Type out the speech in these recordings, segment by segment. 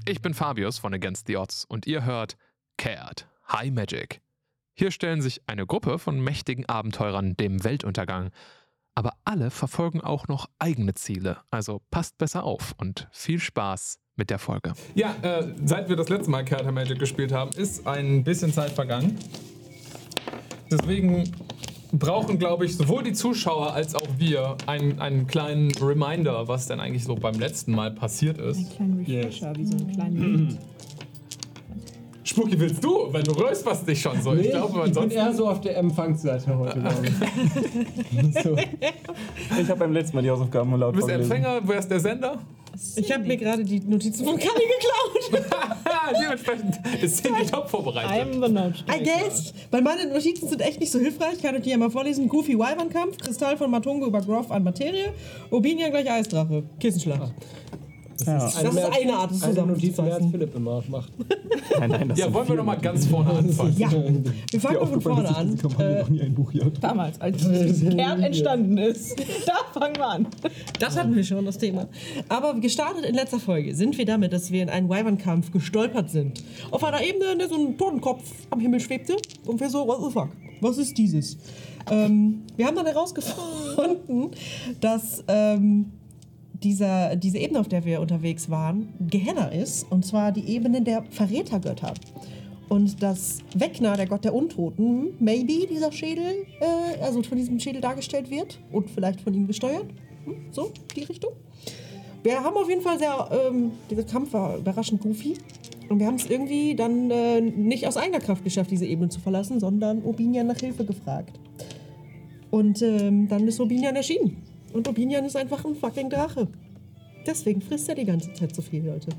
Ich bin Fabius von Against the Odds und ihr hört Cared High Magic. Hier stellen sich eine Gruppe von mächtigen Abenteurern dem Weltuntergang. Aber alle verfolgen auch noch eigene Ziele. Also passt besser auf und viel Spaß mit der Folge. Ja, seit wir das letzte Mal Cared High Magic gespielt haben, ist ein bisschen Zeit vergangen. Deswegen brauchen, glaube ich, sowohl die Zuschauer als auch wir einen kleinen Reminder, was denn eigentlich so beim letzten Mal passiert ist. Ein kleiner Refresher, wie so ein kleinen Spuki, willst du? Weil du räusperst dich schon so. Nee, Ich glaube, ich bin ansonsten... eher so auf der Empfangsseite heute, glaube ich. So. Ich habe beim letzten Mal die Hausaufgaben laut Du bist vorgelesen. Empfänger, wer ist der Sender? Ich habe mir gerade die Notizen von Kali geklaut. Dementsprechend ist Cindy top vorbereitet. I'm the note. I guess, weil meine Notizen sind echt nicht so hilfreich. Ich kann euch die ja mal vorlesen. Goofy Wyvern-Kampf, Kristall von Matungo über Groff an Materie, Obinia gleich Eisdrache, Kissenschlacht. Ja. Das ist eine Art, das Eine Notiz mehr als zusammenzufassen. Philipp immer macht. Nein, das Ja, sind wollen wir vier noch mal Notizen. ganz vorne anfangen? Ja, wir fangen mal von vorne an. nie ein Buch hier. Damals, als Kern entstanden ist. Da fangen wir an. Das hatten wir schon, das Thema. Aber gestartet in letzter Folge sind wir damit, dass wir in einen Wyvern-Kampf gestolpert sind. Auf einer Ebene, in der so ein Totenkopf am Himmel schwebte. Und wir so, what the fuck? Was ist dieses? Wir haben dann herausgefunden, dass diese Ebene, auf der wir unterwegs waren, Gehenna ist. Und zwar die Ebene der Verrätergötter. Und dass Vecna, der Gott der Untoten, maybe dieser Schädel, also von diesem Schädel dargestellt wird und vielleicht von ihm gesteuert. So, die Richtung. Wir haben auf jeden Fall dieser Kampf war überraschend goofy. Und wir haben es irgendwie dann nicht aus eigener Kraft geschafft, diese Ebene zu verlassen, sondern Obinian nach Hilfe gefragt. Und dann ist Obinian erschienen. Und Obinian ist einfach ein fucking Drache. Deswegen frisst er die ganze Zeit so viel, Leute.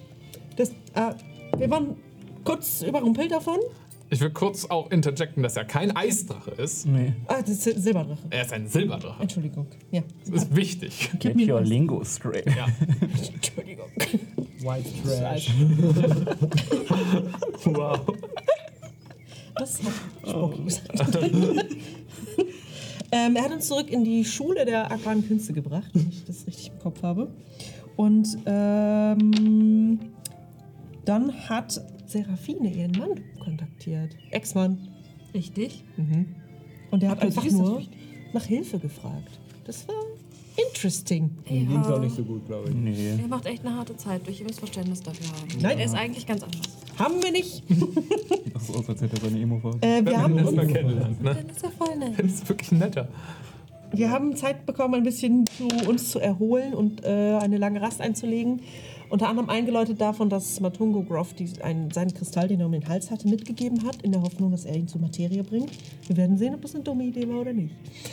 Wir waren kurz überrumpelt davon. Ich will kurz auch interjecten, dass er kein Eisdrache ist. Nee. Das ist Silberdrache. Er ist ein Silberdrache. Entschuldigung. Ja. Das ist wichtig. Get your lingo straight. Ja. Entschuldigung. White Trash. Wow. Das hat Spucky gesagt. Er hat uns zurück in die Schule der arkanen Künste gebracht, wenn ich das richtig im Kopf habe. Und dann hat Seraphine ihren Mann kontaktiert. Ex-Mann. Richtig. Und er hat Okay, einfach sie ist nur wichtig. nach Hilfe gefragt. Das war interesting. Ihm ging's auch nicht so gut, glaube ich. Nee. Er macht echt eine harte Zeit, durch ihr müsst Verständnis dafür haben. Nein. Er ist eigentlich ganz anders. Haben wir nicht. Sieht doch so aus, als hätte er seine Emo-Phase. Wir haben Erst mal uns kennenlernt, ne? Dann ist er voll nett. Das ist wirklich netter. Wir haben Zeit bekommen, ein bisschen uns zu erholen und eine lange Rast einzulegen. Unter anderem eingeläutet davon, dass Matungo Groff seinen Kristall, den er um den Hals hatte, mitgegeben hat, in der Hoffnung, dass er ihn zur Materie bringt. Wir werden sehen, ob das eine dumme Idee war oder nicht.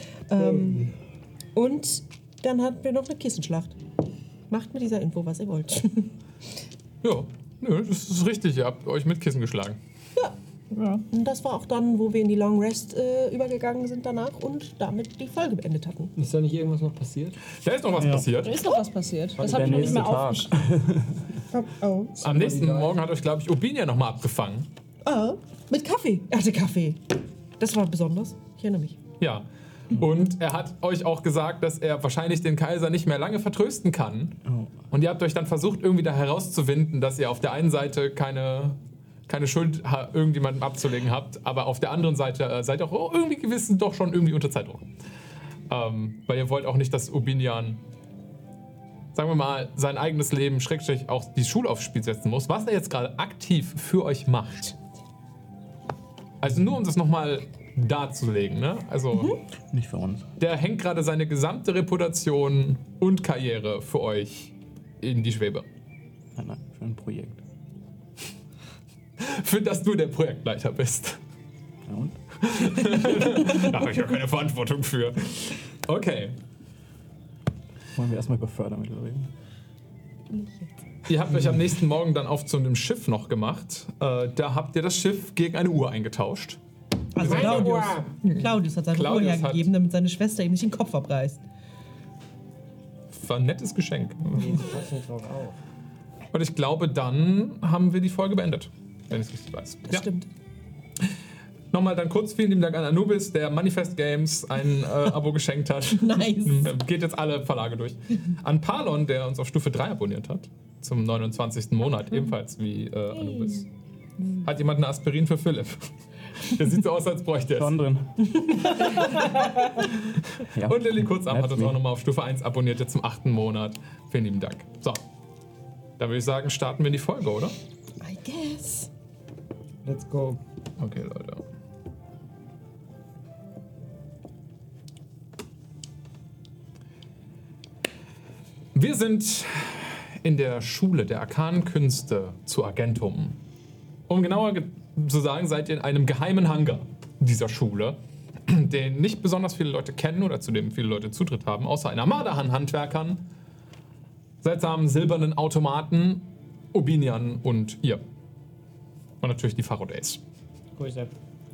Und dann hatten wir noch eine Kissenschlacht. Macht mit dieser Info, was ihr wollt. Ja, nö, das ist richtig. Ihr habt euch mit Kissen geschlagen. Ja. Und das war auch dann, wo wir in die Long Rest übergegangen sind danach und damit die Folge beendet hatten. Ist da nicht irgendwas noch passiert? Da ist noch was Da passiert. ist noch was passiert. Das Der habe ich noch nicht nächste mehr Tag. aufgeschrieben. Oh. Am nächsten Morgen hat euch, glaube ich, Obinia nochmal abgefangen. Mit Kaffee. Er hatte Kaffee. Das war besonders. Ich erinnere mich. Ja. Und er hat euch auch gesagt, dass er wahrscheinlich den Kaiser nicht mehr lange vertrösten kann. Und ihr habt euch dann versucht, irgendwie da herauszuwinden, dass ihr auf der einen Seite keine Schuld irgendjemandem abzulegen habt, aber auf der anderen Seite seid ihr auch irgendwie gewissen doch schon irgendwie unter Zeitdruck. Weil ihr wollt auch nicht, dass Obinian, sagen wir mal, sein eigenes Leben, Schrägstrich, auch die Schule aufs Spiel setzen muss, was er jetzt gerade aktiv für euch macht. Also nur um das nochmal darzulegen, ne? Also Nicht für uns. der hängt gerade seine gesamte Reputation und Karriere für euch in die Schwebe. Nein, für ein Projekt. Für das du der Projektleiter bist. Ja, und? Da habe ich ja keine Verantwortung für. Okay. Wollen wir erstmal über Fördermittel reden? Ihr habt euch am nächsten Morgen dann auf zu einem Schiff noch gemacht. Da habt ihr das Schiff gegen eine Uhr eingetauscht. Also Claudius. Claudius hat seine Uhr Claudius hat- hergegeben, damit seine Schwester ihm nicht den Kopf abreißt. War ein nettes Geschenk. Pass nicht drauf auf. Und ich glaube, dann haben wir die Folge beendet. Wenn ich es richtig weiß. Das stimmt. Nochmal dann kurz vielen lieben Dank an Anubis, der Manifest Games ein Abo geschenkt hat. Nice. Geht jetzt alle Verlage durch. An Palon, der uns auf Stufe 3 abonniert hat. zum 29. Monat, ebenfalls wie Anubis. Hat jemand eine Aspirin für Philipp? Der sieht so aus, als bräuchte er es. Schon drin. Ja. Und Lilly Kurzarm hat uns That's auch nochmal auf Stufe 1 abonniert, jetzt zum 8. Monat. Vielen lieben Dank. So, da würde ich sagen, starten wir in die Folge, oder? I guess. Let's go. Okay, Leute. Wir sind in der Schule der arkanen Künste zu Argentum. Um genauer zu sagen, seid ihr in einem geheimen Hangar dieser Schule, den nicht besonders viele Leute kennen oder zu dem viele Leute Zutritt haben, außer einer Armada an Handwerkern, seltsamen silbernen Automaten, Urbinian und ihr. Und natürlich die Pharaodays. Grüße.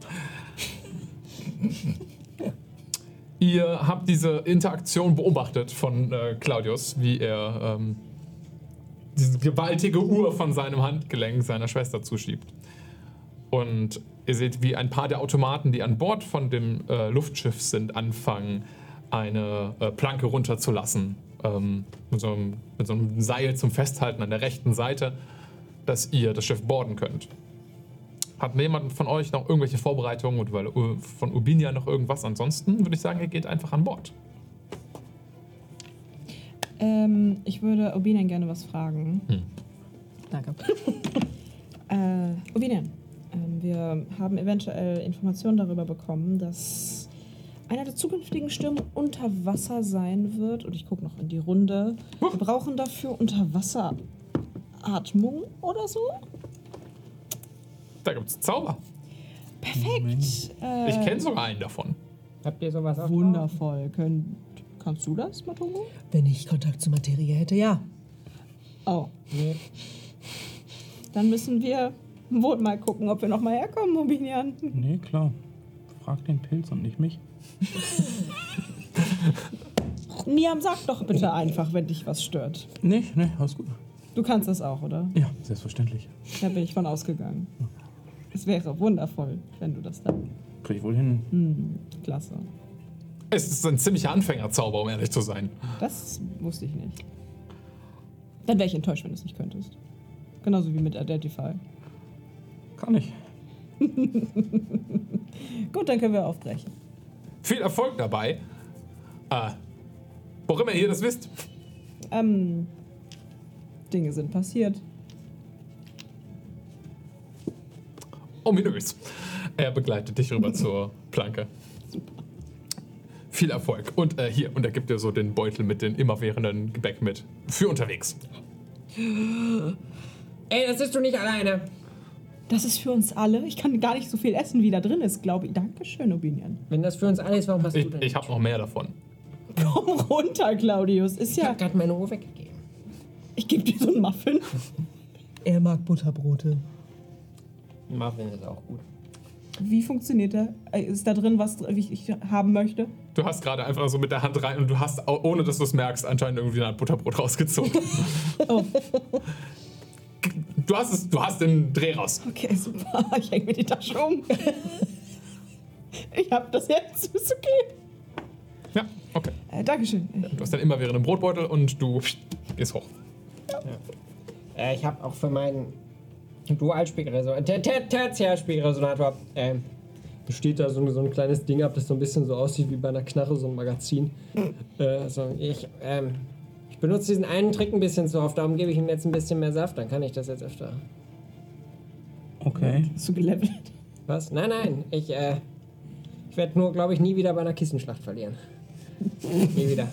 Ihr habt diese Interaktion beobachtet von Claudius, wie er diese gewaltige Uhr von seinem Handgelenk seiner Schwester zuschiebt. Und ihr seht, wie ein paar der Automaten, die an Bord von dem Luftschiff sind, anfangen, eine Planke runterzulassen. Mit so einem Seil zum Festhalten an der rechten Seite, dass ihr das Schiff boarden könnt. Hat jemand von euch noch irgendwelche Vorbereitungen und von Urbinia noch irgendwas? Ansonsten würde ich sagen, ihr geht einfach an Bord. Ich würde Urbinian gerne was fragen. Danke. Urbinian, wir haben eventuell Informationen darüber bekommen, dass einer der zukünftigen Stürme unter Wasser sein wird. Und ich gucke noch in die Runde. Wir brauchen dafür Unterwasseratmung oder so. Da gibt's Zauber. Perfekt. Ich kenne sogar einen davon. Habt ihr sowas auch? Wundervoll. Kannst du das, Matomo? Wenn ich Kontakt zur Materie hätte, ja. Oh. Nee. Dann müssen wir wohl mal gucken, ob wir noch mal herkommen, Urbinian. Nee, klar. Frag den Pilz und nicht mich. Niam, sag doch bitte einfach, wenn dich was stört. Nee, alles gut. Du kannst das auch, oder? Ja, selbstverständlich. Da bin ich von ausgegangen. Es wäre wundervoll, wenn du das dann... Krieg ich wohl hin. Klasse. Es ist ein ziemlicher Anfängerzauber, um ehrlich zu sein. Das wusste ich nicht. Dann wäre ich enttäuscht, wenn du es nicht könntest. Genauso wie mit Identify. Kann ich. Gut, dann können wir aufbrechen. Viel Erfolg dabei. Wo immer ihr das wisst. Dinge sind passiert. Ominös. Er begleitet dich rüber zur Planke. Viel Erfolg. Und hier, und er gibt dir so den Beutel mit dem immerwährenden Gebäck mit. Für unterwegs. Ey, das bist du nicht alleine. Das ist für uns alle. Ich kann gar nicht so viel essen, wie da drin ist, glaube ich. Dankeschön, Urbinian. Wenn das für uns alle ist, warum hast du denn? Ich habe noch mehr davon. Komm runter, Claudius. Ist Ich ja... hab gerade meine Uhr weggegeben. Ich gebe dir so einen Muffin. Er mag Butterbrote. Muffin ist auch gut. Wie funktioniert der? Ist da drin, was ich haben möchte? Du hast gerade einfach so mit der Hand rein und du hast, ohne dass du es merkst, anscheinend irgendwie ein Butterbrot rausgezogen. Oh. Du hast den Dreh raus. Okay, super. Ich hänge mir die Tasche um. Ich hab das jetzt. Ist okay. Ja, okay. Dankeschön. Du hast dann immerwährenden Brotbeutel und du gehst hoch. Ich habe auch für meinen Tertiärspiegelresonator besteht da so ein kleines Ding ab, das so ein bisschen so aussieht wie bei einer Knarre, so ein Magazin. Ich benutze diesen einen Trick ein bisschen zu oft, darum gebe ich ihm jetzt ein bisschen mehr Saft, dann kann ich das jetzt öfter. Okay. Bist du gelevelt? Was? Nein, ich werde nur, glaube ich, nie wieder bei einer Kissenschlacht verlieren. Nie wieder.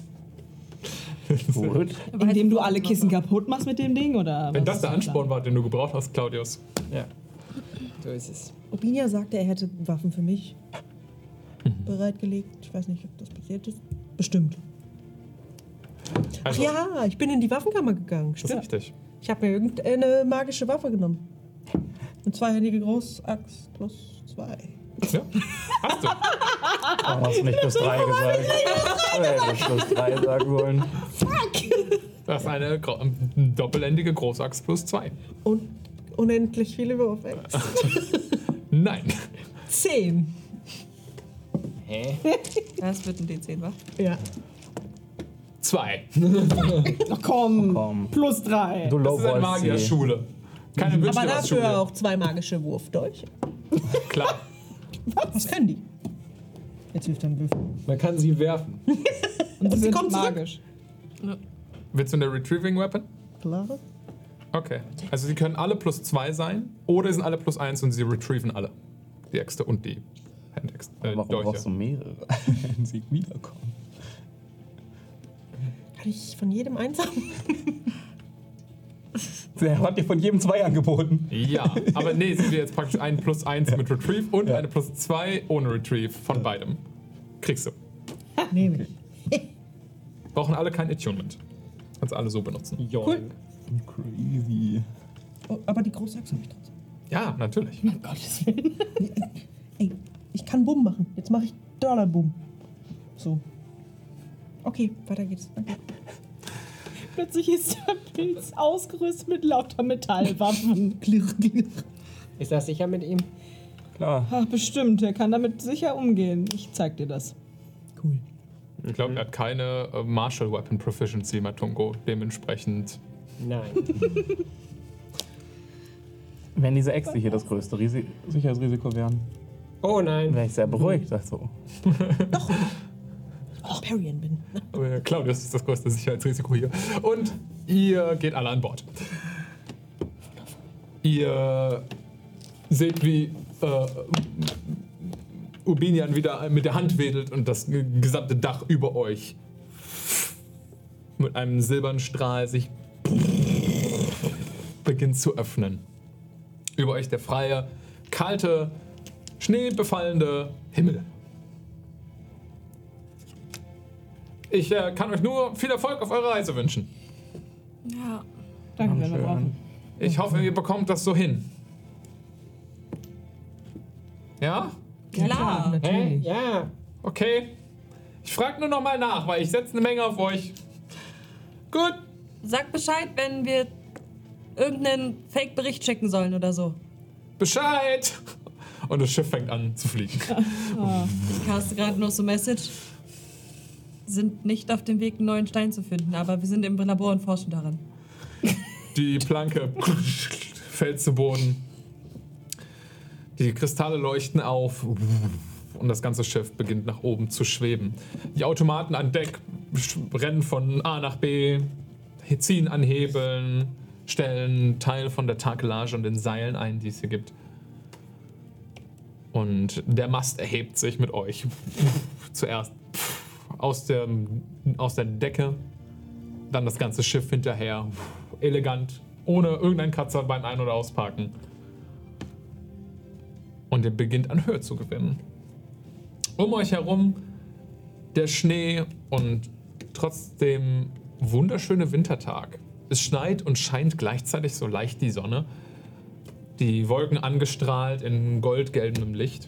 Gut. Indem du alle Kissen kaputt machst mit dem Ding, oder? Wenn was das der ist Ansporn war, den du gebraucht hast, Claudius. Ja, so ist es. Urbinian sagte, er hätte Waffen für mich bereitgelegt. Ich weiß nicht, ob das passiert ist. Bestimmt. Ach Also, ja, ich bin in die Waffenkammer gegangen. das ist Stimmt. richtig. Ich habe mir irgendeine magische Waffe genommen. Eine zweihändige Großaxt plus 2. Ja, hast du. Warum hast du nicht plus 3 gesagt? Hätte ich plus 3 sagen wollen. Das ist eine doppeländige Großaxt plus 2. Und unendlich viele Wurfex. Nein. 10. Hä? Das wird ein D10, wa? Ja. 2. Ach komm. Komm. Plus 3. Du Das ist eine lowballst sie. Magierschule. Keine Aber Wünsch-dir-was-Schule. dafür auch 2 magische Wurfdolche. Klar. Was können die? Jetzt wirft er einen Würfel. Man kann sie werfen. Und sie sie sind kommt zurück. magisch. Willst du eine Retrieving Weapon? Klare? Okay. Also sie können alle plus 2 sein oder sind alle plus 1 und sie retrieven alle. Die Äxte und die Warum Dolche. brauchst du mehrere, wenn sie wiederkommen? Kann ich von jedem eins haben? Der hat dir von jedem 2 angeboten. Ja, aber nee, sind wir jetzt praktisch ein plus 1 mit Retrieve und eine plus 2 ohne Retrieve von beidem. Kriegst du. Nehme ich. Brauchen alle kein Attunement. Kannst alle so benutzen. Cool. Crazy. Oh, aber die große Axt habe ich trotzdem. Ja, natürlich. Um Gottes Willen. Ey, ich kann Bumm machen. Jetzt mache ich Dollar-Bumm. So. Okay, weiter geht's. Danke. Plötzlich ist der Pilz ausgerüstet mit lauter Metallwaffen. Klirr, klirr. Ist das sicher mit ihm? Klar. Ach, bestimmt. Er kann damit sicher umgehen. Ich zeig dir das. Cool. Ich glaube, er hat keine Martial Weapon Proficiency, Matungo. Dementsprechend. Nein. Wenn diese Äxte hier das größte Sicherheitsrisiko wären, Oh nein. wäre ich sehr beruhigt. Also. Oh, Parrien bin. Claudius ist das größte Sicherheitsrisiko hier. Und ihr geht alle an Bord. Ihr seht, wie Urbinian wieder mit der Hand wedelt und das gesamte Dach über euch mit einem silbernen Strahl sich beginnt zu öffnen. Über euch der freie, kalte, schneebefallende Himmel. Ich kann euch nur viel Erfolg auf eurer Reise wünschen. Ja. Danke, wenn wir Schön. brauchen. Ich hoffe, ihr bekommt das so hin. Ja? Klar. Hä? Natürlich. Ja. Okay. Ich frage nur noch mal nach, weil ich setze eine Menge auf euch. Gut. Sag Bescheid, wenn wir irgendeinen Fake-Bericht schicken sollen oder so. Bescheid. Und das Schiff fängt an zu fliegen. Ich caste gerade noch so Message. Sind nicht auf dem Weg, einen neuen Stein zu finden, aber wir sind im Labor und forschen daran. Die Planke fällt zu Boden. Die Kristalle leuchten auf und das ganze Schiff beginnt nach oben zu schweben. Die Automaten an Deck rennen von A nach B, ziehen an Hebeln, stellen Teil von der Takelage und den Seilen ein, die es hier gibt. Und der Mast erhebt sich mit euch. Zuerst aus der Decke, dann das ganze Schiff hinterher. Elegant, ohne irgendeinen Kratzer beim Ein- oder Ausparken. Und er beginnt an Höhe zu gewinnen. Um euch herum der Schnee und trotzdem wunderschöne Wintertag. Es schneit und scheint gleichzeitig so leicht die Sonne. Die Wolken angestrahlt in goldgelbem Licht.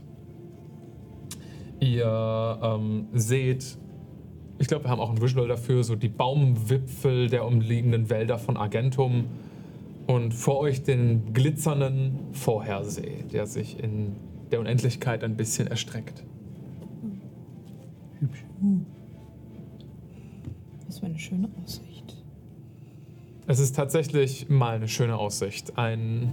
Ihr seht, ich glaube, wir haben auch ein Visual dafür, so die Baumwipfel der umliegenden Wälder von Argentum und vor euch den glitzernden Vorhersee, der sich in der Unendlichkeit ein bisschen erstreckt. Das war eine schöne Aussicht. Es ist tatsächlich mal eine schöne Aussicht. Ein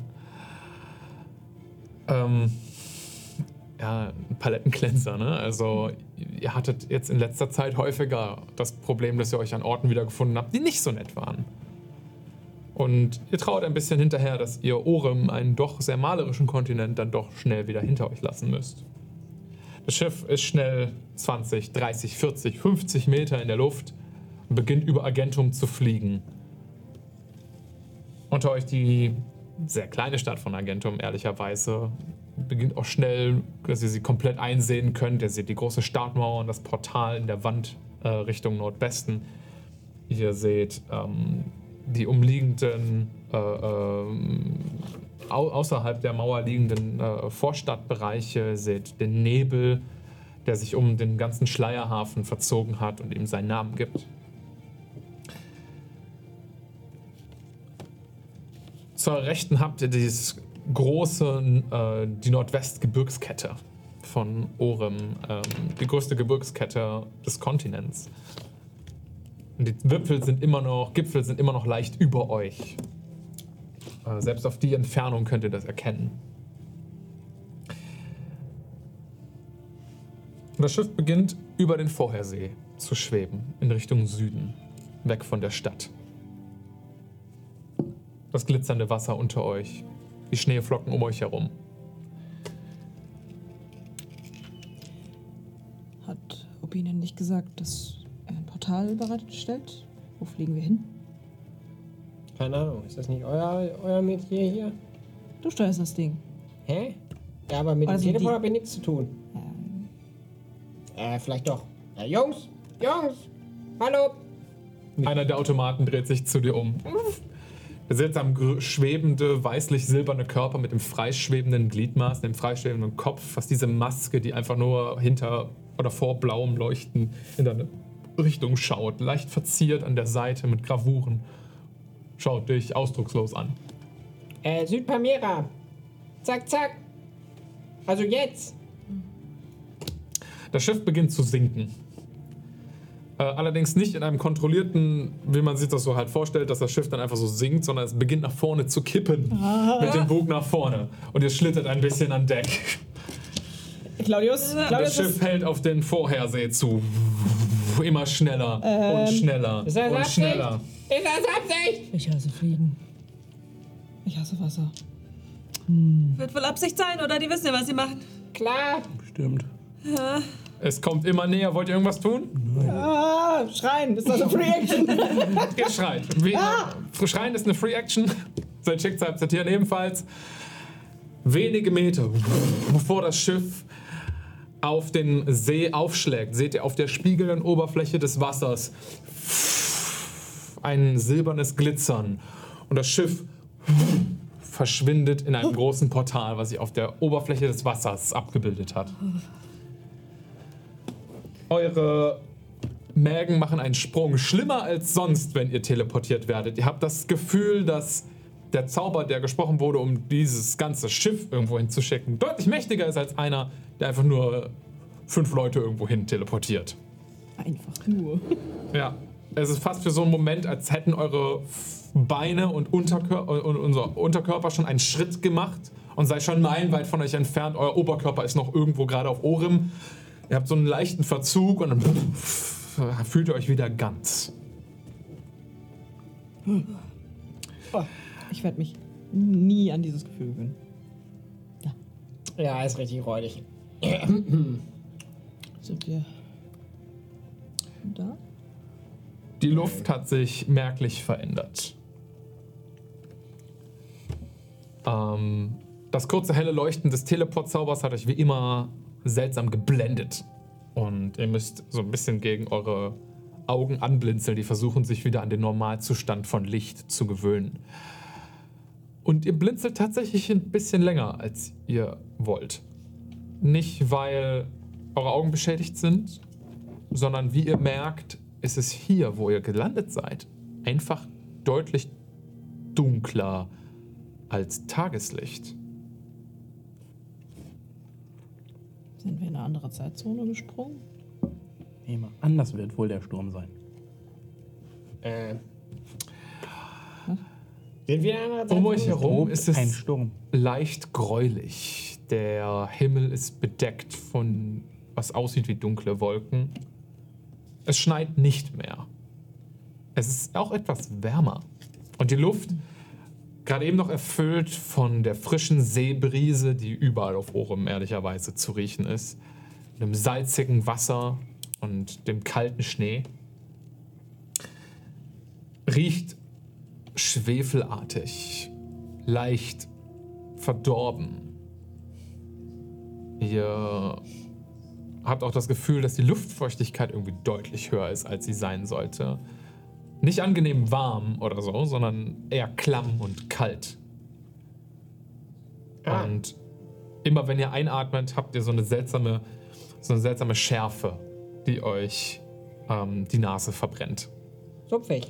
Palettencleanser, ne? Also ihr hattet jetzt in letzter Zeit häufiger das Problem, dass ihr euch an Orten wiedergefunden habt, die nicht so nett waren. Und ihr traut ein bisschen hinterher, dass ihr Orem, einen doch sehr malerischen Kontinent, dann doch schnell wieder hinter euch lassen müsst. Das Schiff ist schnell 20, 30, 40, 50 Meter in der Luft und beginnt über Argentum zu fliegen. Unter euch die sehr kleine Stadt von Argentum, ehrlicherweise, beginnt auch schnell, dass ihr sie komplett einsehen könnt. Ihr seht die große Stadtmauer und das Portal in der Wand Richtung Nordwesten. Ihr seht die umliegenden, außerhalb der Mauer liegenden Vorstadtbereiche. Ihr seht den Nebel, der sich um den ganzen Schleierhafen verzogen hat und ihm seinen Namen gibt. Zur Rechten habt ihr dieses große, die Nordwestgebirgskette von Orem, die größte Gebirgskette des Kontinents. Und die Gipfel sind immer noch leicht über euch. Selbst auf die Entfernung könnt ihr das erkennen. Und das Schiff beginnt über den Vorhersee zu schweben, in Richtung Süden, weg von der Stadt. Das glitzernde Wasser unter euch, die Schneeflocken um euch herum. Hat Obinen nicht gesagt, dass er ein Portal bereitstellt? Wo fliegen wir hin? Keine Ahnung, ist das nicht euer Metier hier? Du steuerst das Ding. Hä? Ja, aber mit dem Also Teleport die- habe ich nichts zu tun. Vielleicht doch. Jungs! Hallo! Einer der Automaten dreht sich zu dir um. Der seltsam schwebende, weißlich-silberne Körper mit dem freischwebenden Gliedmaß, dem freischwebenden Kopf, fast diese Maske, die einfach nur hinter oder vor blauem Leuchten in deine Richtung schaut, leicht verziert an der Seite mit Gravuren. Schaut dich ausdruckslos an. Südpamera! Zack, zack! Also jetzt! Das Schiff beginnt zu sinken. Allerdings nicht in einem kontrollierten, wie man sich das so halt vorstellt, dass das Schiff dann einfach so sinkt, sondern es beginnt nach vorne zu kippen. Mit dem Bug nach vorne. Und ihr schlittert ein bisschen an Deck. Claudius, Das Schiff hält auf den Vorhersee zu. Immer schneller und schneller Ist das und Absicht? schneller. Ist das Absicht? Ich hasse Fliegen. ich hasse Wasser. Wird wohl Absicht sein, oder? Die wissen ja, was sie machen. Klar! Bestimmt. Es kommt immer näher. Wollt ihr irgendwas tun? Ah, schreien, ist das eine Free Action? Ihr schreit. Schreien ist eine Free Action. Sein Schicksal akzeptieren ebenfalls. Wenige Meter bevor das Schiff auf den See aufschlägt, seht ihr auf der spiegelnden Oberfläche des Wassers ein silbernes Glitzern. Und das Schiff verschwindet in einem großen Portal, was sich auf der Oberfläche des Wassers abgebildet hat. Eure Mägen machen einen Sprung. Schlimmer als sonst, wenn ihr teleportiert werdet. Ihr habt das Gefühl, dass der Zauber, der gesprochen wurde, um dieses ganze Schiff irgendwo hinzuschicken, deutlich mächtiger ist als einer, der einfach nur 5 Leute irgendwo hin teleportiert. Einfach nur. Ja, es ist fast für so einen Moment, als hätten eure Beine und unser Unterkörper schon einen Schritt gemacht und sei schon meilenweit von euch entfernt. Euer Oberkörper ist noch irgendwo gerade auf Orem. Ihr habt so einen leichten Verzug und dann fühlt ihr euch wieder ganz. Ich werde mich nie an dieses Gefühl gewöhnen. Ja, ist richtig räudig. Sind wir da? Die Luft hat sich merklich verändert. Das kurze helle Leuchten des Teleport-Zaubers hat euch wie immer seltsam geblendet. Und ihr müsst so ein bisschen gegen eure Augen anblinzeln, die versuchen sich wieder an den Normalzustand von Licht zu gewöhnen. Und ihr blinzelt tatsächlich ein bisschen länger, als ihr wollt. Nicht, weil eure Augen beschädigt sind, sondern wie ihr merkt, ist es hier, wo ihr gelandet seid, einfach deutlich dunkler als Tageslicht. Sind wir in eine andere Zeitzone gesprungen? Nee, mal anders wird wohl der Sturm sein. Sind wir in einer anderen Um euch Zeitzone? herum ist Ein es Sturm. leicht gräulich. Der Himmel ist bedeckt von was aussieht wie dunkle Wolken. Es schneit nicht mehr. Es ist auch etwas wärmer. Und die Luft, gerade eben noch erfüllt von der frischen Seebrise, die überall auf Orem ehrlicherweise zu riechen ist, dem salzigen Wasser und dem kalten Schnee, riecht schwefelartig, leicht verdorben. Ihr habt auch das Gefühl, dass die Luftfeuchtigkeit irgendwie deutlich höher ist, als sie sein sollte. Nicht angenehm warm oder so, sondern eher klamm und kalt. Und immer wenn ihr einatmet, habt ihr so eine seltsame Schärfe, die euch die Nase verbrennt. Sumpfig.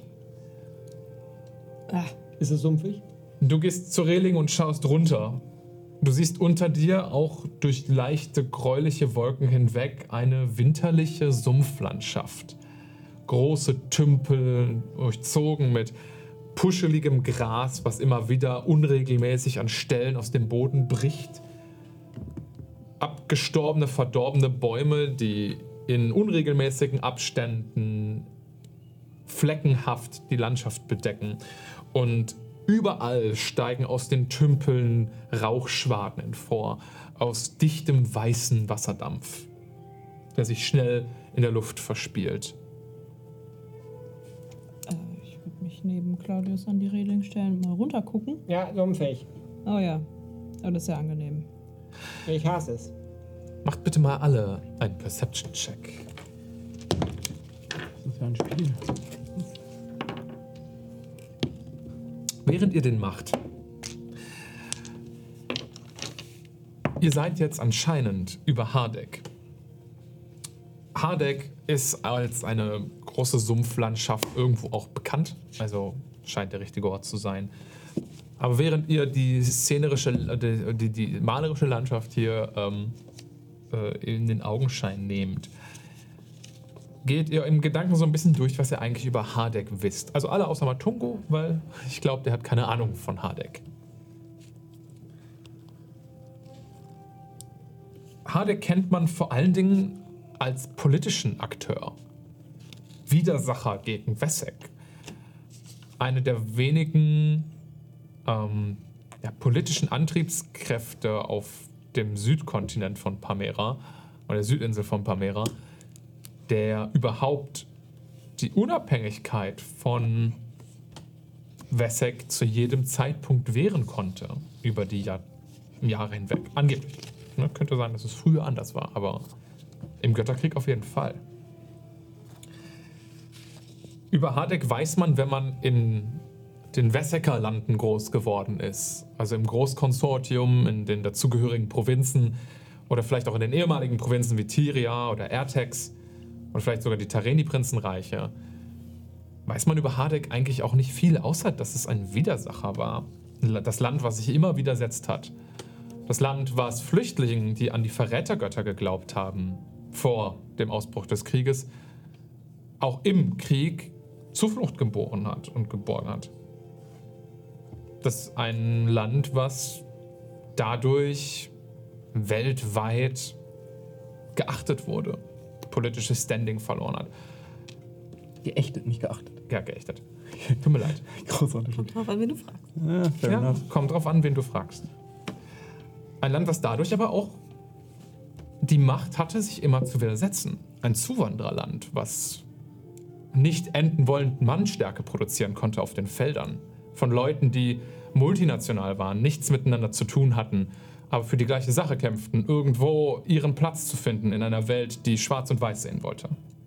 Ah, Ist es sumpfig? Du gehst zur Reling und schaust runter. Du siehst unter dir auch durch leichte gräuliche Wolken hinweg eine winterliche Sumpflandschaft. große Tümpel, durchzogen mit puscheligem Gras, was immer wieder unregelmäßig an Stellen aus dem Boden bricht. Abgestorbene, verdorbene Bäume, die in unregelmäßigen Abständen fleckenhaft die Landschaft bedecken. Und überall steigen aus den Tümpeln Rauchschwaden empor, aus dichtem weißen Wasserdampf, der sich schnell in der Luft verspielt. Ich würde mich neben Claudius an die Reling stellen und mal runtergucken. Ja, sumpfig. Oh ja, aber das ist ja angenehm. Ich hasse es. Macht bitte mal alle einen Perception-Check. Das ist ja ein Spiel. Während ihr den macht, ihr seid jetzt anscheinend über Hardek. Hardek ist als eine große Sumpflandschaft irgendwo auch bekannt, also scheint der richtige Ort zu sein. Aber während ihr die die malerische Landschaft hier in den Augenschein nehmt, geht ihr im Gedanken so ein bisschen durch, was ihr eigentlich über Hardek wisst. Also alle außer Matungo, weil ich glaube, der hat keine Ahnung von Hardek. Hardek kennt man vor allen Dingen als politischen Akteur. Widersacher gegen Wessek. Eine der wenigen politischen Antriebskräfte auf dem Südkontinent von Pamera, oder der Südinsel von Pamera, der überhaupt die Unabhängigkeit von Wessek zu jedem Zeitpunkt wehren konnte, über die Jahre hinweg. Angeblich. Ne, könnte sein, dass es früher anders war, aber im Götterkrieg auf jeden Fall. Über Hardek weiß man, wenn man in den Wesseker Landen groß geworden ist, also im Großkonsortium, in den dazugehörigen Provinzen oder vielleicht auch in den ehemaligen Provinzen wie Tyria oder Ertex oder vielleicht sogar die Tareni-Prinzenreiche, weiß man über Hardek eigentlich auch nicht viel, außer dass es ein Widersacher war. Das Land, was sich immer widersetzt hat. Das Land, was Flüchtlingen, die an die Verrätergötter geglaubt haben, vor dem Ausbruch des Krieges, auch im Krieg Zuflucht geboren hat und geborgen hat. Das ist ein Land, was dadurch weltweit geachtet wurde, politisches Standing verloren hat. Geächtet, nicht geachtet. Ja, geächtet. Tut mir leid. Großer Unterschied. Kommt drauf an, wen du fragst. Ja, fair Ja, enough. kommt drauf an, wen du fragst. Ein Land, was dadurch aber auch die Macht hatte, sich immer zu widersetzen. Ein Zuwandererland, was nicht enden wollend Mannstärke produzieren konnte auf den Feldern. Von Leuten, die multinational waren, nichts miteinander zu tun hatten, aber für die gleiche Sache kämpften, irgendwo ihren Platz zu finden in einer Welt, die schwarz und weiß sehen wollte.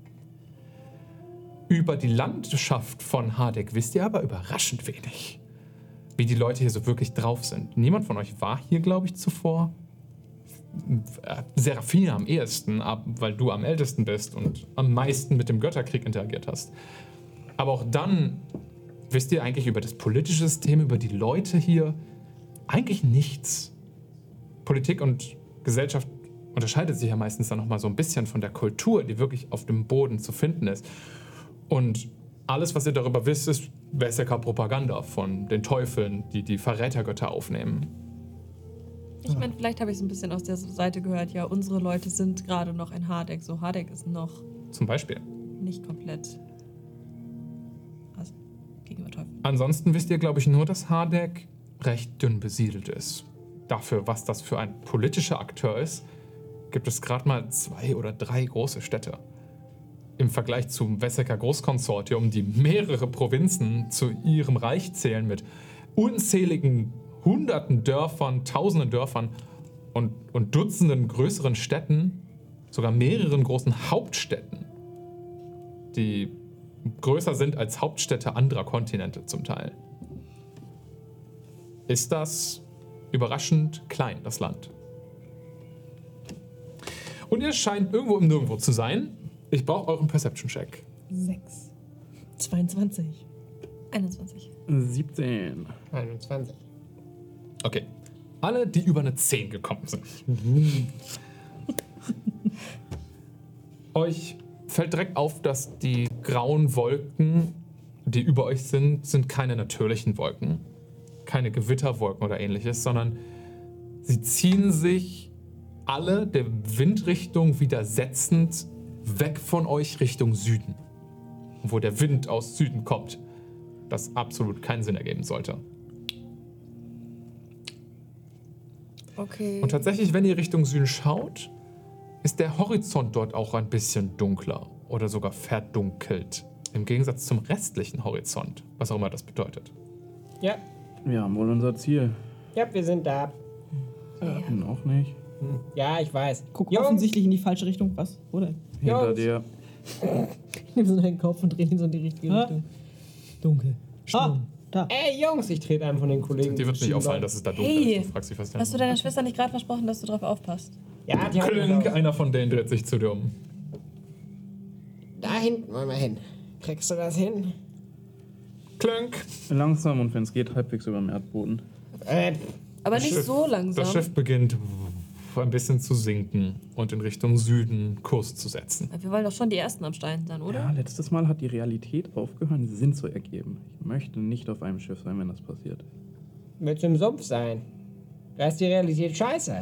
Über die Landschaft von Hardek wisst ihr aber überraschend wenig. Wie die Leute hier so wirklich drauf sind. Niemand von euch war hier, glaube ich, zuvor. Seraphine am ehesten, weil du am ältesten bist und am meisten mit dem Götterkrieg interagiert hast. Aber auch dann wisst ihr eigentlich über das politische System, über die Leute hier eigentlich nichts. Politik und Gesellschaft unterscheidet sich ja meistens dann nochmal so ein bisschen von der Kultur, die wirklich auf dem Boden zu finden ist. Und alles, was ihr darüber wisst, ist Wesseker Propaganda von den Teufeln, die die Verrätergötter aufnehmen. Ich meine, vielleicht habe ich es ein bisschen aus der Seite gehört, ja, unsere Leute sind gerade noch in Hardek. So, Hardek ist noch Zum Beispiel. nicht komplett also, gegenüber Teufeln. Ansonsten wisst ihr, glaube ich, nur, dass Hardek recht dünn besiedelt ist. Dafür, was das für ein politischer Akteur ist, gibt es gerade mal 2 oder 3 große Städte. Im Vergleich zum Wesseker Großkonsortium, die mehrere Provinzen zu ihrem Reich zählen mit unzähligen Hunderten Dörfern, Tausenden Dörfern und Dutzenden größeren Städten, sogar mehreren großen Hauptstädten, die größer sind als Hauptstädte anderer Kontinente zum Teil. Ist das überraschend klein, das Land. Und ihr scheint irgendwo im Nirgendwo zu sein. Ich brauche euren Perception-Check. 6. 22. 21. 17. 21. Okay. Alle, die über eine 10 gekommen sind. Euch fällt direkt auf, dass die grauen Wolken, die über euch sind keine natürlichen Wolken. Keine Gewitterwolken oder ähnliches, sondern sie ziehen sich alle der Windrichtung widersetzend weg von euch Richtung Süden. Wo der Wind aus Süden kommt. Das absolut keinen Sinn ergeben sollte. Okay. Und tatsächlich, wenn ihr Richtung Süden schaut, ist der Horizont dort auch ein bisschen dunkler oder sogar verdunkelt. Im Gegensatz zum restlichen Horizont, was auch immer das bedeutet. Ja, Wir haben wohl unser Ziel. ja, wir sind da. Noch nicht. Ja, ich weiß. Guck Jungs, offensichtlich in die falsche Richtung. Was? Wo denn? Hinter Jungs. dir. Ich nehme so deinen Kopf und drehe ihn so in die richtige Ah. Richtung. Dunkel. Ah, da. Ey, Jungs, ich trete einem von den Kollegen. Dir wird nicht auffallen, dass es da dunkel Hey, ist. Du fragst dich, was denn? Hast du deiner Schwester nicht gerade versprochen, dass du drauf aufpasst? Ja, die haben Klink, einer von denen dreht sich zu dir um. Da hinten wollen wir hin. Kriegst du das hin? Klink. Langsam und wenn es geht, halbwegs über dem Erdboden. Aber nicht so langsam. Das Schiff beginnt ein bisschen zu sinken und in Richtung Süden Kurs zu setzen. Wir wollen doch schon die Ersten am Stein sein, oder? Ja, letztes Mal hat die Realität aufgehört, Sinn zu ergeben. Ich möchte nicht auf einem Schiff sein, wenn das passiert. Willst du im Sumpf sein? Da ist die Realität scheiße.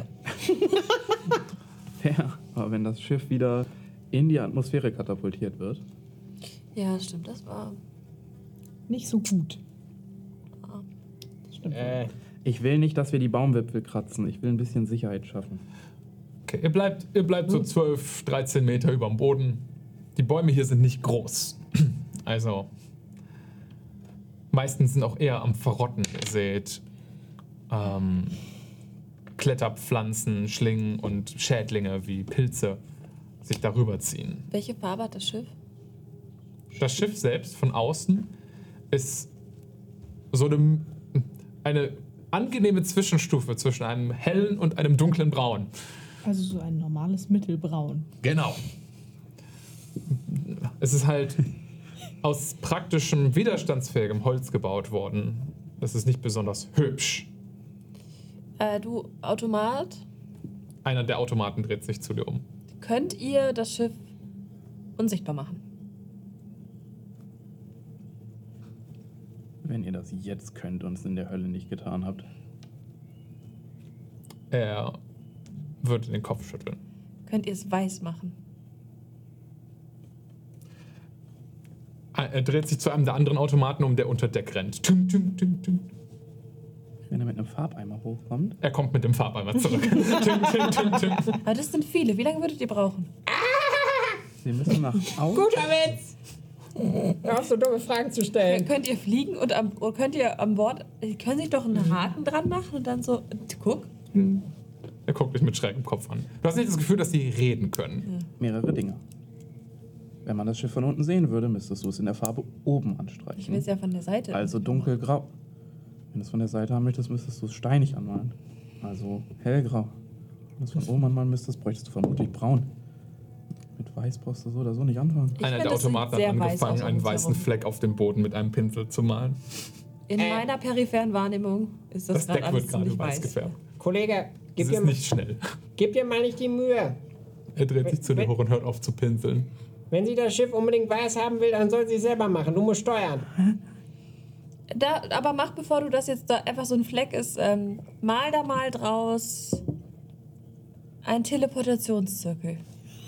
Ja, aber wenn das Schiff wieder in die Atmosphäre katapultiert wird, Ja, stimmt, das war. Nicht so gut. Stimmt. ich will nicht, dass wir die Baumwipfel kratzen. Ich will ein bisschen Sicherheit schaffen. Okay, ihr bleibt so 12, 13 Meter über dem Boden. Die Bäume hier sind nicht groß. Also, meistens sind auch eher am Verrotten. Ihr seht Kletterpflanzen, Schlingen und Schädlinge wie Pilze sich darüber ziehen. Welche Farbe hat das Schiff? Das Schiff selbst von außen ist so eine angenehme Zwischenstufe zwischen einem hellen und einem dunklen Braun. Also so ein normales Mittelbraun. Genau. Es ist halt aus praktischem, widerstandsfähigem Holz gebaut worden. Das ist nicht besonders hübsch. Du, Automat, Einer der Automaten dreht sich zu dir um. könnt ihr das Schiff unsichtbar machen? Wenn ihr das jetzt könnt und es in der Hölle nicht getan habt. Er würde den Kopf schütteln. Könnt ihr es weiß machen? Er dreht sich zu einem der anderen Automaten um, der unter Deck rennt. Tüm, tüm, tüm, tüm. Wenn er mit einem Farbeimer hochkommt. Er kommt mit dem Farbeimer zurück. Tüm, tüm, tüm, tüm. Aber das sind viele. Wie lange würdet ihr brauchen? Sie müssen nach außen. Guter Witz! Hör auf, so dumme Fragen zu stellen. Könnt ihr fliegen und könnt ihr an Bord. Können sich doch einen Haken dran machen und dann so. Guck. Er guckt dich mit schrägem Kopf an. Du hast nicht das Gefühl, dass sie reden können. Mehrere Dinge. Wenn man das Schiff von unten sehen würde, müsstest du es in der Farbe oben Ich will anstreichen. es ja von der Seite. Also dunkelgrau. Wenn du es von der Seite haben möchtest, müsstest du es steinig anmalen. Also hellgrau. Wenn du es von oben anmalen müsstest, bräuchtest du vermutlich braun. Mit weiß brauchst du so oder so nicht anfangen. Ich Einer find, der das sieht Automaten hat sehr weiß angefangen, aus um einen uns weißen herum. Fleck auf dem Boden mit einem Pinsel zu malen. In meiner peripheren Wahrnehmung ist das Das gerade Deck alles wird gerade ziemlich weiß weiß. gefärbt. Kollege, Es ist nicht schnell. gib dir mal nicht die Mühe. Er dreht sich zu dir hoch und hört auf zu pinseln. Wenn sie das Schiff unbedingt weiß haben will, dann soll sie es selber machen. Du musst steuern. Aber mach, bevor du das jetzt da einfach so ein Fleck ist, mal da mal draus ein Teleportationszirkel.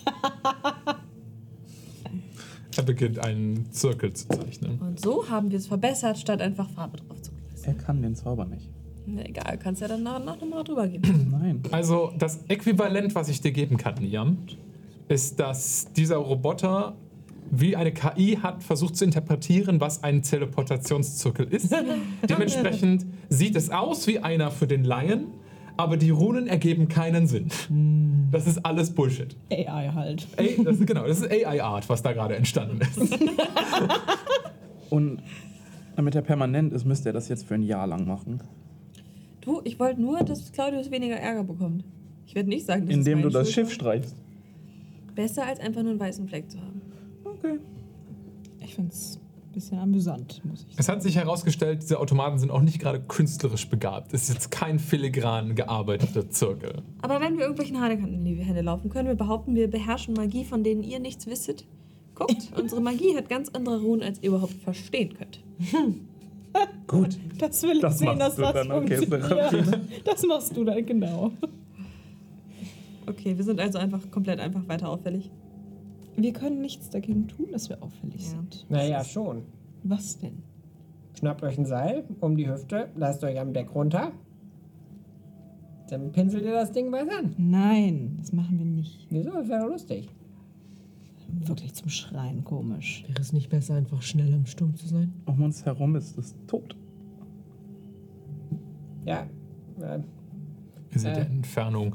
Er beginnt einen Zirkel zu zeichnen. Und so haben wir es verbessert, statt einfach Farbe drauf zu kleben. Er kann den Zauber nicht. Na, egal, kannst ja dann nach nochmal drüber gehen. Nein. Also das Äquivalent, was ich dir geben kann, Niam, ist, dass dieser Roboter wie eine KI hat versucht zu interpretieren, was ein Teleportationszirkel ist. Dementsprechend sieht es aus wie einer für den Laien, aber die Runen ergeben keinen Sinn. Das ist alles Bullshit. AI halt. Das ist AI-Art, was da gerade entstanden ist. Und damit er permanent ist, müsste er das jetzt für ein Jahr lang machen. Du, ich wollte nur, dass Claudius weniger Ärger bekommt. Ich werde nicht sagen, dass Indem es du meine das Schuld Schiff war. streichst. Besser als einfach nur einen weißen Fleck zu haben. Okay. Ich find's ein bisschen amüsant, muss ich sagen. Es hat sich herausgestellt, diese Automaten sind auch nicht gerade künstlerisch begabt. Es ist jetzt kein filigran gearbeiteter Zirkel. Aber wenn wir irgendwelchen Hanekanten in die Hände laufen, können wir behaupten, wir beherrschen Magie, von denen ihr nichts wisset. Guckt, unsere Magie hat ganz andere Runen, als ihr überhaupt verstehen könnt. Gut. Das will ich Das sehen, dass machst du das dann, okay, funktioniert. Das machst du dann, genau. Okay, wir sind also komplett weiter auffällig. Wir können nichts dagegen tun, dass wir auffällig sind. Naja, schon. Was denn? Schnappt euch ein Seil um die Hüfte, lasst euch am Deck runter. Dann pinselt ihr das Ding was an. Nein, das machen wir nicht. Wieso? Das wäre doch lustig. Wirklich zum Schreien komisch. Wäre es nicht besser, einfach schnell am Sturm zu sein? Um uns herum ist es tot. Ja. Ihr seht in der Entfernung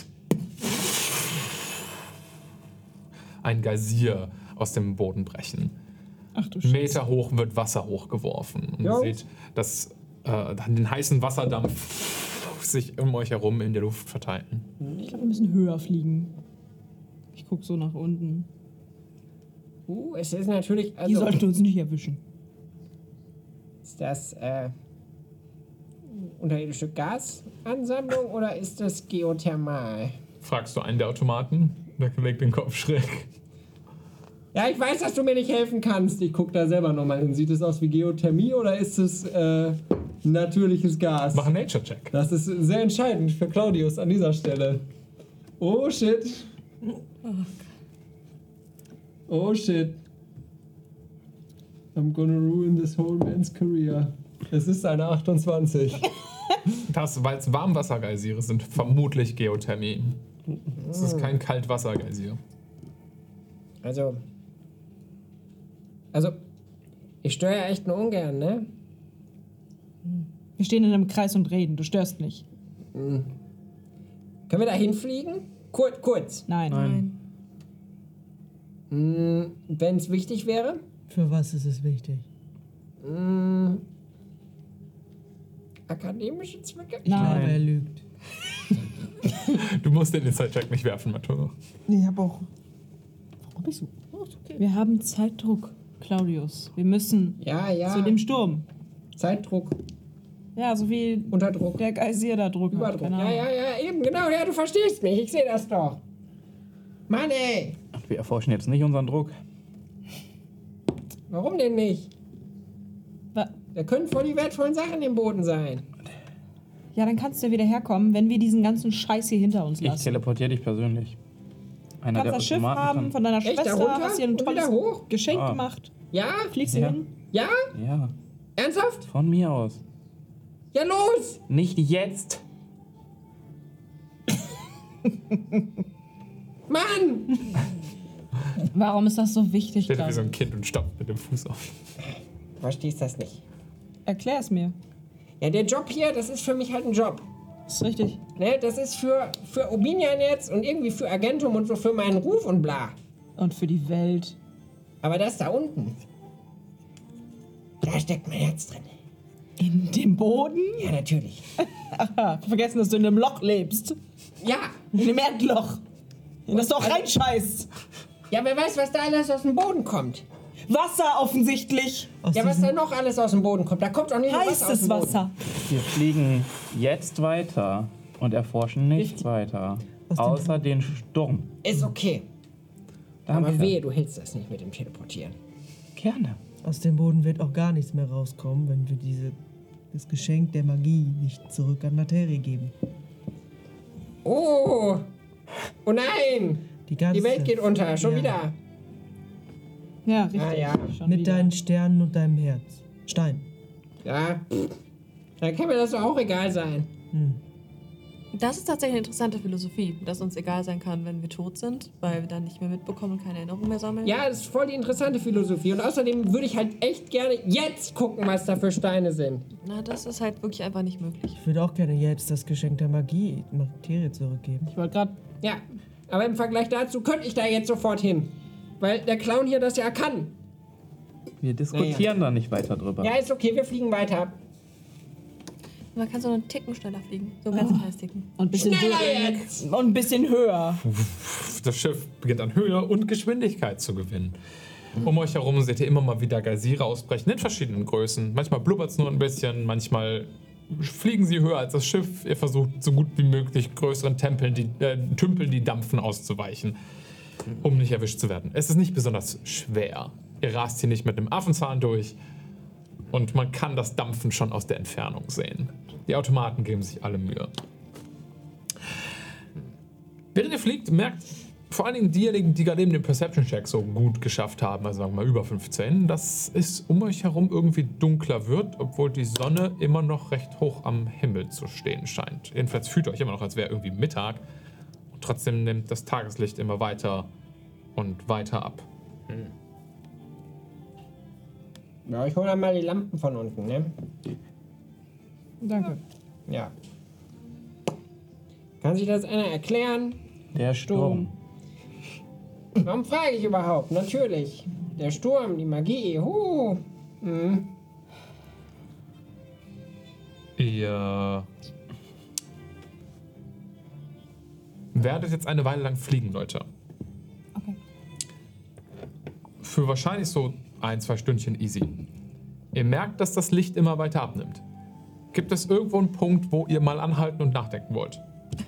ein Geysir aus dem Boden brechen. Ach du Scheiße. Meter hoch wird Wasser hochgeworfen. Und Jo. ihr seht, dass den heißen Wasserdampf sich um euch herum in der Luft verteilen. Ich glaube, wir müssen höher fliegen. Ich gucke so nach unten. Es ist natürlich. Die Also, sollten uns nicht erwischen. ist das unterirdische Gasansammlung oder ist das geothermal? Fragst du einen der Automaten? Der legt den Kopf schräg. Ja, ich weiß, dass du mir nicht helfen kannst. Ich guck da selber nochmal hin. Sieht es aus wie Geothermie oder ist es natürliches Gas? Mach einen Nature-Check. Das ist sehr entscheidend für Claudius an dieser Stelle. Oh shit. Oh shit. I'm gonna ruin this whole man's career. Es ist eine 28. Weil es Warmwassergeysire sind, vermutlich Geothermie. Es ist kein Kaltwassergeysir. Also, ich störe ja echt nur ungern, ne? Wir stehen in einem Kreis und reden. Du störst nicht. Können wir da hinfliegen? Kurz. Nein. Wenn es wichtig wäre? Für was ist es wichtig? Akademische Zwecke? Nein. Aber er lügt. Du musst den Inside-Check nicht werfen, Maturo. Ich hab auch. Warum bist du? Oh, ist okay. Wir haben Zeitdruck, Claudius. Wir müssen Ja. zu dem Sturm. Zeitdruck, Ja, so wie Unterdruck, der Geysir da Druck hat. Überdruck. Keine Ahnung. Ja, eben, genau. Ja, du verstehst mich. Ich sehe das doch. Mann, ey. Wir erforschen jetzt nicht unseren Druck. Warum denn nicht? Wa- Da können voll die wertvollen Sachen im Boden sein. Ja, dann kannst du ja wieder herkommen, wenn wir diesen ganzen Scheiß hier hinter uns Ich lassen. teleportiere dich persönlich. Einer Du kannst das Schiff haben von deiner Echt, Schwester, da runter hast ihr ein und tolles wieder hoch? Geschenk Ah. gemacht. Ja? Fliegst du Ja. hin? Ja? Ja, Ernsthaft? von mir aus. Ja, los! Nicht jetzt. Mann! Warum ist das so wichtig? Steht wie so Claudius? ein Kind und stampft mit dem Fuß auf. Du verstehst das nicht. Erklär's mir. Ja, der Job hier, das ist für mich halt ein Job. Ist richtig. Ne? Das ist für Obinian jetzt und irgendwie für Agentum und so für meinen Ruf und bla. Und für die Welt. Aber das da unten, da steckt mein Herz drin. In dem Boden? Ja, natürlich. Aha, vergessen, dass du in einem Loch lebst. Ja, In einem Erdloch. In das du auch reinscheißt. ja, wer weiß, was da alles aus dem Boden kommt. Wasser offensichtlich. Ja, was da noch alles aus dem Boden kommt. Da kommt auch nicht nur Wasser aus Heißes dem Boden. Wasser. Wir fliegen jetzt weiter und erforschen nichts weiter. Aus dem Außer den Sturm. Ist okay. Danke. Aber wehe, du hältst das nicht mit dem Teleportieren. Gerne. Aus dem Boden wird auch gar nichts mehr rauskommen, wenn wir das Geschenk der Magie nicht zurück an Materie geben. Oh! Oh nein! Die ganze Die Welt geht unter, schon Ja. wieder. Ja, richtig. Ah, ja. Schon Mit wieder. deinen Sternen und deinem Herz. Stein. Ja, dann kann mir das doch auch egal sein. Das ist tatsächlich eine interessante Philosophie, dass uns egal sein kann, wenn wir tot sind, weil wir dann nicht mehr mitbekommen und keine Erinnerung mehr sammeln. Ja, das ist voll die interessante Philosophie. Und außerdem würde ich halt echt gerne jetzt gucken, was da für Steine sind. Na, das ist halt wirklich einfach nicht möglich. Ich würde auch gerne jetzt das Geschenk der Materie zurückgeben. Ich wollte gerade. Ja, aber im Vergleich dazu könnte ich da jetzt sofort hin. Weil der Clown hier das ja kann. Wir diskutieren da nicht weiter drüber. Ja, ist okay, wir fliegen weiter. Man kann so einen Ticken schneller fliegen. So ein ganz kleines Ticken. Und ein bisschen Schneller höher. jetzt! Und ein bisschen höher. Das Schiff beginnt an Höhe und Geschwindigkeit zu gewinnen. Um euch herum seht ihr immer mal wieder Geysire ausbrechen in verschiedenen Größen. Manchmal blubbert es nur ein bisschen, manchmal fliegen sie höher als das Schiff. Ihr versucht so gut wie möglich größeren Tümpeln, die dampfen, auszuweichen. um nicht erwischt zu werden. Es ist nicht besonders schwer. Ihr rast hier nicht mit einem Affenzahn durch und man kann das Dampfen schon aus der Entfernung sehen. Die Automaten geben sich alle Mühe. Während ihr fliegt, merkt vor allen Dingen diejenigen, die gerade eben den Perception-Check so gut geschafft haben, also sagen wir mal über 15, dass es um euch herum irgendwie dunkler wird, obwohl die Sonne immer noch recht hoch am Himmel zu stehen scheint. Jedenfalls fühlt ihr euch immer noch, als wäre irgendwie Mittag. Und trotzdem nimmt das Tageslicht immer weiter und weiter ab. Ja, ich hole dann mal die Lampen von unten, ne? Danke. Ja. Kann sich das einer erklären? Der Sturm. Warum frage ich überhaupt? Natürlich. Der Sturm, die Magie. Ihr werdet jetzt eine Weile lang fliegen, Leute. Okay. Für wahrscheinlich so 1-2 Stündchen easy. Ihr merkt, dass das Licht immer weiter abnimmt. Gibt es irgendwo einen Punkt, wo ihr mal anhalten und nachdenken wollt?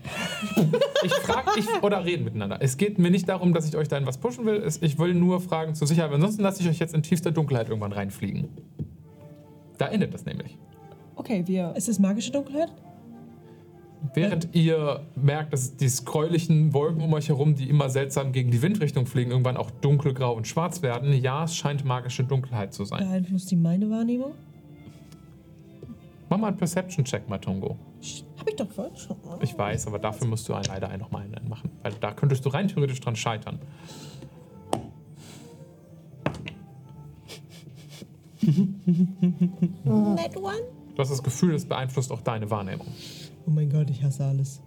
Oder reden miteinander. Es geht mir nicht darum, dass ich euch da in was pushen will. Ich will nur fragen zur Sicherheit. Ansonsten lasse ich euch jetzt in tiefster Dunkelheit irgendwann reinfliegen. Da endet das nämlich. Okay, Ist es magische Dunkelheit? Während ihr merkt, dass diese gräulichen Wolken um euch herum, die immer seltsam gegen die Windrichtung fliegen, irgendwann auch dunkelgrau und schwarz werden. Ja, es scheint magische Dunkelheit zu sein. Beeinflusst die meine Wahrnehmung? Mach mal einen Perception-Check, Matungo. Hab ich doch voll schon. Ich weiß, aber dafür musst du leider nochmal einen machen. Weil da könntest du rein theoretisch dran scheitern. Net one? Du hast das Gefühl, es beeinflusst auch deine Wahrnehmung. Oh mein Gott, ich hasse alles.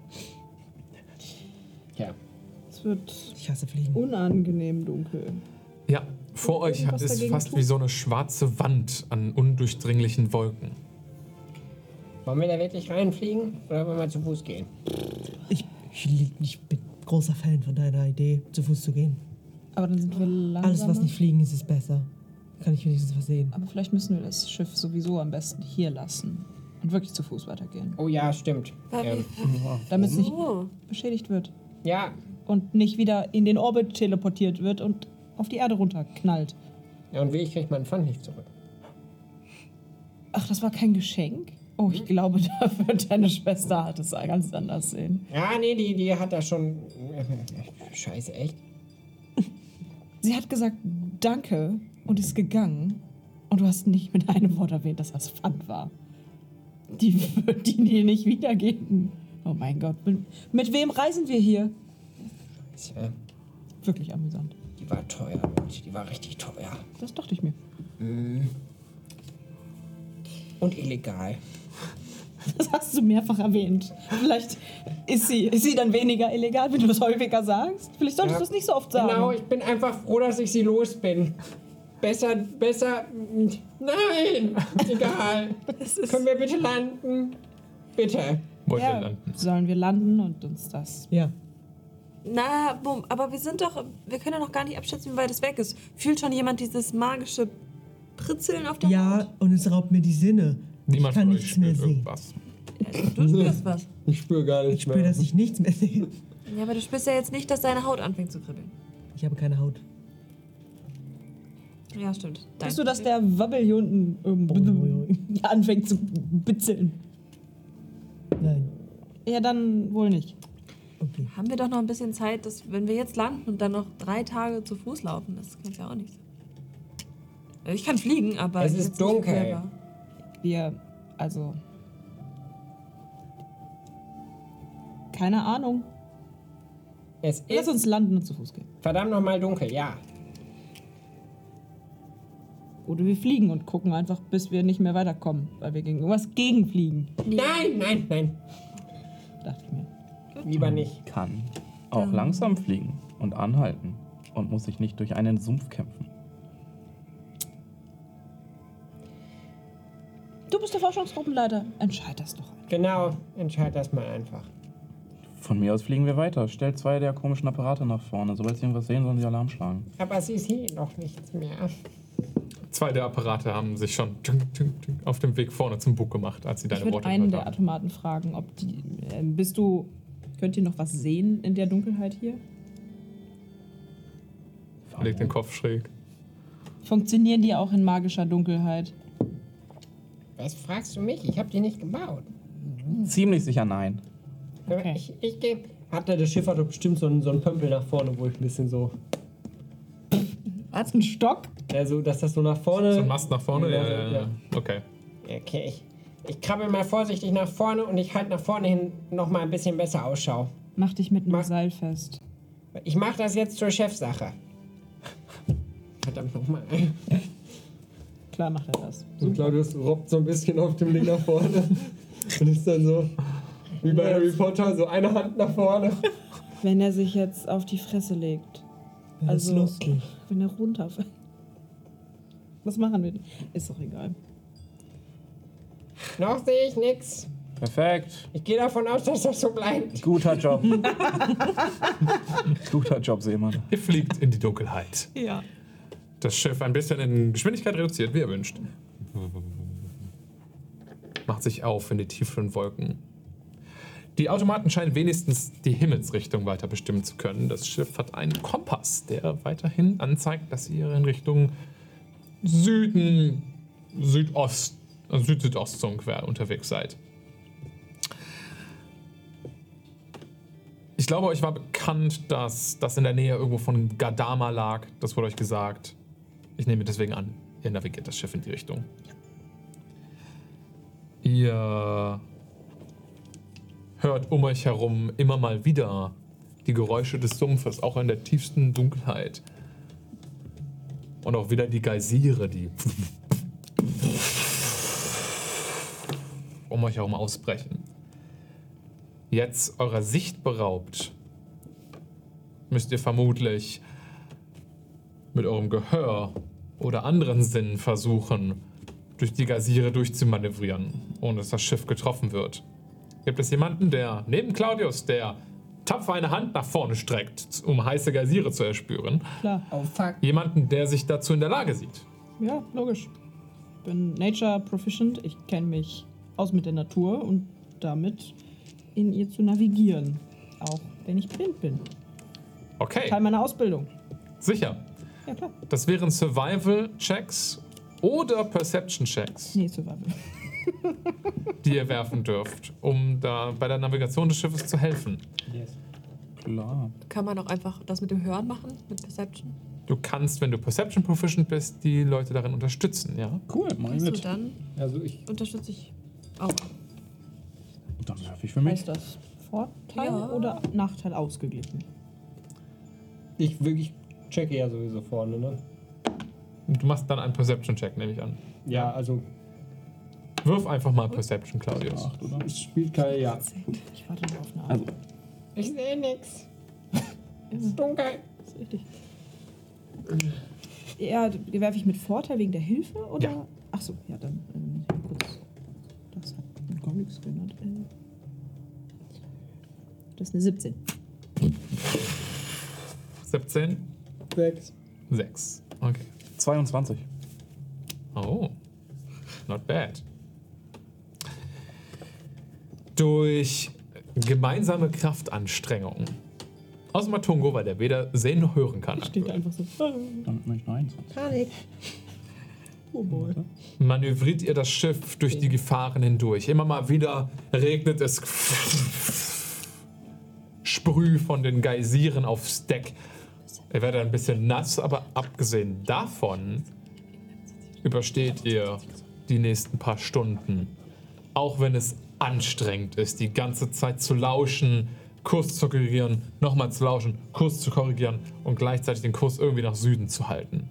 Ja. Es wird Ich hasse Fliegen. unangenehm dunkel. Ja, vor euch irgendwas ist dagegen fast tun? wie so eine schwarze Wand an undurchdringlichen Wolken. Wollen wir da wirklich reinfliegen oder wollen wir zu Fuß gehen? Ich bin großer Fan von deiner Idee, zu Fuß zu gehen. Aber dann sind wir langsamer. Alles, was nicht fliegen ist, ist besser. Kann ich wenigstens was sehen. Aber vielleicht müssen wir das Schiff sowieso am besten hier lassen. Und wirklich zu Fuß weitergehen. Oh ja, stimmt. Damit es nicht Oh. beschädigt wird. Ja. Und nicht wieder in den Orbit teleportiert wird und auf die Erde runterknallt. Ja, und wie, ich krieg meinen Pfand nicht zurück. Ach, das war kein Geschenk? Oh, ich glaube, da wird deine Schwester hat es ganz anders sehen. Ja, nee, die hat da schon... Scheiße, echt? Sie hat gesagt, danke und ist gegangen. Und du hast nicht mit einem Wort erwähnt, dass das Pfand war. Die wird die dir nicht wiedergeben. Oh mein Gott, mit wem reisen wir hier? Tja, Wirklich amüsant. die war teuer, Mensch. Die war richtig teuer. Das dachte ich mir. Und illegal. Das hast du mehrfach erwähnt. Vielleicht ist sie dann weniger illegal, wenn du das häufiger sagst. Vielleicht solltest du es nicht so oft sagen. Genau, ich bin einfach froh, dass ich sie los bin. Besser... Nein! Egal. Können wir bitte landen? Bitte. Wollt ihr Ja, landen? sollen wir landen und uns das... Ja. Na, aber wir können ja noch gar nicht abschätzen, wie weit es weg ist. Fühlt schon jemand dieses magische Pritzeln auf der Ja, Haut? und es raubt mir die Sinne. Niemand ich kann von euch nichts mehr spürt sehen. irgendwas. Du spürst was. Ich spüre gar Ich nichts spüre, dass ich nichts mehr sehe. Ja, aber du spürst ja jetzt nicht, dass deine Haut anfängt zu kribbeln. Ich habe keine Haut. Ja, stimmt. Weißt du, dass der Wabbel hier unten anfängt zu bitzeln? Nein. Ja, dann wohl nicht. Okay. Haben wir doch noch ein bisschen Zeit, dass, wenn wir jetzt landen und dann noch 3 Tage zu Fuß laufen, das kann ja auch nicht sein. Ich kann fliegen, aber... Es ist jetzt nicht dunkel. clever. Also... Keine Ahnung. Es Lass ist uns landen und zu Fuß gehen. verdammt nochmal dunkel, ja. Oder wir fliegen und gucken einfach, bis wir nicht mehr weiterkommen, weil wir gegen irgendwas gegenfliegen. Nein. Dachte ich mir. Lieber nicht. Kann auch langsam fliegen und anhalten und muss sich nicht durch einen Sumpf kämpfen. Du bist der Forschungsgruppenleiter. Entscheid das doch. Genau, entscheid das mal einfach. Von mir aus fliegen wir weiter. Stellt 2 der komischen Apparate nach vorne. Sobald sie irgendwas sehen, sollen sie Alarm schlagen. Aber sie sehen doch nichts mehr. 2 der Apparate haben sich schon auf dem Weg vorne zum Bug gemacht, als sie Ich deine würde Worte einen gehört der haben. Automaten fragen, ob die... könnt ihr noch was sehen in der Dunkelheit hier? legt den Kopf schräg. Funktionieren die auch in magischer Dunkelheit? Was fragst du mich? Ich habe die nicht gebaut. Ziemlich sicher nein. Okay. Ich gebe. Das Schiff hat doch bestimmt so einen Pömpel nach vorne, wo ich ein bisschen so. Was, ein Stock? Also, dass das so nach vorne. So ein Mast nach vorne? Ja. Okay. Okay, ich krabbel mal vorsichtig nach vorne und ich halte nach vorne hin noch mal ein bisschen besser Ausschau. Mach dich mit einem Seil fest. Ich mache das jetzt zur Chefsache. Verdammt nochmal. Klar macht er das. Und Claudius robbt so ein bisschen auf dem Ding nach vorne und ist dann so, wie bei Harry Potter, so eine Hand nach vorne. Wenn er sich jetzt auf die Fresse legt. Das ist lustig. Wenn er runterfällt. Was machen wir? Ist doch egal. Noch sehe ich nix. Perfekt. Ich gehe davon aus, dass das so bleibt. Guter Job. Guter Job, Seemann. Ihr fliegt in die Dunkelheit. Ja. Das Schiff ein bisschen in Geschwindigkeit reduziert, wie ihr wünscht. Macht sich auf in die tieferen Wolken. Die Automaten scheinen wenigstens die Himmelsrichtung weiter bestimmen zu können. Das Schiff hat einen Kompass, der weiterhin anzeigt, dass ihr in Richtung Süden, Südost, Süd-Südost so ungefähr unterwegs seid. Ich glaube, euch war bekannt, dass das in der Nähe irgendwo von Gadama lag. Das wurde euch gesagt. Ich nehme deswegen an, ihr navigiert das Schiff in die Richtung. Ihr hört um euch herum immer mal wieder die Geräusche des Sumpfes, auch in der tiefsten Dunkelheit. Und auch wieder die Geysire, die um euch herum ausbrechen. Jetzt eurer Sicht beraubt, müsst ihr vermutlich mit eurem Gehör oder anderen Sinnen versuchen, durch die Geysire durchzumanövrieren, ohne dass das Schiff getroffen wird. Gibt es jemanden, der neben Claudius, der tapfer eine Hand nach vorne streckt, um heiße Geysire zu erspüren? Klar. Oh fuck. Jemanden, der sich dazu in der Lage sieht? Ja, logisch. Ich bin Nature Proficient. Ich kenne mich aus mit der Natur und damit in ihr zu navigieren. Auch wenn ich blind bin. Okay, Teil meiner Ausbildung. sicher. Ja, klar. Das wären Survival-Checks oder Perception-Checks, Nee, Survival. die ihr werfen dürft, um da bei der Navigation des Schiffes zu helfen. Klar. Kann man auch einfach das mit dem Hören machen, mit Perception? Du kannst, wenn du Perception Proficient bist, die Leute darin unterstützen, ja? Cool, mach ich Achso, mit. dann Also ich. unterstütze ich auch. Dann werfe ich für mich. Heißt das Vorteil Ja. oder Nachteil ausgeglichen? Ich wirklich checke ja sowieso vorne, ne? Und du machst dann einen Perception-Check, nehme ich an. Ja, also Wirf einfach mal Perception, Claudius. 8, oder? es spielt keine. Ja. Ich warte nur auf eine Also, Antwort. Ich sehe nix. Es ist dunkel. Das ist richtig. Ja, werfe ich mit Vorteil wegen der Hilfe oder? Ja. Achso, ja, dann kurz. Das hat ein Comics genannt. Das ist eine 17. 17? 6. 6. Okay. 22. Oh, not bad. Durch gemeinsame Kraftanstrengung. Außer Matungo, weil der weder sehen noch hören kann. Steht aktuell. einfach so. Damit mache ich noch 21. Panik. Oh boy. Manövriert ihr das Schiff durch die Gefahren hindurch. Immer mal wieder regnet es Sprüh von den Geysiren aufs Deck. Ihr werdet ein bisschen nass, aber abgesehen davon übersteht ihr die nächsten paar Stunden. Auch wenn es anstrengend ist, die ganze Zeit zu lauschen, Kurs zu korrigieren, nochmal zu lauschen, Kurs zu korrigieren und gleichzeitig den Kurs irgendwie nach Süden zu halten.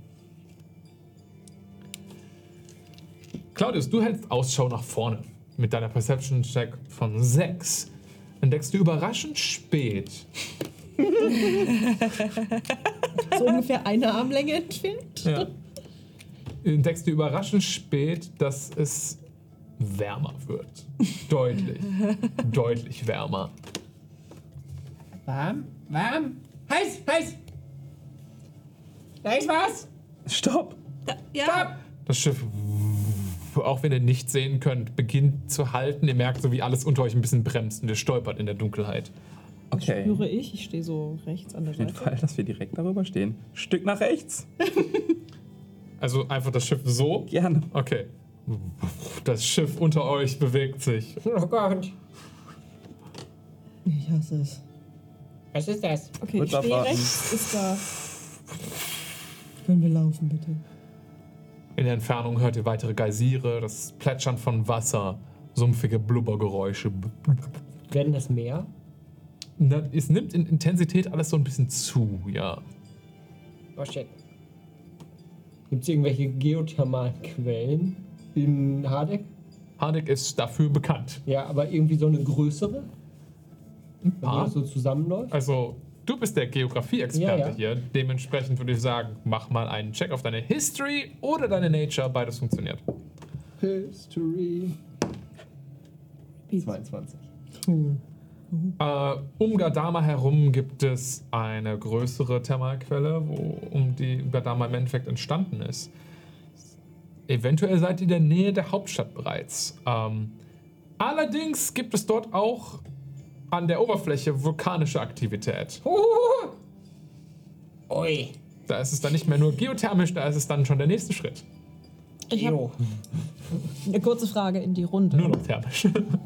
Claudius, du hältst Ausschau nach vorne. Mit deiner Perception-Check von 6 entdeckst du überraschend spät So ungefähr eine Armlänge entfernt. Ja. Entdeckst du überraschend spät, dass es wärmer wird. Deutlich. Deutlich wärmer. Warm? Warm? Heiß? Heiß? Da ist was? Stopp! Ja, Das Schiff, auch wenn ihr nicht sehen könnt, beginnt zu halten. Ihr merkt so, wie alles unter euch ein bisschen bremst und ihr stolpert in der Dunkelheit. Okay. Spüre ich. Ich stehe so rechts an der Für den Seite. Fall, dass wir direkt darüber stehen. Stück nach rechts. Also einfach das Schiff so? Gerne. Okay. Das Schiff unter euch bewegt sich. Oh Gott. Ich hasse es. Was ist das? Okay, Wird ich da stehe warten. rechts. Ist da. Können wir laufen, bitte? In der Entfernung hört ihr weitere Geysire, das Plätschern von Wasser, sumpfige Blubbergeräusche. Werden das mehr? Es nimmt in Intensität alles so ein bisschen zu, ja. Oh shit. Gibt es irgendwelche Geothermalquellen in Hardek? Hardek ist dafür bekannt. Ja, aber irgendwie so eine größere? Wenn paar. das so zusammenläuft? Also, du bist der Geografie-Experte Ja, ja. hier. Dementsprechend würde ich sagen, mach mal einen Check auf deine History oder deine Nature. Beides funktioniert. History. 22. Um Gardama herum gibt es eine größere Thermalquelle, wo die Gardama im Endeffekt entstanden ist. Eventuell seid ihr in der Nähe der Hauptstadt bereits. Allerdings gibt es dort auch an der Oberfläche vulkanische Aktivität. Ui. Da ist es dann nicht mehr nur geothermisch, da ist es dann schon der nächste Schritt. Ich habe Jo. eine kurze Frage in die Runde. Nur noch thermisch.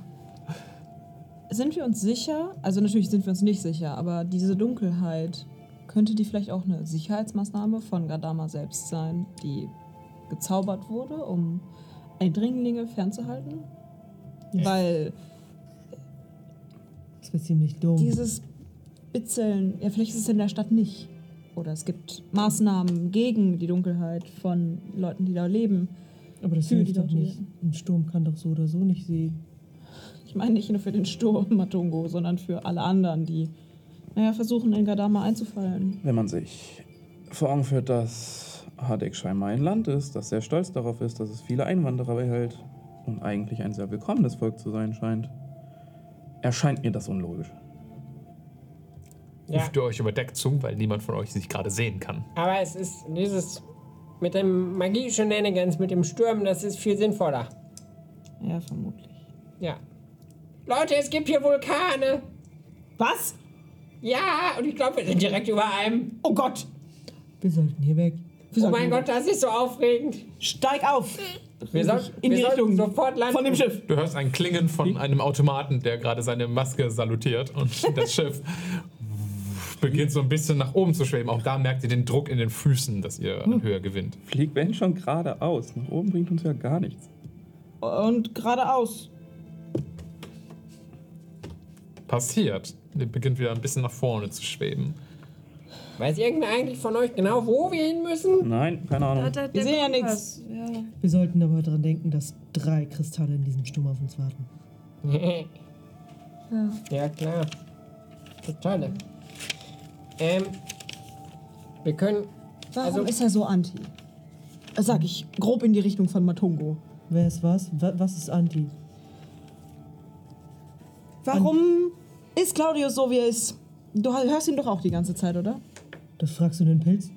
Sind wir uns sicher? Also natürlich sind wir uns nicht sicher, aber diese Dunkelheit, könnte die vielleicht auch eine Sicherheitsmaßnahme von Gardama selbst sein, die gezaubert wurde, um Eindringlinge fernzuhalten? Weil Das wäre ziemlich dumm. dieses Bitzeln, ja vielleicht ist es in der Stadt nicht. Oder es gibt Maßnahmen gegen die Dunkelheit von Leuten, die da leben. Aber das Für hilft die doch Leute, nicht. Ein Sturm kann doch so oder so nicht sehen. Ich meine nicht nur für den Sturm Matungo, sondern für alle anderen, die versuchen, in Gardama einzufallen. Wenn man sich vor Augen führt, dass Hardek scheinbar ein Land ist, das sehr stolz darauf ist, dass es viele Einwanderer behält und eigentlich ein sehr willkommenes Volk zu sein scheint, erscheint mir das unlogisch. Ja, Ruft ihr euch überdeckt zu, weil niemand von euch sich gerade sehen kann. aber es ist dieses mit dem Magie-Shenanigans, mit dem Stürmen, das ist viel sinnvoller. Ja, vermutlich. Ja. Leute, es gibt hier Vulkane. Was? Ja, und ich glaube, wir sind direkt über einem. Oh Gott! Wir sollten hier weg. Oh mein Gott, das ist so aufregend. Steig auf! Wir sollten In die Richtung sofort landen. von dem Schiff. Du hörst ein Klingen von einem Automaten, der gerade seine Maske salutiert und das Schiff beginnt so ein bisschen nach oben zu schweben. Auch da merkt ihr den Druck in den Füßen, dass ihr an Höhe gewinnt. Flieg wenn schon geradeaus. Nach oben bringt uns ja gar nichts. Und geradeaus. Passiert. Ihr beginnt wieder ein bisschen nach vorne zu schweben. Weiß irgendwer eigentlich von euch genau, wo wir hin müssen? Nein, keine Ahnung. Wir sehen ja nichts. Ja. Wir sollten aber daran denken, dass 3 Kristalle in diesem Sturm auf uns warten. Ja, klar. Das Tolle. Wir können. Warum Also- ist er so anti? Sag ich, grob in die Richtung von Matungo. Wer ist was? Was ist Anti? Warum ist Claudius so, wie er ist? Du hörst ihn doch auch die ganze Zeit, oder? Das fragst du den Pilz?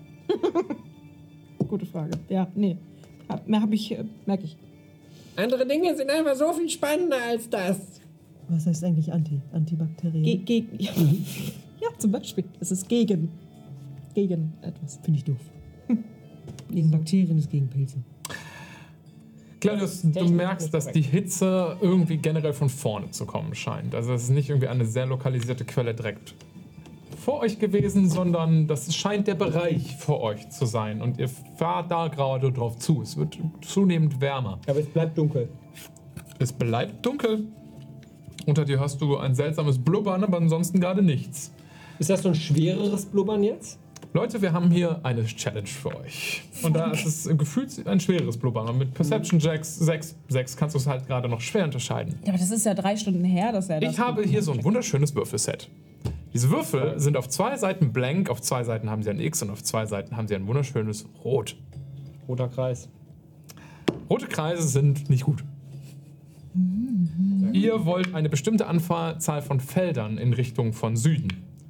Gute Frage. Ja, nee. Merke ich. Andere Dinge sind einfach so viel spannender als das. Was heißt eigentlich Anti? Antibakteriell? Gegen. Ja, zum Beispiel. Es ist gegen etwas. Finde ich doof. Gegen Bakterien ist gegen Pilze. Claudius, du merkst, dass die Hitze irgendwie generell von vorne zu kommen scheint. Also es ist nicht irgendwie eine sehr lokalisierte Quelle direkt vor euch gewesen, sondern das scheint der Bereich vor euch zu sein. Und ihr fahrt da gerade drauf zu. Es wird zunehmend wärmer. Aber es bleibt dunkel. Es bleibt dunkel. Unter dir hast du ein seltsames Blubbern, aber ansonsten gerade nichts. Ist das so ein schwereres Blubbern jetzt? Leute, wir haben hier eine Challenge für euch. Und da ist es gefühlt ein schweres Blubbern. Mit Perception Checks 6 kannst du es halt gerade noch schwer unterscheiden. Ja, aber das ist ja 3 Stunden her, dass er das. Ich habe hier so ein wunderschönes Würfelset. Diese Würfel sind auf 2 Seiten blank, auf 2 Seiten haben sie ein X und auf 2 Seiten haben sie ein wunderschönes Rot. Roter Kreis. Rote Kreise sind nicht gut. Ihr wollt eine bestimmte Anzahl von Feldern in Richtung von Süden.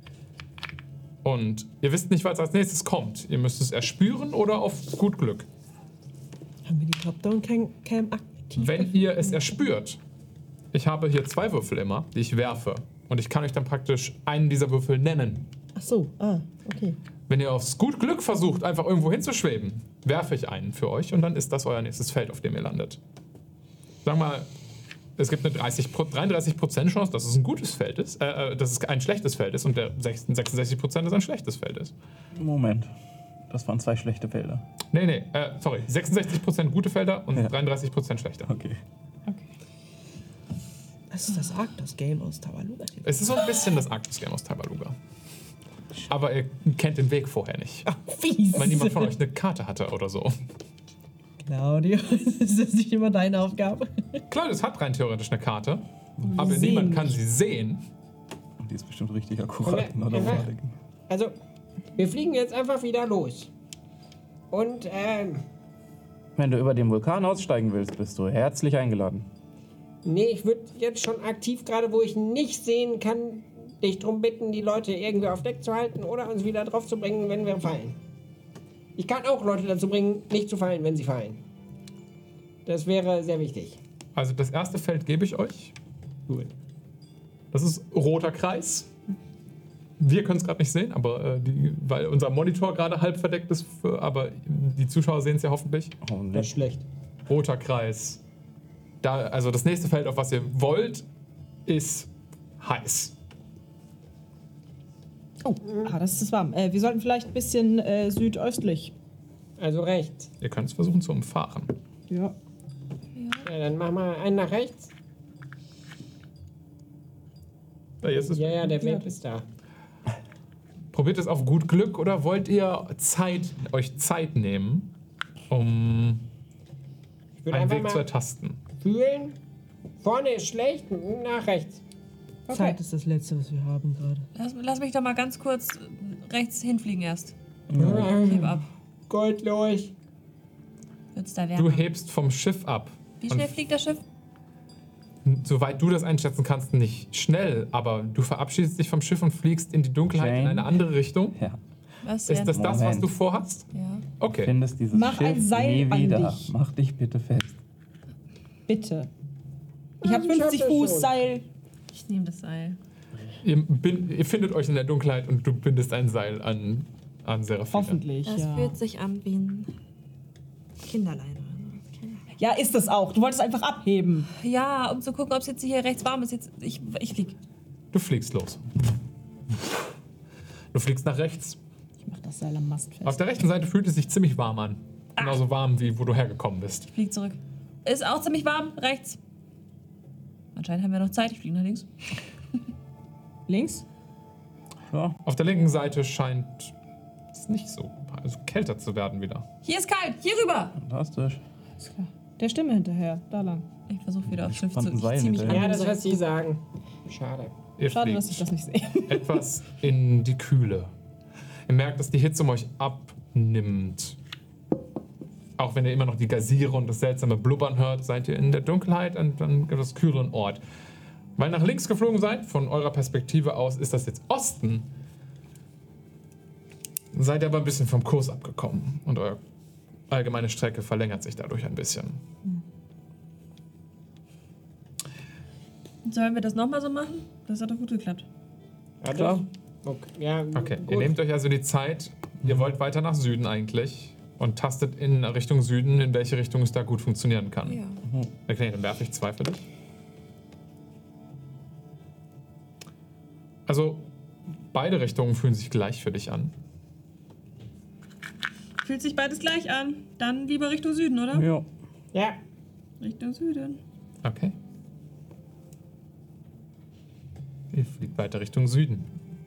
Und ihr wisst nicht, was als nächstes kommt. Ihr müsst es erspüren oder auf gut Glück. Haben wir die Top-Down-Cam aktiv? Wenn ihr es erspürt, ich habe hier 2 Würfel immer, die ich werfe. Und ich kann euch dann praktisch einen dieser Würfel nennen. Ach so, okay. Wenn ihr aufs gut Glück versucht, einfach irgendwo hinzuschweben, werfe ich einen für euch und dann ist das euer nächstes Feld, auf dem ihr landet. Sagen wir mal, es gibt eine 33% Chance, dass es ein gutes Feld ist, dass es ein schlechtes Feld ist und der 66% ist ein schlechtes Feld ist. Moment. Das waren 2 schlechte Felder. Nee, sorry. 66% gute Felder und 33% schlechte. Okay. Das ist das Arctos-Game aus Tabaluga. Es ist so ein bisschen das Arctos-Game aus Tabaluga. Aber ihr kennt den Weg vorher nicht. Ach, fies. Wenn jemand von euch eine Karte hatte oder so. Claudio, ist das nicht immer deine Aufgabe? Claudius hat rein theoretisch eine Karte, aber sehen niemand kann sie sehen. Und die ist bestimmt richtig akkurat. Oder? Also, wir fliegen jetzt einfach wieder los. Und, Wenn du über den Vulkan aussteigen willst, bist du herzlich eingeladen. nee, ich würde jetzt schon aktiv, gerade wo ich nicht sehen kann, dich darum bitten, die Leute irgendwie auf Deck zu halten oder uns wieder drauf zu bringen, wenn wir fallen. Ich kann auch Leute dazu bringen, nicht zu fallen, wenn sie fallen. Das wäre sehr wichtig. Also das erste Feld gebe ich euch. Gut. Das ist roter Kreis. Wir können es gerade nicht sehen, aber weil unser Monitor gerade halb verdeckt ist, aber die Zuschauer sehen es ja hoffentlich. Das ist schlecht. Roter Kreis. Also das nächste Feld, auf was ihr wollt, ist heiß. Oh, das ist warm. Wir sollten vielleicht ein bisschen südöstlich. Also rechts. Ihr könnt es versuchen zu umfahren. Ja. Ja, dann machen wir einen nach rechts. Jetzt ist Ja, der Wind ist da. Probiert es auf gut Glück oder wollt ihr euch Zeit nehmen, um Ich würde einen einfach Weg zu mal ertasten? fühlen. Vorne ist schlecht, nach rechts. Zeit ist das Letzte, was wir haben gerade. Lass mich doch mal ganz kurz rechts hinfliegen erst. Ja. Heb ab. Goldlos. Wird's da Du wärmer? hebst vom Schiff ab. Wie schnell fliegt das Schiff? Soweit du das einschätzen kannst, nicht schnell, aber du verabschiedest dich vom Schiff und fliegst in die Dunkelheit in Jane? eine andere Richtung. Ja. Was Ist denn? das das, was Moment. du vorhast? Ja. Okay. Findest dieses Mach ein Schiff Seil nie an wieder. dich. Mach dich bitte fest. Bitte. Ich habe Ich hab 50 das Fuß schon. Seil. Ich nehme das Seil. Ihr findet euch in der Dunkelheit und du bindest ein Seil an Seraphine. Hoffentlich, Das ja. fühlt sich an wie ein Kinderlein. Ja, ist es auch. Du wolltest einfach abheben. Ja, um zu gucken, ob es jetzt hier rechts warm ist. Ich flieg. Du fliegst los. Du fliegst nach rechts. Ich mach das Seil am Mast fest. Auf der rechten Seite fühlt es sich ziemlich warm an. Genauso warm, wie wo du hergekommen bist. Flieg zurück. Ist auch ziemlich warm. Rechts. Anscheinend haben wir noch Zeit. Ich fliege nach links. Links? Ja. Auf der linken Seite scheint es nicht so kälter zu werden wieder. Hier ist kalt. Hier rüber. Fantastisch. Ist klar. Der Stimme hinterher. Da lang. Ich versuche wieder aufs Schiff zu. spannenden Ich Seil zieh mich hinterher. an. Ja, das, was Sie sagen. Schade. Ihr Schade, dass fliegt ich das nicht sehe. etwas in die Kühle. Ihr merkt, dass die Hitze um euch abnimmt. Auch wenn ihr immer noch die Geysire und das seltsame Blubbern hört, seid ihr in der Dunkelheit an einem etwas kühleren Ort. Weil nach links geflogen seid, von eurer Perspektive aus ist das jetzt Osten, seid ihr aber ein bisschen vom Kurs abgekommen und eure allgemeine Strecke verlängert sich dadurch ein bisschen. Sollen wir das nochmal so machen? Das hat doch gut geklappt. Ja, Klar. Okay, ja, Okay, gut. ihr nehmt euch also die Zeit, ihr wollt weiter nach Süden eigentlich und tastet in Richtung Süden, in welche Richtung es da gut funktionieren kann. Ja. Okay, dann werfe ich 2 für dich. Also, beide Richtungen fühlen sich gleich für dich an. Fühlt sich beides gleich an. Dann lieber Richtung Süden, oder? Ja. Ja, Richtung Süden. Okay. Ihr fliegt weiter Richtung Süden.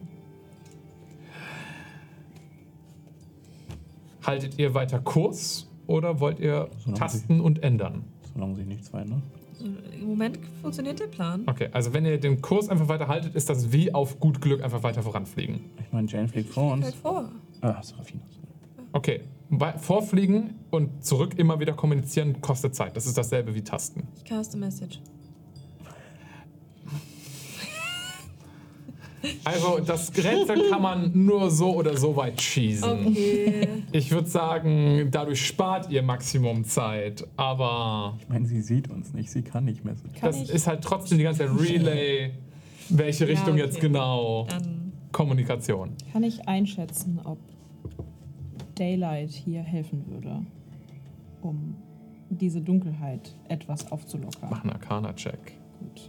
Haltet ihr weiter Kurs oder wollt ihr Solange tasten und ändern? Solange sich nichts verändert. So, im Moment funktioniert der Plan. Okay, also wenn ihr den Kurs einfach weiter haltet, ist das wie auf gut Glück einfach weiter voranfliegen. Ich meine, Jane fliegt vor uns. Halt vor. Ah, Seraphina. Okay, vorfliegen und zurück immer wieder kommunizieren kostet Zeit. Das ist dasselbe wie Tasten. Ich cast a message. Also das Rätsel kann man nur so oder so weit schießen. Okay. Ich würde sagen, dadurch spart ihr Maximum Zeit, aber Ich meine, sie sieht uns nicht, sie kann nicht mehr so. das ist halt trotzdem die ganze Zeit Relay. welche Richtung okay. jetzt genau. Dann Kommunikation. Kann ich einschätzen, ob Daylight hier helfen würde, um diese Dunkelheit etwas aufzulockern? Mach einen Arcana-Check. Gut.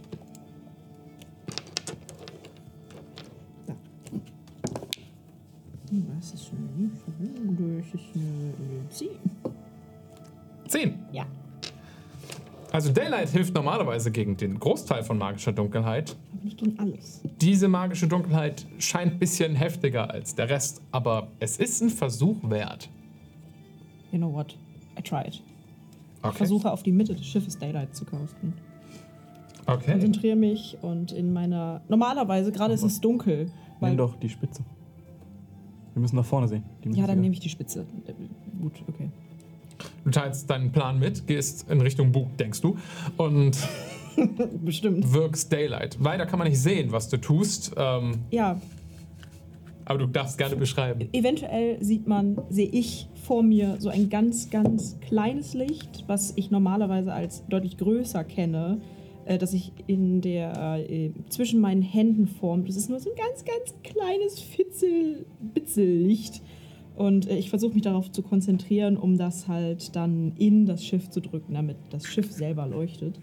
Das ist nicht so gut. Das ist eine 10. 10. Ja. Also Daylight hilft normalerweise gegen den Großteil von magischer Dunkelheit. Aber nicht gegen alles. Diese magische Dunkelheit scheint ein bisschen heftiger als der Rest, aber es ist ein Versuch wert. You know what? I tried. Okay. Ich versuche auf die Mitte des Schiffes Daylight zu casten. Okay. Konzentriere mich und in meiner... Normalerweise, gerade ist es dunkel. Weil, Nimm doch die Spitze. Wir müssen nach vorne sehen. ja, dann nehme ich die Spitze. Gut, okay. Du teilst deinen Plan mit, gehst in Richtung Bug, denkst du, und Bestimmt. wirkst Daylight. Leider kann man nicht sehen, was du tust, Ja, aber du darfst gerne beschreiben. eventuell sehe ich vor mir so ein ganz, ganz kleines Licht, was ich normalerweise als deutlich größer kenne, das sich in der zwischen meinen Händen formt. Das ist nur so ein ganz, ganz kleines Bitzellicht. Und ich versuche mich darauf zu konzentrieren, um das halt dann in das Schiff zu drücken, damit das Schiff selber leuchtet.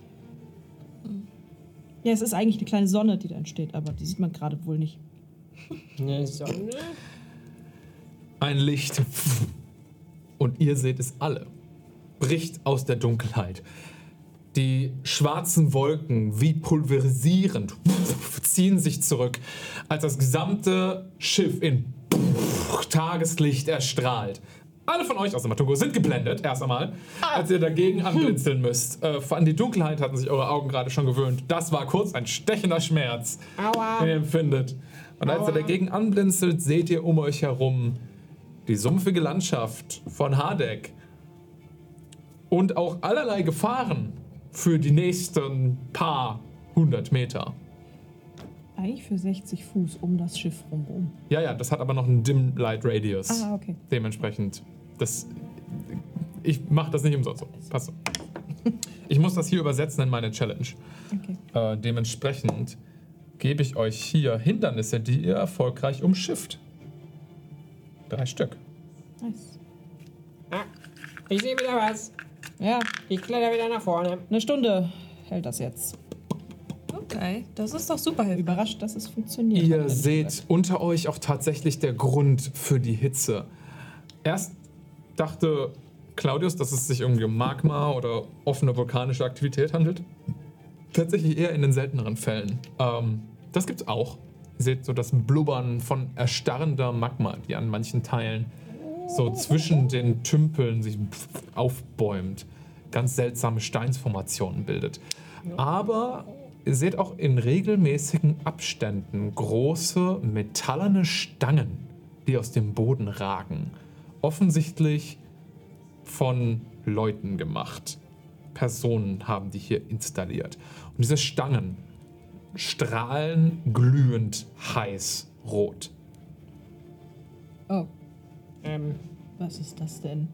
Ja, es ist eigentlich eine kleine Sonne, die da entsteht, aber die sieht man gerade wohl nicht. Eine Sonne? Ein Licht, und ihr seht es alle, bricht aus der Dunkelheit. Die schwarzen Wolken, wie pulverisierend, ziehen sich zurück, als das gesamte Schiff in Tageslicht erstrahlt. Alle von euch aus dem Matungo sind geblendet, erst einmal, als ihr dagegen anblinzeln müsst. An die Dunkelheit hatten sich eure Augen gerade schon gewöhnt. Das war kurz ein stechender Schmerz, den ihr empfindet. Und als ihr dagegen anblinzelt, seht ihr um euch herum die sumpfige Landschaft von Hardek und auch allerlei Gefahren für die nächsten paar 100 Meter. Eigentlich für 60 Fuß um das Schiff rum. Ja, das hat aber noch einen Dim Light Radius. Ah, okay. Dementsprechend, ich mache das nicht umsonst so. Passt so. Ich muss das hier übersetzen in meine Challenge. Okay. Dementsprechend gebe ich euch hier Hindernisse, die ihr erfolgreich umschifft. 3 Stück. Nice. Ah, ich sehe wieder was. Ja, Ich kletter wieder nach vorne. eine Stunde hält das jetzt. okay, das ist doch super hilfreich. Überrascht, dass es funktioniert. Ihr ehrlich seht gesagt. unter euch auch tatsächlich der Grund für die Hitze. Erst dachte Claudius, dass es sich irgendwie um Magma oder offene vulkanische Aktivität handelt. Tatsächlich eher in den selteneren Fällen. Das gibt's auch. Ihr seht so das Blubbern von erstarrender Magma, die an manchen Teilen so zwischen den Tümpeln sich aufbäumt. Ganz seltsame Steinsformationen bildet. Aber ihr seht auch in regelmäßigen Abständen große metallerne Stangen, die aus dem Boden ragen. Offensichtlich von Leuten gemacht. Personen haben die hier installiert. Und diese Stangen strahlen glühend heiß rot. Oh, Ähm, was ist das denn?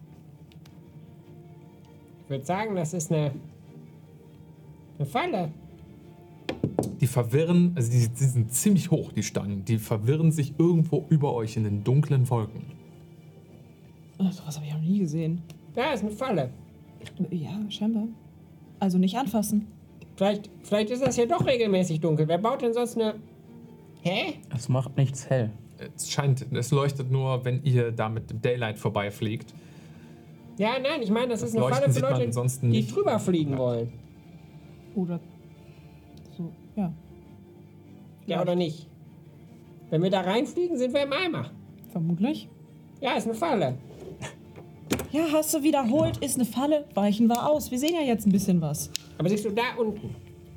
ich würde sagen, das ist eine Falle. Die verwirren, also die sind ziemlich hoch, die Stangen. Die verwirren sich irgendwo über euch in den dunklen Wolken. Ach, sowas habe ich noch nie gesehen. Ja, ist eine Falle. Ja, scheinbar. Also nicht anfassen. Vielleicht ist das hier doch regelmäßig dunkel. Wer baut denn sonst eine... Hä? Es macht nichts hell. Es leuchtet nur, wenn ihr da mit dem Daylight vorbeifliegt. Ja, nein, ich meine, das ist eine Leuchten Falle für sieht man Leute, ansonsten die nicht. drüber fliegen wollen. Oder so, ja. Ja, oder nicht? Wenn wir da reinfliegen, sind wir im Eimer. Vermutlich. Ja, ist eine Falle. Ja, hast du wiederholt, ist eine Falle, weichen wir aus. Wir sehen ja jetzt ein bisschen was. Aber siehst du da unten?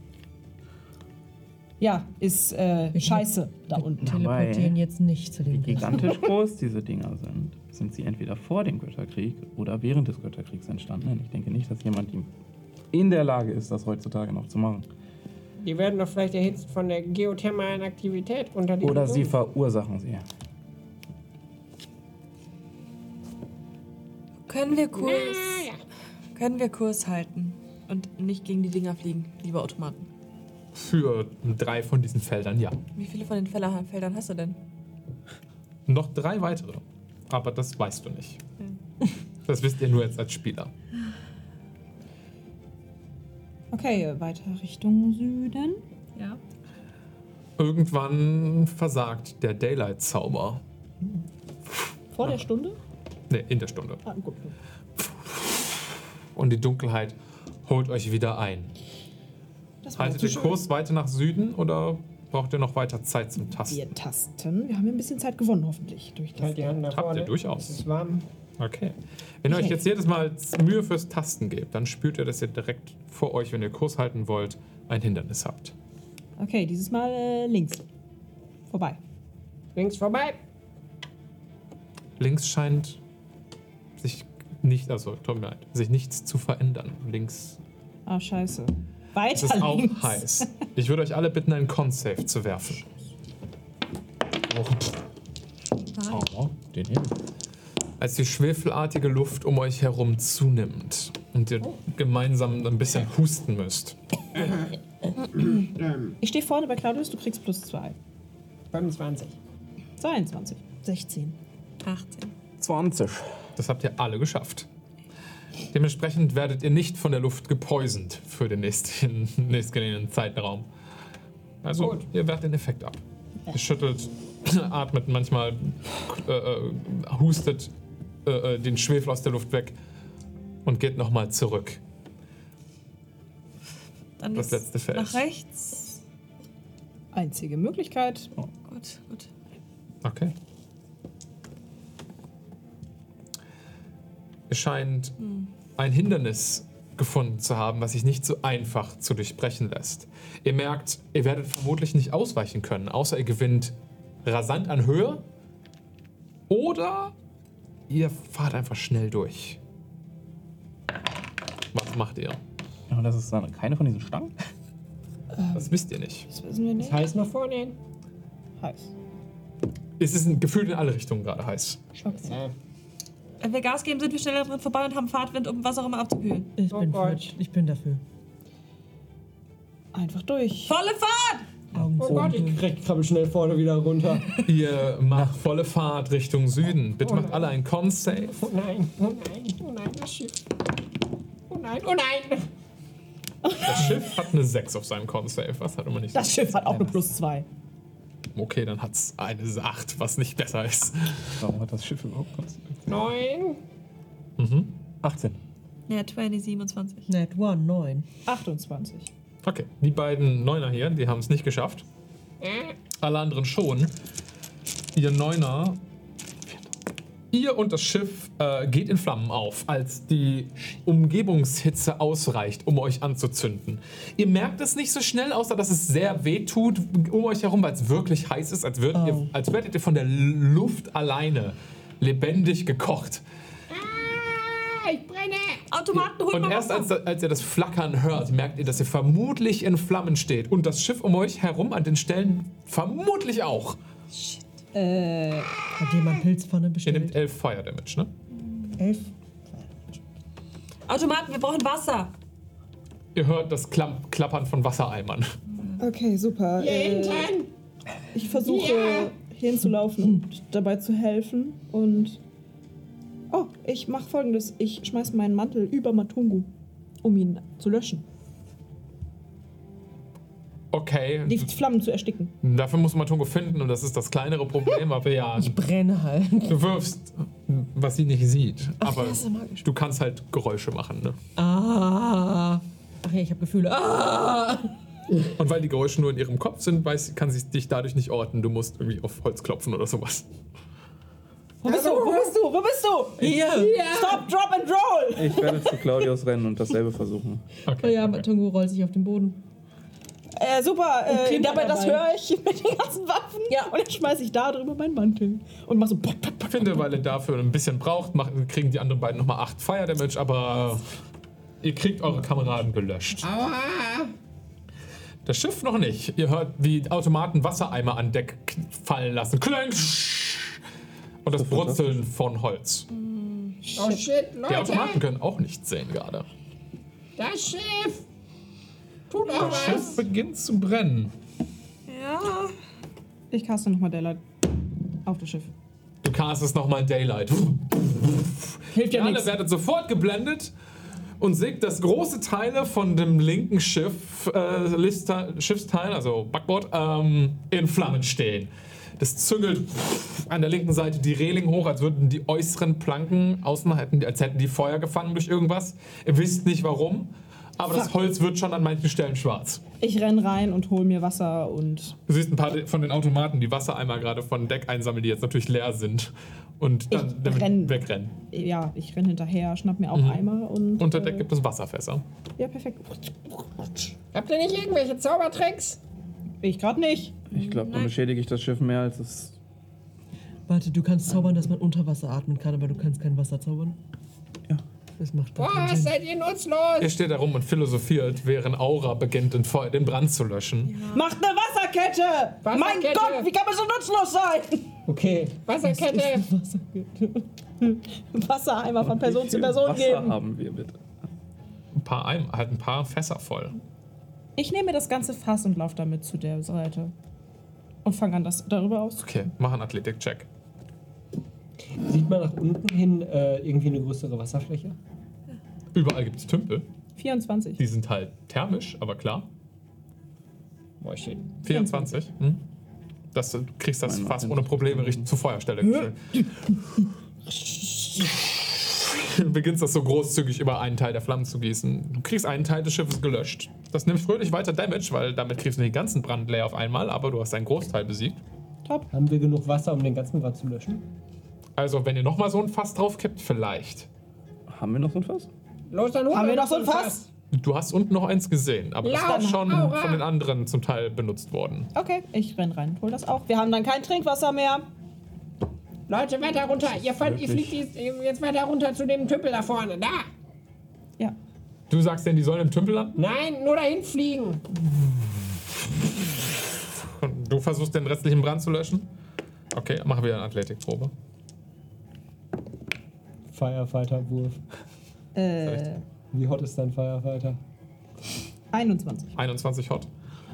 Ja, ist scheiße da unten. Teleportieren jetzt nicht zu Wie dem gigantisch groß diese Dinger sind sie entweder vor dem Götterkrieg oder während des Götterkriegs entstanden. Ich denke nicht, dass jemand in der Lage ist, das heutzutage noch zu machen. Die werden doch vielleicht erhitzt von der geothermalen Aktivität unter dem Oder sie Boden. verursachen sie. Können wir Kurs, Ja. können wir Kurs halten und nicht gegen die Dinger fliegen, lieber Automaten? Für 3 von diesen Feldern, ja. Wie viele von den Feldern hast du denn? Noch 3 weitere. Aber das weißt du nicht. Das wisst ihr nur jetzt als Spieler. Okay, weiter Richtung Süden. Ja. Irgendwann versagt der Daylight-Zauber. Vor der Stunde? Ne, in der Stunde. Ah, gut. Und die Dunkelheit holt euch wieder ein. Das war Haltet zu ihr schön. Kurs weiter nach Süden oder braucht ihr noch weiter Zeit zum Tasten? Wir tasten. Wir haben ja ein bisschen Zeit gewonnen, hoffentlich. Durch das. Halt die Hand nach Habt ihr vorne. durchaus. Es ist warm. Okay. Wenn ihr euch jetzt jedes Mal Mühe fürs Tasten gebt, dann spürt ihr, dass ihr direkt vor euch, wenn ihr Kurs halten wollt, ein Hindernis habt. Okay, dieses Mal links. Vorbei. Links vorbei. Links scheint sich nicht, also tut mir leid, sich nichts zu verändern. Links Ah, scheiße. ist Weiter es auch links. heiß. Ich würde euch alle bitten, einen Con-Save zu werfen. Oh, den hier. Als die schwefelartige Luft um euch herum zunimmt und ihr gemeinsam ein bisschen husten müsst. Ich stehe vorne bei Claudius, du kriegst +2. 25. 22. 16. 18. 20. Das habt ihr alle geschafft. Dementsprechend werdet ihr nicht von der Luft gepoisoned für den nächstgelegenen Zeitraum. Also, Gut. ihr wehrt den Effekt ab. Ihr schüttelt, atmet manchmal, hustet den Schwefel aus der Luft weg und geht nochmal zurück. Dann Das jetzt letzte Feld. nach rechts. Einzige Möglichkeit. Gut, gut. Okay. Ihr scheint ein Hindernis gefunden zu haben, was sich nicht so einfach zu durchbrechen lässt. Ihr merkt, ihr werdet vermutlich nicht ausweichen können, außer ihr gewinnt rasant an Höhe oder ihr fahrt einfach schnell durch. Was macht ihr? Ja, das ist dann keine von diesen Stangen? Das wisst ihr nicht. Das wissen wir nicht. Das heißt nach vorne hin. Heiß. Es ist gefühlt in alle Richtungen gerade heiß. Okay. Wenn wir Gas geben, sind wir schneller drin vorbei und haben Fahrtwind, um was auch immer abzukühlen. Ich Oh bin Gott. fit. Ich bin dafür. Einfach durch. Volle Fahrt! Augen Oh zu. Gott, ich krabbel schnell vorne wieder runter. Ihr macht volle Fahrt Richtung Süden. Bitte macht alle einen Con-Save. Oh nein, oh nein, oh nein, das Schiff. Oh nein, oh nein. Das Schiff hat eine 6 auf seinem Con-Save. Was hat immer nicht? Das Schiff hat auch eine +2. Okay, dann hat's eine 8, was nicht besser ist. Warum hat das Schiff überhaupt was? 9. 18. Ja, 20, 27. Net 1, 9. 28. Okay, die beiden Neuner hier, die haben es nicht geschafft. Alle anderen schon. Ihr Neuner, ihr und das Schiff geht in Flammen auf, als die Umgebungshitze ausreicht, um euch anzuzünden. Ihr merkt es nicht so schnell, außer dass es sehr weh tut um euch herum, weil es wirklich heiß ist, als werdet ihr von der Luft alleine lebendig gekocht. Ich brenne. Automaten, hol Und mal erst Wasser. als ihr das Flackern hört, merkt ihr, dass ihr vermutlich in Flammen steht. Und das Schiff um euch herum an den Stellen vermutlich auch. Hat jemand Pilzpfanne Ihr bestellt? nehmt 11 Fire Damage, ne? 11. Automaten, wir brauchen Wasser. Ihr hört das Klappern von Wassereimern. Okay, super. Hier hinten. Ich versuche Ja. hinzulaufen und dabei zu helfen. Und. Oh, ich mache folgendes. Ich schmeiß meinen Mantel über Matungu, um ihn zu löschen. Okay, Die Flammen zu ersticken. dafür muss man Tungo finden und das ist das kleinere Problem, aber ja, Ich brenne halt. du wirfst, was sie nicht sieht. Aber ja, ist ja magisch. du kannst halt Geräusche machen, ne? Ah. Ach ja, ich habe Gefühle. Ah. Und weil die Geräusche nur in ihrem Kopf sind, kann sie dich dadurch nicht orten. Du musst irgendwie auf Holz klopfen oder sowas. Wo bist du? Wo bist du? Wo bist du? Hier. Stop, drop and roll! Ich werde zu Claudius rennen und dasselbe versuchen. Oh ja, Matungu rollt sich auf den Boden. Super, Kinder dabei, das dabei. höre ich mit den ganzen Waffen. Ja. Und dann schmeiße ich da drüber meinen Mantel. Und mach so. Pop, pop, Ich pop. finde, weil ihr dafür ein bisschen braucht, kriegen die anderen beiden nochmal 8 Fire Damage, aber ihr kriegt eure Kameraden gelöscht. Aua. Das Schiff noch nicht. Ihr hört, wie Automaten Wassereimer an Deck fallen lassen. Klang! Und das Brutzeln von Holz. Oh shit, Die Leute. Automaten können auch nichts sehen gerade. Das Schiff. Tut auch Das Schiff was. beginnt zu brennen. Ja. Ich caste nochmal Daylight auf das Schiff. Du castest nochmal Daylight. Hilft ja Ihr alle nichts. werdet sofort geblendet und seht, dass große Teile von dem linken Schiffsteil, also Backbord, in Flammen stehen. Das züngelt an der linken Seite die Reling hoch, als würden die äußeren Planken außen als hätten die Feuer gefangen durch irgendwas. Ihr wisst nicht warum, aber das Holz wird schon an manchen Stellen schwarz. Ich renn rein und hol mir Wasser und Du siehst ein paar von den Automaten, die Wassereimer gerade von Deck einsammeln, die jetzt natürlich leer sind. Und dann wegrennen. ja, ich renn hinterher, schnapp mir auch Eimer und. Unter Deck gibt es Wasserfässer. Ja, perfekt. Habt ihr nicht irgendwelche Zaubertricks? Ich gerade nicht. Ich glaube, dann beschädige ich das Schiff mehr, als es. Warte, du kannst zaubern, dass man unter Wasser atmen kann, aber du kannst kein Wasser zaubern? Ja. Das macht gar Boah, keinen Sinn. seid ihr nutzlos? Er steht da rum und philosophiert, während Aura beginnt, den Brand zu löschen. Macht eine Wasserkette! Mein Wasserkette. Gott, wie kann man so nutzlos sein? Okay, Wasserkette. Wassereimer von Person zu Person Wasser geben. haben wir bitte. Ein paar Fässer voll. Ich nehme das ganze Fass und laufe damit zu der Seite. Und fange an, das darüber aus. Okay, mach einen Athletik-Check. Sieht man nach unten hin irgendwie eine größere Wasserfläche? Überall gibt es Tümpel. 24. Die sind halt thermisch, aber klar. Boah, shit. 24. Du kriegst das Mein Fass Mann. ohne Probleme richtig zur Feuerstelle geführt. Du beginnst das so großzügig über einen Teil der Flammen zu gießen. Du kriegst einen Teil des Schiffes gelöscht. Das nimmt fröhlich weiter Damage, weil damit kriegst du nicht den ganzen Brand leer auf einmal, aber du hast einen Großteil besiegt. Top. Haben wir genug Wasser, um den ganzen Brand zu löschen? Also, wenn ihr nochmal so ein Fass draufkippt, vielleicht. Haben wir noch so ein Fass? Los, dann holen Haben wir noch so ein Fass? Du hast unten noch eins gesehen, aber das war Lauf, schon Aura. von den anderen zum Teil benutzt worden. Okay, ich renn rein, hol das auch. Wir haben dann kein Trinkwasser mehr. Leute, weiter runter. Ihr fliegt jetzt weiter runter zu dem Tümpel da vorne. Da! Ja. Du sagst denn, die sollen im Tümpel landen? Nein, nur dahin fliegen. Und du versuchst den restlichen Brand zu löschen? Okay, machen wir eine Athletikprobe. Firefighter-Wurf. Wie hot ist dein Firefighter? 21. 21 Hot.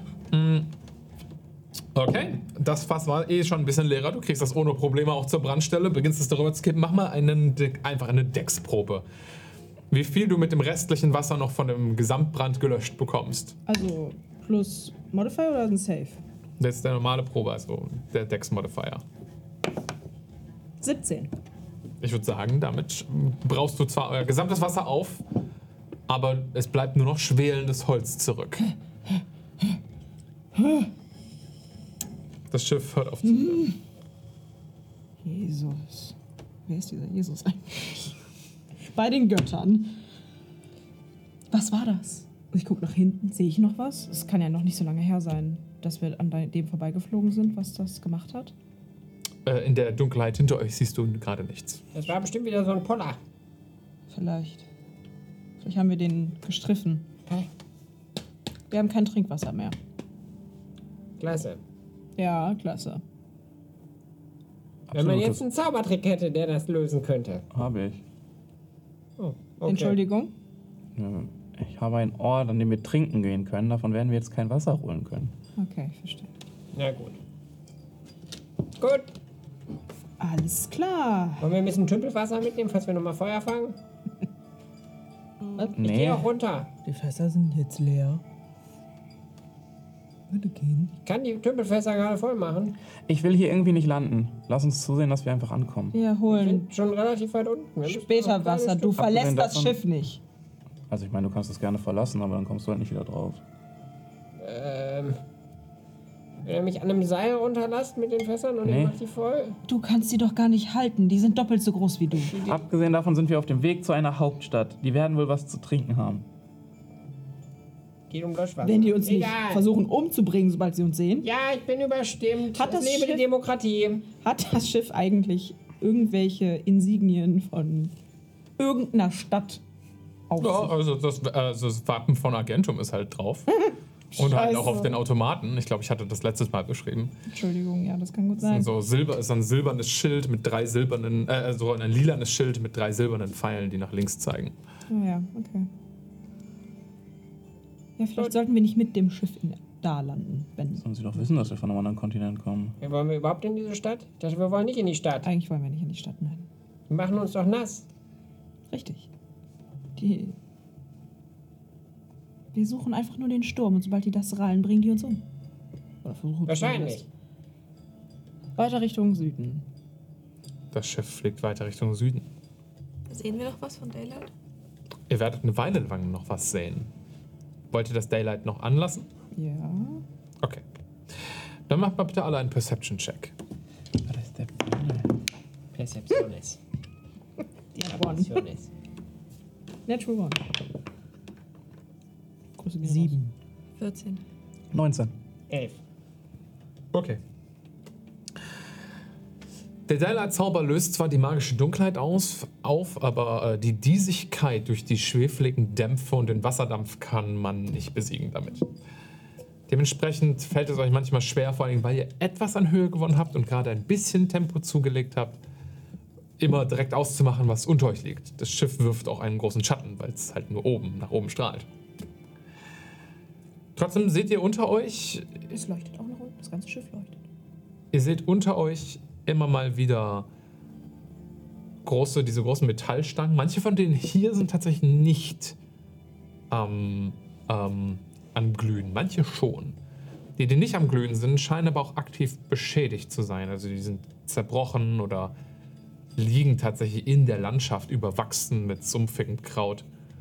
Okay, das Fass war eh schon ein bisschen leerer. Du kriegst das ohne Probleme auch zur Brandstelle, beginnst es darüber zu kippen. Mach mal einfach eine Decksprobe. Wie viel du mit dem restlichen Wasser noch von dem Gesamtbrand gelöscht bekommst. Also plus Modifier oder ein Save? Das ist der normale Probe, also der Dex-Modifier. 17. Ich würde sagen, damit brauchst du zwar euer gesamtes Wasser auf, aber es bleibt nur noch schwelendes Holz zurück. Das Schiff hört auf zu brennen. Jesus. Wer ist dieser Jesus eigentlich? Bei den Göttern. Was war das? Ich gucke nach hinten. Sehe ich noch was? Es kann ja noch nicht so lange her sein, dass wir an dem vorbeigeflogen sind, was das gemacht hat. In der Dunkelheit hinter euch siehst du gerade nichts. Das war bestimmt wieder so ein Poller. Vielleicht. Vielleicht haben wir den gestriffen. Wir haben kein Trinkwasser mehr. Klasse. Ja, klasse. Wenn man Absolutes. jetzt einen Zaubertrick hätte, der das lösen könnte. Habe ich. Oh, okay. Entschuldigung. Ja, ich habe ein Ort, an dem wir trinken gehen können. Davon werden wir jetzt kein Wasser holen können. Okay, verstehe. Na gut. Gut. Alles klar. Wollen wir ein bisschen Tümpelwasser mitnehmen, falls wir nochmal Feuer fangen? Ich Nee. gehe auch runter. Die Fässer sind jetzt leer. Würde gehen. Ich kann die Tümpelfässer gerade voll machen. Ich will hier irgendwie nicht landen. Lass uns zusehen, dass wir einfach ankommen. Wir Ich holen bin schon relativ weit unten. Wir müssen noch ein später kleines Wasser. Du Stück- verlässt Abgesehen das davon- Schiff nicht. Also ich meine, du kannst es gerne verlassen, aber dann kommst du halt nicht wieder drauf. Wenn ihr mich an einem Seil runterlasst mit den Fässern und Nee. ich mach die voll. Du kannst sie doch gar nicht halten. Die sind doppelt so groß wie du. Abgesehen davon sind wir auf dem Weg zu einer Hauptstadt. Die werden wohl was zu trinken haben. Geht um Löschwasser. Wenn die uns nicht Egal. versuchen umzubringen, sobald sie uns sehen. Ja, ich bin überstimmt. Hat das Lebe Schiff- die Demokratie. Hat das Schiff eigentlich irgendwelche Insignien von irgendeiner Stadt auf Ja, sich? also das Wappen von Argentum ist halt drauf. Und halt auch auf den Automaten. Ich glaube, ich hatte das letztes Mal beschrieben. Entschuldigung, ja, das kann gut Und sein. so ist ein silbernes Schild mit 3 silbernen, so ein lilanes Schild mit 3 silbernen Pfeilen, die nach links zeigen. Oh ja, okay. Ja, vielleicht sollten wir nicht mit dem Schiff da landen, wenn. Sollen Sie doch wissen, dass wir von einem anderen Kontinent kommen. Wollen wir überhaupt in diese Stadt? Ich dachte, wir wollen nicht in die Stadt. Eigentlich wollen wir nicht in die Stadt, nein. Wir machen uns doch nass. Richtig. Wir suchen einfach nur den Sturm und sobald die das rallen, bringen die uns um. Oder versuchen Wahrscheinlich. zumindest. Weiter Richtung Süden. Das Schiff fliegt weiter Richtung Süden. Sehen wir noch was von Daylight? Ihr werdet eine Weile lang noch was sehen. Wollt ihr das Daylight noch anlassen? Ja. Okay. Dann macht mal bitte alle einen Perception-Check. Was ist der Plan? Percepciones. Percepciones. Natural One. Grüße gehen 7. 14. 19. 11. Okay. Der Daylight-Zauber löst zwar die magische Dunkelheit auf, aber die Diesigkeit durch die schwefeligen Dämpfe und den Wasserdampf kann man nicht besiegen damit. Dementsprechend fällt es euch manchmal schwer, vor allem weil ihr etwas an Höhe gewonnen habt und gerade ein bisschen Tempo zugelegt habt, immer direkt auszumachen, was unter euch liegt. Das Schiff wirft auch einen großen Schatten, weil es halt nur nach oben strahlt. Trotzdem seht ihr unter euch, Es leuchtet auch nach unten. Das ganze Schiff leuchtet. ihr seht unter euch immer mal wieder diese großen Metallstangen. Manche von denen hier sind tatsächlich nicht am Glühen, manche schon. Die nicht am Glühen sind, scheinen aber auch aktiv beschädigt zu sein. Also die sind zerbrochen oder liegen tatsächlich in der Landschaft überwachsen mit sumpfigem Kraut.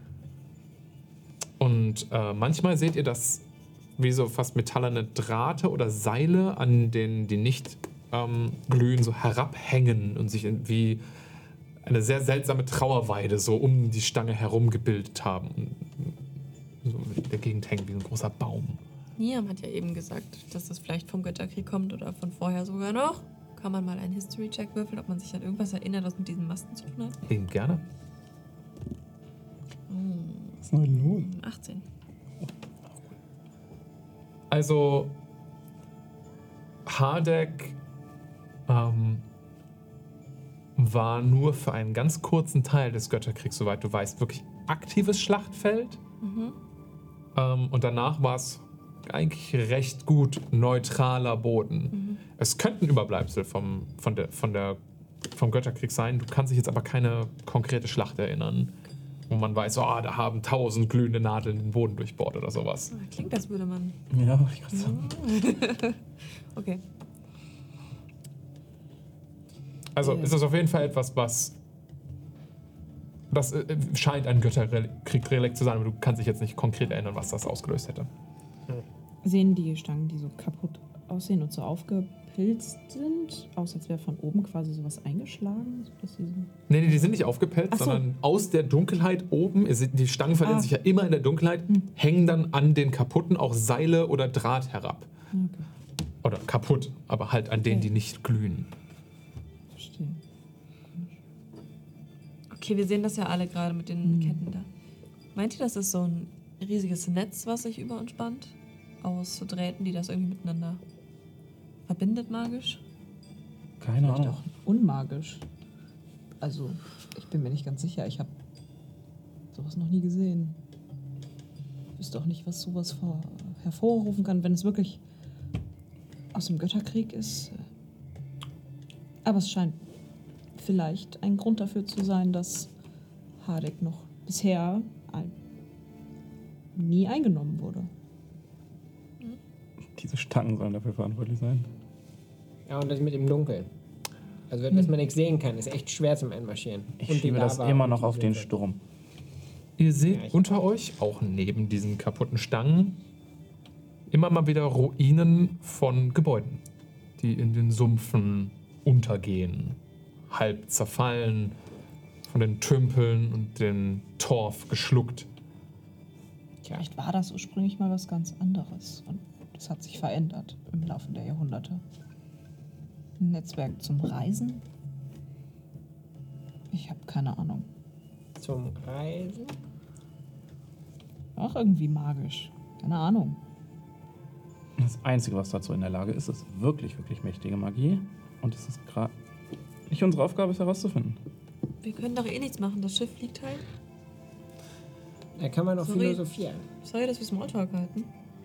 Und manchmal seht ihr das wie so fast metallene Drahte oder Seile, an denen die nicht glühen, so herabhängen und sich wie eine sehr seltsame Trauerweide so um die Stange herum gebildet haben. Und so in der Gegend hängen wie ein großer Baum. Niam hat ja eben gesagt, dass das vielleicht vom Götterkrieg kommt oder von vorher sogar noch. Kann man mal einen History-Check würfeln, ob man sich an irgendwas erinnert, was mit diesen Masten zu tun hat? Eben gerne. Was ist denn los? 18. Also, Hardek war nur für einen ganz kurzen Teil des Götterkriegs, soweit du weißt, wirklich aktives Schlachtfeld. Und danach war es eigentlich recht gut neutraler Boden. Es könnten Überbleibsel vom Götterkrieg sein. Du kannst dich jetzt aber keine konkrete Schlacht erinnern, wo man weiß, oh, da haben 1000 glühende Nadeln den Boden durchbohrt oder sowas. Klingt, als würde man. Ja, wollte ich gerade sagen. Okay. Also ist das auf jeden Fall etwas, das scheint ein Götterkrieg-Relikt zu sein, aber du kannst dich jetzt nicht konkret erinnern, was das ausgelöst hätte. Sehen die Stangen, die so kaputt aussehen und so aufgepilzt sind, aus, als wäre von oben quasi sowas eingeschlagen? Sodass sie so Nee, die sind nicht aufgepelzt, Ach so. sondern aus der Dunkelheit oben, die Stangen verlieren sich ja immer in der Dunkelheit, hängen dann an den kaputten auch Seile oder Draht herab. Okay, Oder kaputt, aber halt an denen, die nicht glühen. verstehe. Okay, wir sehen das ja alle gerade mit den Ketten da. Meint ihr, das ist so ein riesiges Netz, was sich über uns spannt? Aus so Drähten, die das irgendwie miteinander verbindet magisch? Keine Vielleicht Ahnung. auch unmagisch. Also, ich bin mir nicht ganz sicher. Ich habe sowas noch nie gesehen. Ich wüsste auch nicht, was sowas hervorrufen kann, wenn es wirklich aus dem Götterkrieg ist. Aber es scheint vielleicht ein Grund dafür zu sein, dass Hardek noch bisher nie eingenommen wurde. Diese Stangen sollen dafür verantwortlich sein. Ja, und das mit dem Dunkeln. Also, dass man nichts sehen kann, ist echt schwer zum Einmarschieren. Ich Und die schiebe das Lava immer und noch die auf den Sümpfe. Sturm. Ihr seht Ja, ich unter euch, auch neben diesen kaputten Stangen, immer mal wieder Ruinen von Gebäuden, die in den Sumpfen untergehen, halb zerfallen, von den Tümpeln und dem Torf geschluckt. Vielleicht war das ursprünglich mal was ganz anderes und das hat sich verändert im Laufe der Jahrhunderte. Ein Netzwerk zum Reisen? Ich habe keine Ahnung. Zum Reisen? Auch irgendwie magisch. Keine Ahnung. Das Einzige, was dazu in der Lage ist, ist wirklich, wirklich mächtige Magie. Und es ist gerade nicht unsere Aufgabe, es herauszufinden. Wir können doch eh nichts machen. Das Schiff liegt halt. Da kann man noch Sorry. philosophieren. Sorry, dass wir Smalltalk halten.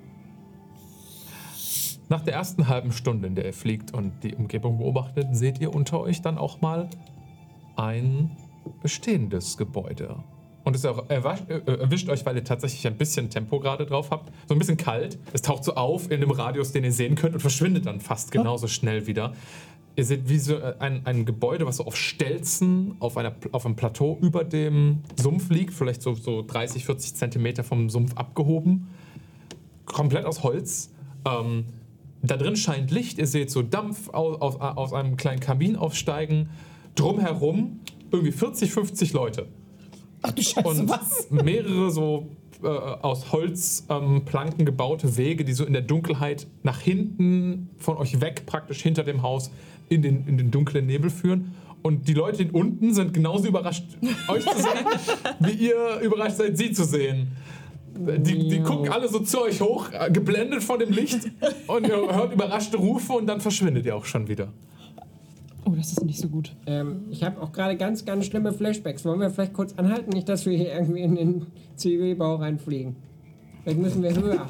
Nach der ersten halben Stunde, in der ihr fliegt und die Umgebung beobachtet, seht ihr unter euch dann auch mal ein bestehendes Gebäude. Und es erwischt euch, weil ihr tatsächlich ein bisschen Tempo gerade drauf habt. So ein bisschen kalt. Es taucht so auf in einem Radius, den ihr sehen könnt und verschwindet dann fast genauso schnell wieder. Ihr seht wie so ein Gebäude, was so auf Stelzen auf einem Plateau über dem Sumpf liegt. Vielleicht so 30, 40 Zentimeter vom Sumpf abgehoben. Komplett aus Holz. Da drin scheint Licht. Ihr seht so Dampf aus einem kleinen Kamin aufsteigen. Drumherum irgendwie 40, 50 Leute. Ach du Scheiße, Und was? mehrere so aus Holzplanken gebaute Wege, die so in der Dunkelheit nach hinten von euch weg, praktisch hinter dem Haus, in den dunklen Nebel führen. Und die Leute unten sind genauso überrascht, euch zu sehen, wie ihr überrascht seid, sie zu sehen. Die gucken alle so zu euch hoch, geblendet von dem Licht. Und ihr hört überraschte Rufe und dann verschwindet ihr auch schon wieder. Oh, das ist nicht so gut. Ich habe auch gerade ganz, ganz schlimme Flashbacks. Wollen wir vielleicht kurz anhalten? Nicht, dass wir hier irgendwie in den Zivilbau reinfliegen. Vielleicht müssen wir höher.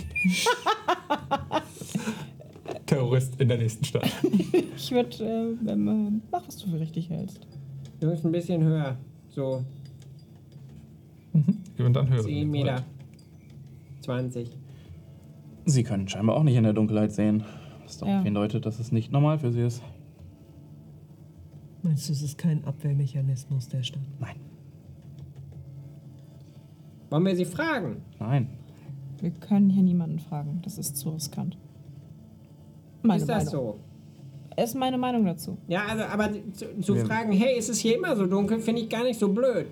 Terrorist in der nächsten Stadt. Ich würde, mach, was du für richtig hältst. Wir müssen ein bisschen höher. So Und dann hören 10 Meter. 20. Sie können scheinbar auch nicht in der Dunkelheit sehen. Was darauf Ja. hindeutet, dass es nicht normal für sie ist. Meinst du, es ist kein Abwehrmechanismus der Stadt? Nein. Wollen wir sie fragen? Nein. Wir können hier niemanden fragen. Das ist zu riskant. Meine Ist das Meinung. so? Ist meine Meinung dazu. Ja, also, aber zu fragen, hey, ist es hier immer so dunkel, finde ich gar nicht so blöd.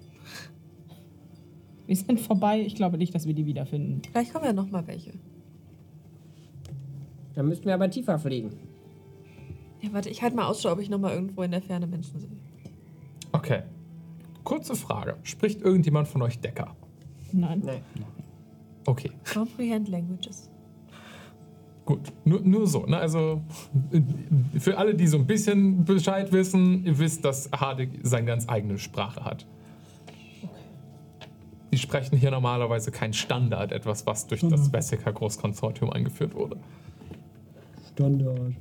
Wir sind vorbei. Ich glaube nicht, dass wir die wiederfinden. Vielleicht kommen ja noch mal welche. Dann müssten wir aber tiefer fliegen. Ja, warte, ich halte mal Ausschau, ob ich noch mal irgendwo in der Ferne Menschen sehe. Okay. Kurze Frage. Spricht irgendjemand von euch Decker? Nein. Nein. Okay, Comprehend Languages. gut. Nur so. Ne? Also für alle, die so ein bisschen Bescheid wissen, ihr wisst, dass Hardik seine ganz eigene Sprache hat. Die sprechen hier normalerweise kein Standard, etwas, was durch das Vesica Großkonsortium eingeführt wurde. Standard.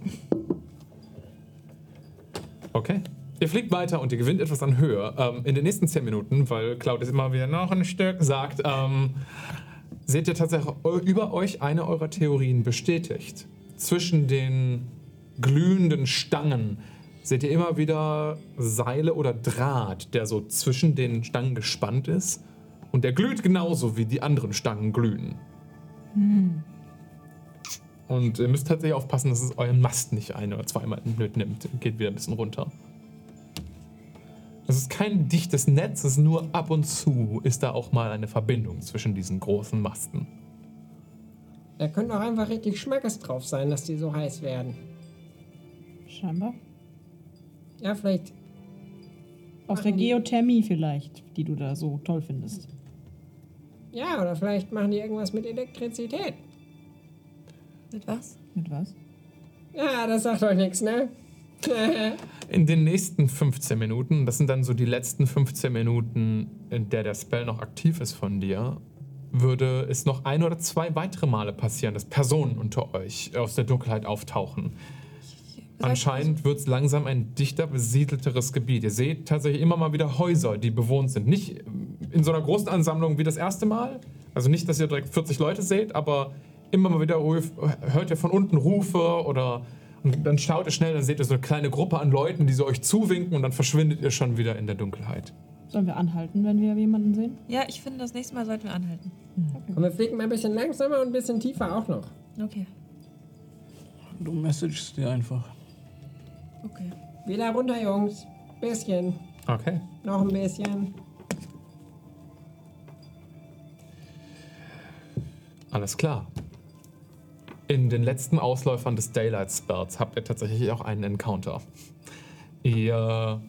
Okay. Ihr fliegt weiter und ihr gewinnt etwas an Höhe. In den nächsten 10 Minuten, weil Claudius immer wieder noch ein Stück sagt, seht ihr tatsächlich über euch eine eurer Theorien bestätigt. Zwischen den glühenden Stangen seht ihr immer wieder Seile oder Draht, der so zwischen den Stangen gespannt ist. Und der glüht genauso, wie die anderen Stangen glühen. Und ihr müsst tatsächlich aufpassen, dass es euren Mast nicht ein- oder zweimal mitnimmt. Geht wieder ein bisschen runter. Es ist kein dichtes Netz, es ist nur ab und zu ist da auch mal eine Verbindung zwischen diesen großen Masten. Da könnte auch einfach richtig Schmackes drauf sein, dass die so heiß werden. Scheinbar. Ja, vielleicht. Aus der Geothermie vielleicht, die du da so toll findest. Ja, oder vielleicht machen die irgendwas mit Elektrizität. Mit was? Mit was? Ja, das sagt euch nichts, ne? In den nächsten 15 Minuten, das sind dann so die letzten 15 Minuten, in der Spell noch aktiv ist von dir, würde es noch 1 oder 2 weitere Male passieren, dass Personen unter euch aus der Dunkelheit auftauchen. Anscheinend wird es langsam ein dichter besiedelteres Gebiet. Ihr seht tatsächlich immer mal wieder Häuser, die bewohnt sind. Nicht in so einer großen Ansammlung wie das erste Mal. Also nicht, dass ihr direkt 40 Leute seht, aber immer mal wieder hört ihr von unten Rufe oder und dann schaut ihr schnell, dann seht ihr so eine kleine Gruppe an Leuten, die so euch zuwinken und dann verschwindet ihr schon wieder in der Dunkelheit. Sollen wir anhalten, wenn wir jemanden sehen? Ja, ich finde, das nächste Mal sollten wir anhalten. Und wir fliegen mal ein bisschen langsamer und ein bisschen tiefer auch noch. Okay. Du messagest dir einfach. Okay. Wieder runter, Jungs. Bisschen. Okay. Noch ein bisschen. Alles klar. In den letzten Ausläufern des Daylight Spells habt ihr tatsächlich auch einen Encounter. Ihr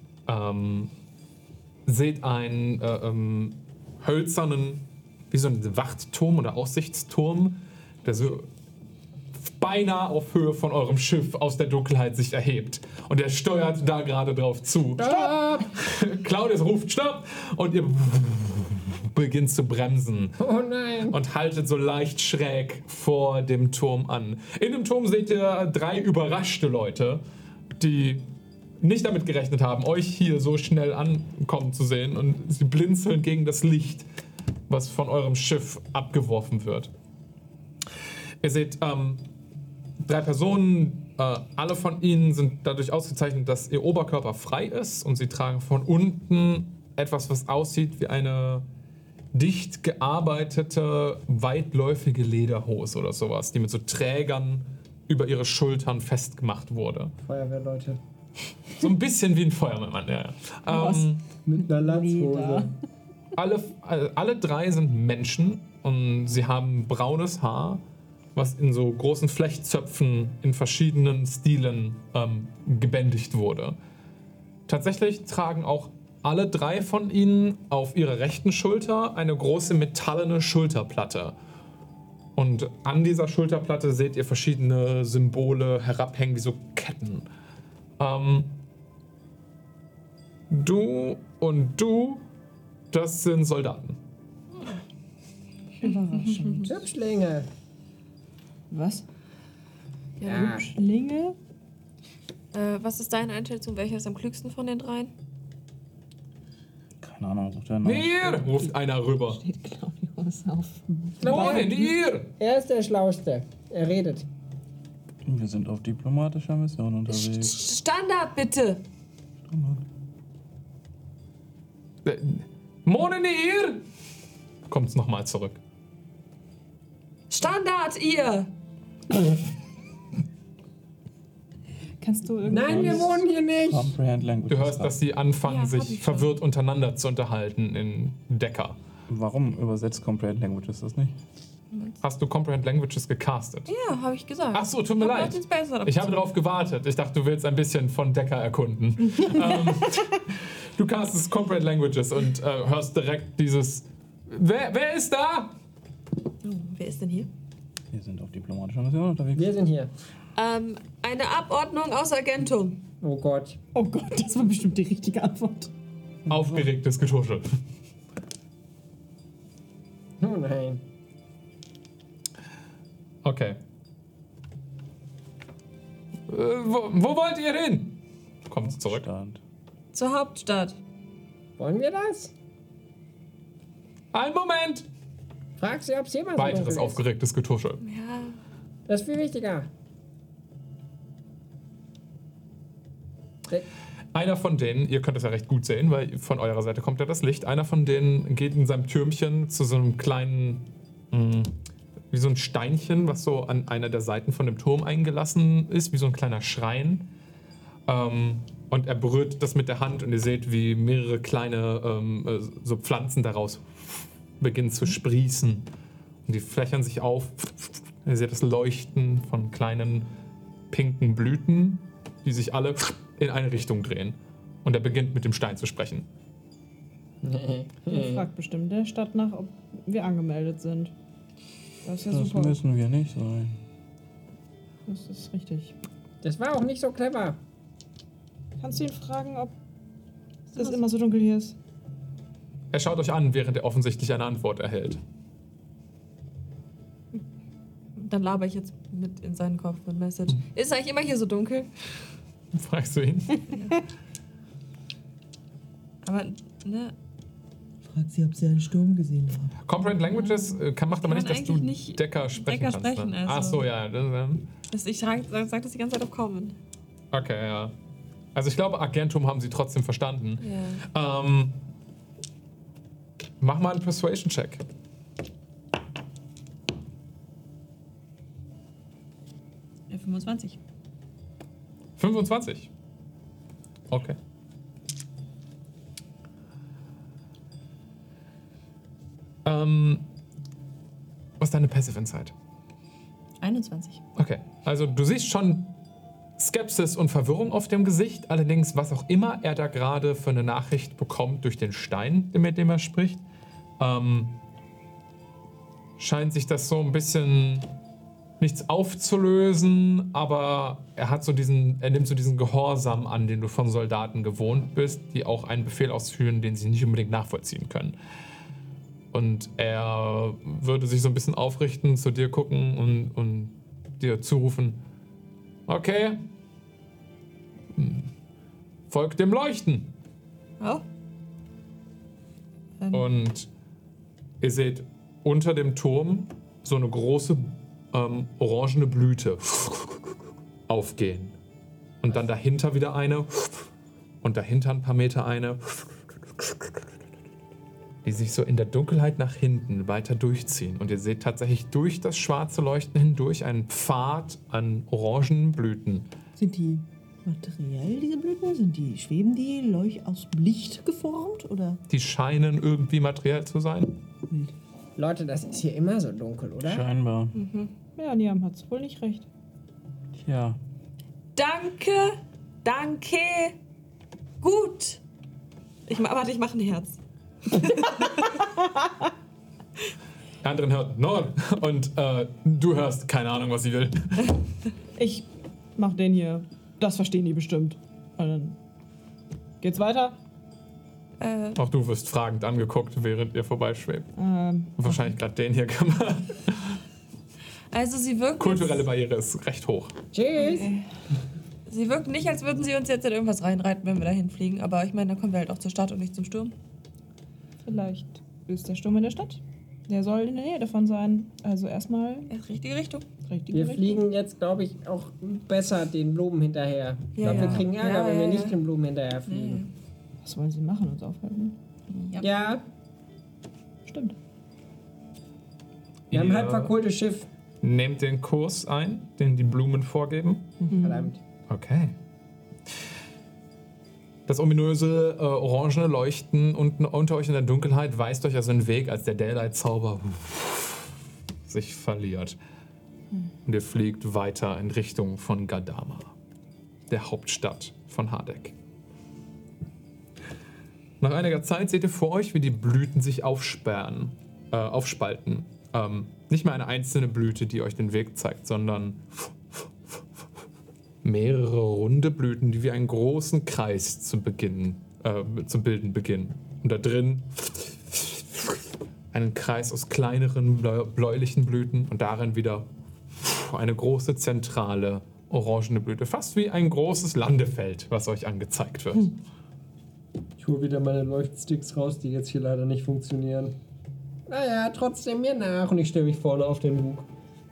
seht einen hölzernen, wie so ein Wachtturm oder Aussichtsturm, der so beinahe auf Höhe von eurem Schiff aus der Dunkelheit sich erhebt. Und er steuert da gerade drauf zu. Stopp! Claudius ruft Stopp und ihr beginnt zu bremsen. Oh nein. Und haltet so leicht schräg vor dem Turm an. In dem Turm seht ihr 3 überraschte Leute, die nicht damit gerechnet haben, euch hier so schnell ankommen zu sehen. Und sie blinzeln gegen das Licht, was von eurem Schiff abgeworfen wird. Ihr seht 3 Personen, alle von ihnen sind dadurch ausgezeichnet, dass ihr Oberkörper frei ist und sie tragen von unten etwas, was aussieht wie eine dicht gearbeitete, weitläufige Lederhose oder sowas, die mit so Trägern über ihre Schultern festgemacht wurde. Feuerwehrleute. So ein bisschen wie ein Feuerwehrmann, ja. Was? Mit einer Leder. Latzhose. Alle 3 sind Menschen und sie haben braunes Haar, was in so großen Flechtzöpfen in verschiedenen Stilen gebändigt wurde. Tatsächlich tragen auch alle 3 von ihnen auf ihrer rechten Schulter eine große metallene Schulterplatte. Und an dieser Schulterplatte seht ihr verschiedene Symbole herabhängen, wie so Ketten. Du und du, das sind Soldaten. Überraschend. Hübschlinge. Was? Ja. Schlinge? Was ist deine Einschätzung? Welcher ist am klügsten von den 3? Keine Ahnung, ruft der nach. Nier, ruft einer rüber. Steht Claudius auf. Moin, Nier! Er ist der Schlauste. Er redet. Wir sind auf diplomatischer Mission unterwegs. Standard, bitte! Moin, Nier! Kommt's nochmal zurück. Standard, ihr! Kannst du irgendwie. Nein, wir wohnen hier nicht. Comprehend Language. Du hörst, dass sie anfangen, Ja, hab sich ich schon. verwirrt untereinander zu unterhalten in Decker. Warum übersetzt Comprehend Languages das nicht? Hast du Comprehend Languages gecastet? Ja, habe ich gesagt. Ach so, tut mir Hab leid. auch den Space Marine Ich habe abgezogen. darauf gewartet. Ich dachte, du willst ein bisschen von Decker erkunden. Du castest Comprehend Languages und hörst direkt dieses... Wer ist da? Oh, wer ist denn hier? Wir sind auf diplomatischer Mission unterwegs. Wir sind hier. Eine Abordnung aus Agentum. Oh Gott. Oh Gott, das war bestimmt die richtige Antwort. Aufgeregtes Getuschel. Oh nein. Okay. Wo wollt ihr hin? Kommt zurück. Stand. Zur Hauptstadt. Wollen wir das? Einen Moment! Frag sie, ob es jemand Weiteres aufgeregtes Getuschel. Ja. Das ist viel wichtiger. Einer von denen, ihr könnt das ja recht gut sehen, weil von eurer Seite kommt ja das Licht. Einer von denen geht in seinem Türmchen zu so einem kleinen, wie so ein Steinchen, was so an einer der Seiten von dem Turm eingelassen ist, wie so ein kleiner Schrein. Und er berührt das mit der Hand und ihr seht, wie mehrere kleine so Pflanzen daraus beginnen zu sprießen. Und die flächern sich auf. Ihr seht das Leuchten von kleinen pinken Blüten, die sich alle in eine Richtung drehen. Und er beginnt mit dem Stein zu sprechen. Er fragt bestimmt der Stadt nach, ob wir angemeldet sind. Das ist ja Das super. müssen wir nicht sein. Das ist richtig. Das war auch nicht so clever. Kannst du ihn fragen, ob es immer so dunkel hier ist? Er schaut euch an, während er offensichtlich eine Antwort erhält. Dann laber ich jetzt mit in seinen Kopf mit Message. Ist eigentlich immer hier so dunkel? Fragst du ihn? Aber, ne? Fragt sie, ob sie einen Sturm gesehen haben. Comprehend Languages macht aber nicht, dass du eigentlich nicht Decker sprechen Decker kannst. sprechen, Ne? also. Ach so, ja. Ich sag das die ganze Zeit auf Common. Okay, ja. Also ich glaube, Agentum haben sie trotzdem verstanden. Ja. Mach mal einen Persuasion-Check. Ja, 25. 25. Okay. Was ist deine Passive Insight? 21. Okay, also du siehst schon Skepsis und Verwirrung auf dem Gesicht. Allerdings, was auch immer er da gerade für eine Nachricht bekommt durch den Stein, mit dem er spricht, scheint sich das so ein bisschen nichts aufzulösen, aber er nimmt so diesen Gehorsam an, den du von Soldaten gewohnt bist, die auch einen Befehl ausführen, den sie nicht unbedingt nachvollziehen können. Und er würde sich so ein bisschen aufrichten, zu dir gucken und dir zurufen: Okay, folgt dem Leuchten. Oh. Und ihr seht unter dem Turm so eine große orangene Blüte aufgehen. Und dann dahinter wieder eine. Und dahinter ein paar Meter eine. Die sich so in der Dunkelheit nach hinten weiter durchziehen. Und ihr seht tatsächlich durch das schwarze Leuchten hindurch einen Pfad an orangenen Blüten. Sind die materiell, diese Blüten? Schweben die aus Licht geformt? Oder? Die scheinen irgendwie materiell zu sein. Leute, das ist hier immer so dunkel, oder? Scheinbar. Ja, Niam hat's wohl nicht recht. Tja. Danke. Gut. Ich mache ein Herz. Der andere hört Nord und du hörst keine Ahnung, was sie will. Ich mach den hier. Das verstehen die bestimmt. Und dann geht's weiter. Auch du wirst fragend angeguckt, während ihr vorbeischwebt. Wahrscheinlich gerade den hier gemacht. Also sie wirken Kulturelle Barriere ist recht hoch. Tschüss. Sie wirken nicht, als würden sie uns jetzt in irgendwas reinreiten, wenn wir dahin fliegen. Aber ich meine, dann kommen wir halt auch zur Stadt und nicht zum Sturm. Vielleicht ist der Sturm in der Stadt. Der soll in der Nähe davon sein. Also erstmal Richtige Richtung. richtige Wir Richtung. fliegen jetzt, glaube ich, auch besser den Blumen hinterher. Ich glaube, wir kriegen Ärger, wenn wir nicht den Blumen hinterher fliegen. Was wollen sie machen? Uns aufhalten? Ja, Stimmt. wir haben ein Ihr halb verkohltes Schiff. nehmt den Kurs ein, den die Blumen vorgeben. Verdammt. Okay. Das ominöse orangene Leuchten unten unter euch in der Dunkelheit weist euch also den Weg, als der Daylight-Zauber sich verliert. Und ihr fliegt weiter in Richtung von Gadama, der Hauptstadt von Hardek. Nach einiger Zeit seht ihr vor euch, wie die Blüten sich aufspalten. Nicht mehr eine einzelne Blüte, die euch den Weg zeigt, sondern mehrere runde Blüten, die wie einen großen Kreis zu bilden beginnen. Und da drin einen Kreis aus kleineren bläulichen Blüten und darin wieder eine große zentrale orangene Blüte. Fast wie ein großes Landefeld, was euch angezeigt wird. Ich hole wieder meine Leuchtsticks raus, die jetzt hier leider nicht funktionieren. Naja, trotzdem mir nach und ich stelle mich vorne auf den Bug.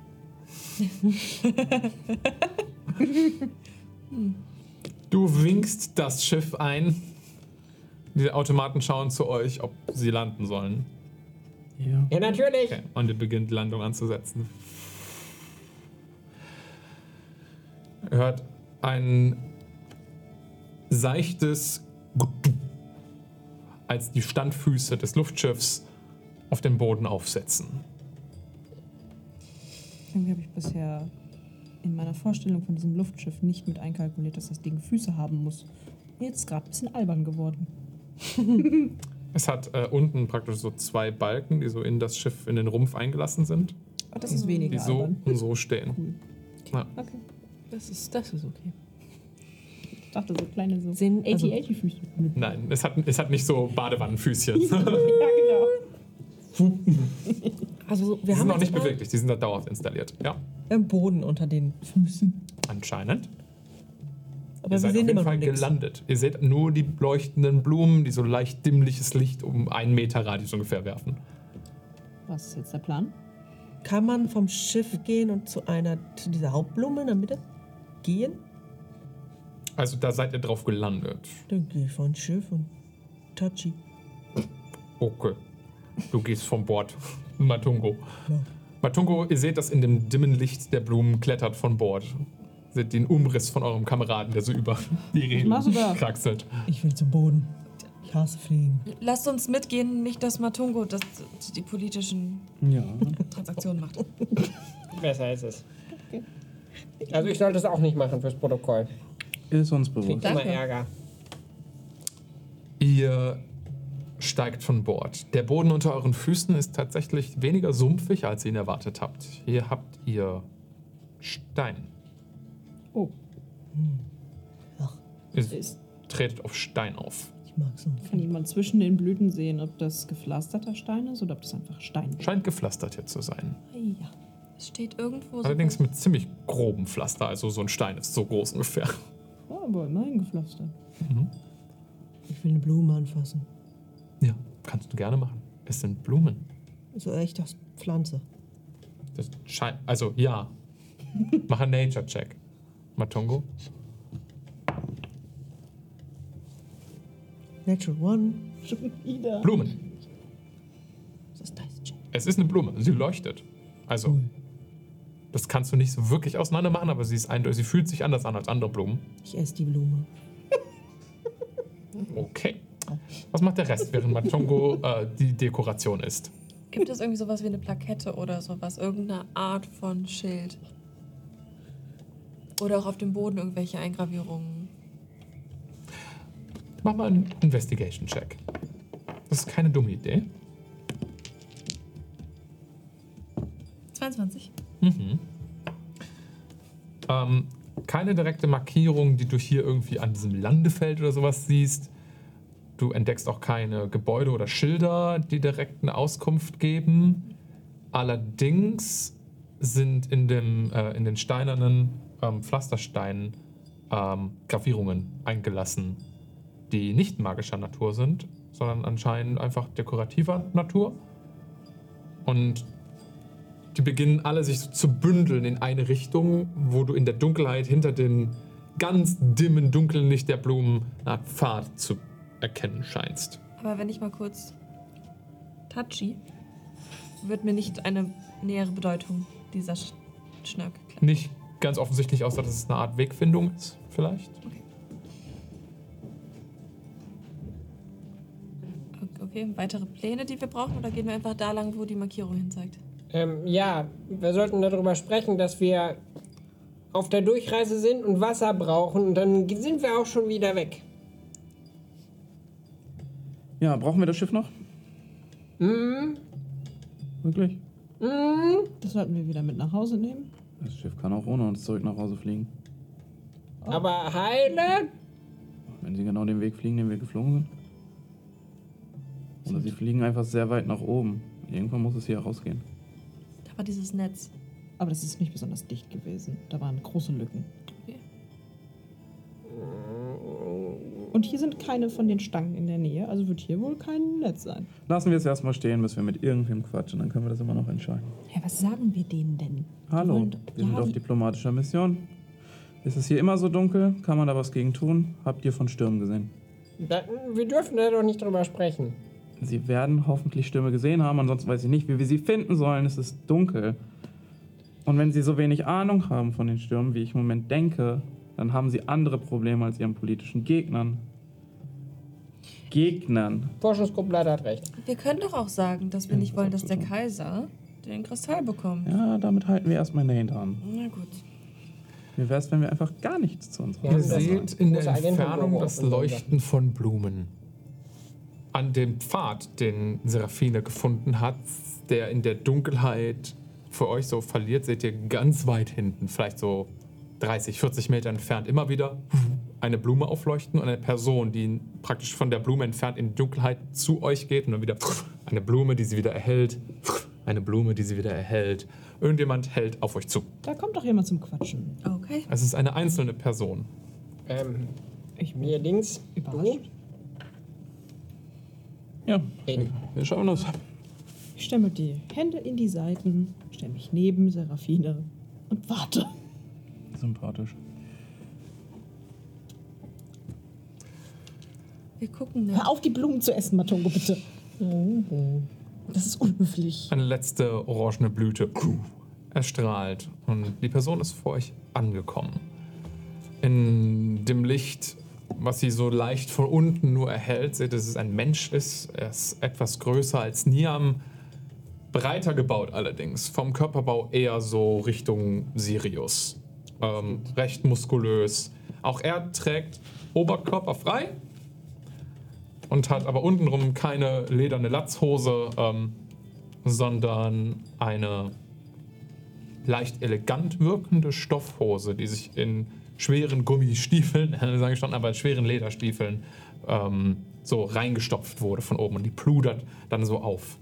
Du winkst das Schiff ein. Die Automaten schauen zu euch, ob sie landen sollen. Ja. Ja, natürlich. Okay. Und ihr beginnt Landung anzusetzen. Ihr hört ein seichtes als die Standfüße des Luftschiffs auf den Boden aufsetzen. Irgendwie habe ich bisher in meiner Vorstellung von diesem Luftschiff nicht mit einkalkuliert, dass das Ding Füße haben muss. Jetzt ist gerade ein bisschen albern geworden. Es hat unten praktisch so zwei Balken, die so in das Schiff, in den Rumpf eingelassen sind, Oh, das ist weniger die so albern. und so stehen. Ja. Okay. Das ist okay. Ich dachte so kleine so Sehen- also- 80-80-Füße. Nein, es hat nicht so Badewannenfüßchen. die Ja, genau. Also wir sind haben noch nicht jetzt mal beweglich, die sind da dauerhaft installiert. Ja, einen Boden unter den Füßen. anscheinend. Aber Ihr wir seid sehen auf jeden immer noch Fall nichts. gelandet. Ihr seht nur die leuchtenden Blumen, die so leicht dimmliches Licht um 1 Meter Radius ungefähr werfen. Was ist jetzt der Plan? Kann man vom Schiff gehen und zu dieser Hauptblume in der Mitte gehen? Also da seid ihr drauf gelandet. Dann gehe ich von Schiff und Tachi. Okay. Du gehst vom Bord. Matungo. Ja. Matungo, ihr seht, dass in dem dimmen Licht der Blumen klettert von Bord. Seht den Umriss von eurem Kameraden, der so über die Reden machst du da? kraxelt. Ich will zum Boden. Ich hasse Fliegen. Lasst uns mitgehen, nicht dass Matungo die politischen Ja. Transaktionen macht. Besser ist es. Also ich sollte es auch nicht machen fürs Protokoll. Ist uns bewusst. Kriegt immer Ärger. Ihr steigt von Bord. Der Boden unter euren Füßen ist tatsächlich weniger sumpfig, als ihr ihn erwartet habt. Hier habt ihr Stein. Oh. Ihr Ist, tretet auf Stein auf. ich Ich mag so. Kann jemand zwischen den Blüten sehen, ob das gepflasterter Stein ist oder ob das einfach Stein ist? Scheint gepflastert hier zu sein. Ja. Es steht irgendwo so. Allerdings mit ziemlich grobem Pflaster, also so ein Stein ist so groß ungefähr. Oh, aber immerhin gepflastert. Ich will eine Blume anfassen. Ja, kannst du gerne machen. Es sind Blumen. Also echt das Pflanze. Das scheint, also ja. Mach einen Nature-Check. Matongo. Natural One. Schon wieder. Blumen. Das ist Dice Check. Es ist eine Blume. Sie leuchtet. Also, das kannst du nicht so wirklich auseinander machen, aber sie ist eindeutig. Sie fühlt sich anders an als andere Blumen. Ich esse die Blume. Okay. Was macht der Rest, während Matongo die Dekoration ist? Gibt es irgendwie sowas wie eine Plakette oder sowas? Irgendeine Art von Schild? Oder auch auf dem Boden irgendwelche Eingravierungen? Mach mal einen Investigation-Check. Das ist keine dumme Idee. 22. Keine direkte Markierung, die du hier irgendwie an diesem Landefeld oder sowas siehst. Du entdeckst auch keine Gebäude oder Schilder, die direkt eine Auskunft geben. Allerdings sind in den steinernen Pflastersteinen Gravierungen eingelassen, die nicht magischer Natur sind, sondern anscheinend einfach dekorativer Natur. Und die beginnen alle sich so zu bündeln in eine Richtung, wo du in der Dunkelheit hinter den ganz dimmen, dunklen Licht der Blumen eine Art Pfad zu erkennen scheinst. Aber wenn ich mal kurz touchy, wird mir nicht eine nähere Bedeutung dieser Schnörkel klar. Nicht ganz offensichtlich, außer dass es eine Art Wegfindung ist, vielleicht. Okay, weitere Pläne, die wir brauchen, oder gehen wir einfach da lang, wo die Markierung hin zeigt? Ja, wir sollten darüber sprechen, dass wir auf der Durchreise sind und Wasser brauchen und dann sind wir auch schon wieder weg. Ja, brauchen wir das Schiff noch? Wirklich? Das sollten wir wieder mit nach Hause nehmen. Das Schiff kann auch ohne uns zurück nach Hause fliegen. Aber heile? Wenn sie genau den Weg fliegen, den wir geflogen sind. Oder sie fliegen einfach sehr weit nach oben. Irgendwann muss es hier rausgehen. Da war dieses Netz. Aber das ist nicht besonders dicht gewesen. Da waren große Lücken. Okay. Und hier sind keine von den Stangen in der Nähe, also wird hier wohl kein Netz sein. Lassen wir es erstmal stehen, bis wir mit irgendwem quatschen. Dann können wir das immer noch entscheiden. Ja, was sagen wir denen denn? Hallo, wir sind auf diplomatischer Mission. Ist es hier immer so dunkel? Kann man da was gegen tun? Habt ihr von Stürmen gesehen? Wir dürfen da doch nicht drüber sprechen. Sie werden hoffentlich Stürme gesehen haben, ansonsten weiß ich nicht, wie wir sie finden sollen. Es ist dunkel. Und wenn sie so wenig Ahnung haben von den Stürmen, wie ich im Moment denke, dann haben sie andere Probleme als ihren politischen Gegnern. Forschungsgruppenleiter hat recht. Wir können doch auch sagen, dass wir nicht wollen, dass der Kaiser den Kristall bekommt. Ja, damit halten wir erstmal in der Hinterhand. Na gut. Wie wäre es, wenn wir einfach gar nichts zu uns Ja, Ihr das seht in der große Agentenlogo Entfernung auf das unseren Leuchten von Blumen. An dem Pfad, den Seraphine gefunden hat, der in der Dunkelheit für euch so verliert, seht ihr ganz weit hinten, vielleicht so 30, 40 Meter entfernt, immer wieder eine Blume aufleuchten und eine Person, die praktisch von der Blume entfernt in die Dunkelheit zu euch geht und dann wieder eine Blume, die sie wieder erhellt, eine Blume, die sie wieder erhellt. Irgendjemand hält auf euch zu. Da kommt doch jemand zum Quatschen. Okay. Es ist eine einzelne Person. Ich bin Mir Dings. überrascht. Ja, Reden. wir schauen das. Ich stemme die Hände in die Seiten, stelle mich neben Seraphine und warte. Sympathisch. Wir gucken Hör nach. auf, die Blumen zu essen, Matongo, bitte. Das ist unhöflich. Eine letzte orangene Blüte erstrahlt und die Person ist vor euch angekommen. In dem Licht, was sie so leicht von unten nur erhält, seht ihr, dass es ein Mensch ist. Er ist etwas größer als Niam, breiter gebaut allerdings. Vom Körperbau eher so Richtung Sirius. Recht muskulös. Auch er trägt Oberkörper frei und hat aber untenrum keine lederne Latzhose, sondern eine leicht elegant wirkende Stoffhose, die sich in schweren Gummistiefeln, sage ich schon, aber in schweren Lederstiefeln so reingestopft wurde von oben und die pludert dann so auf.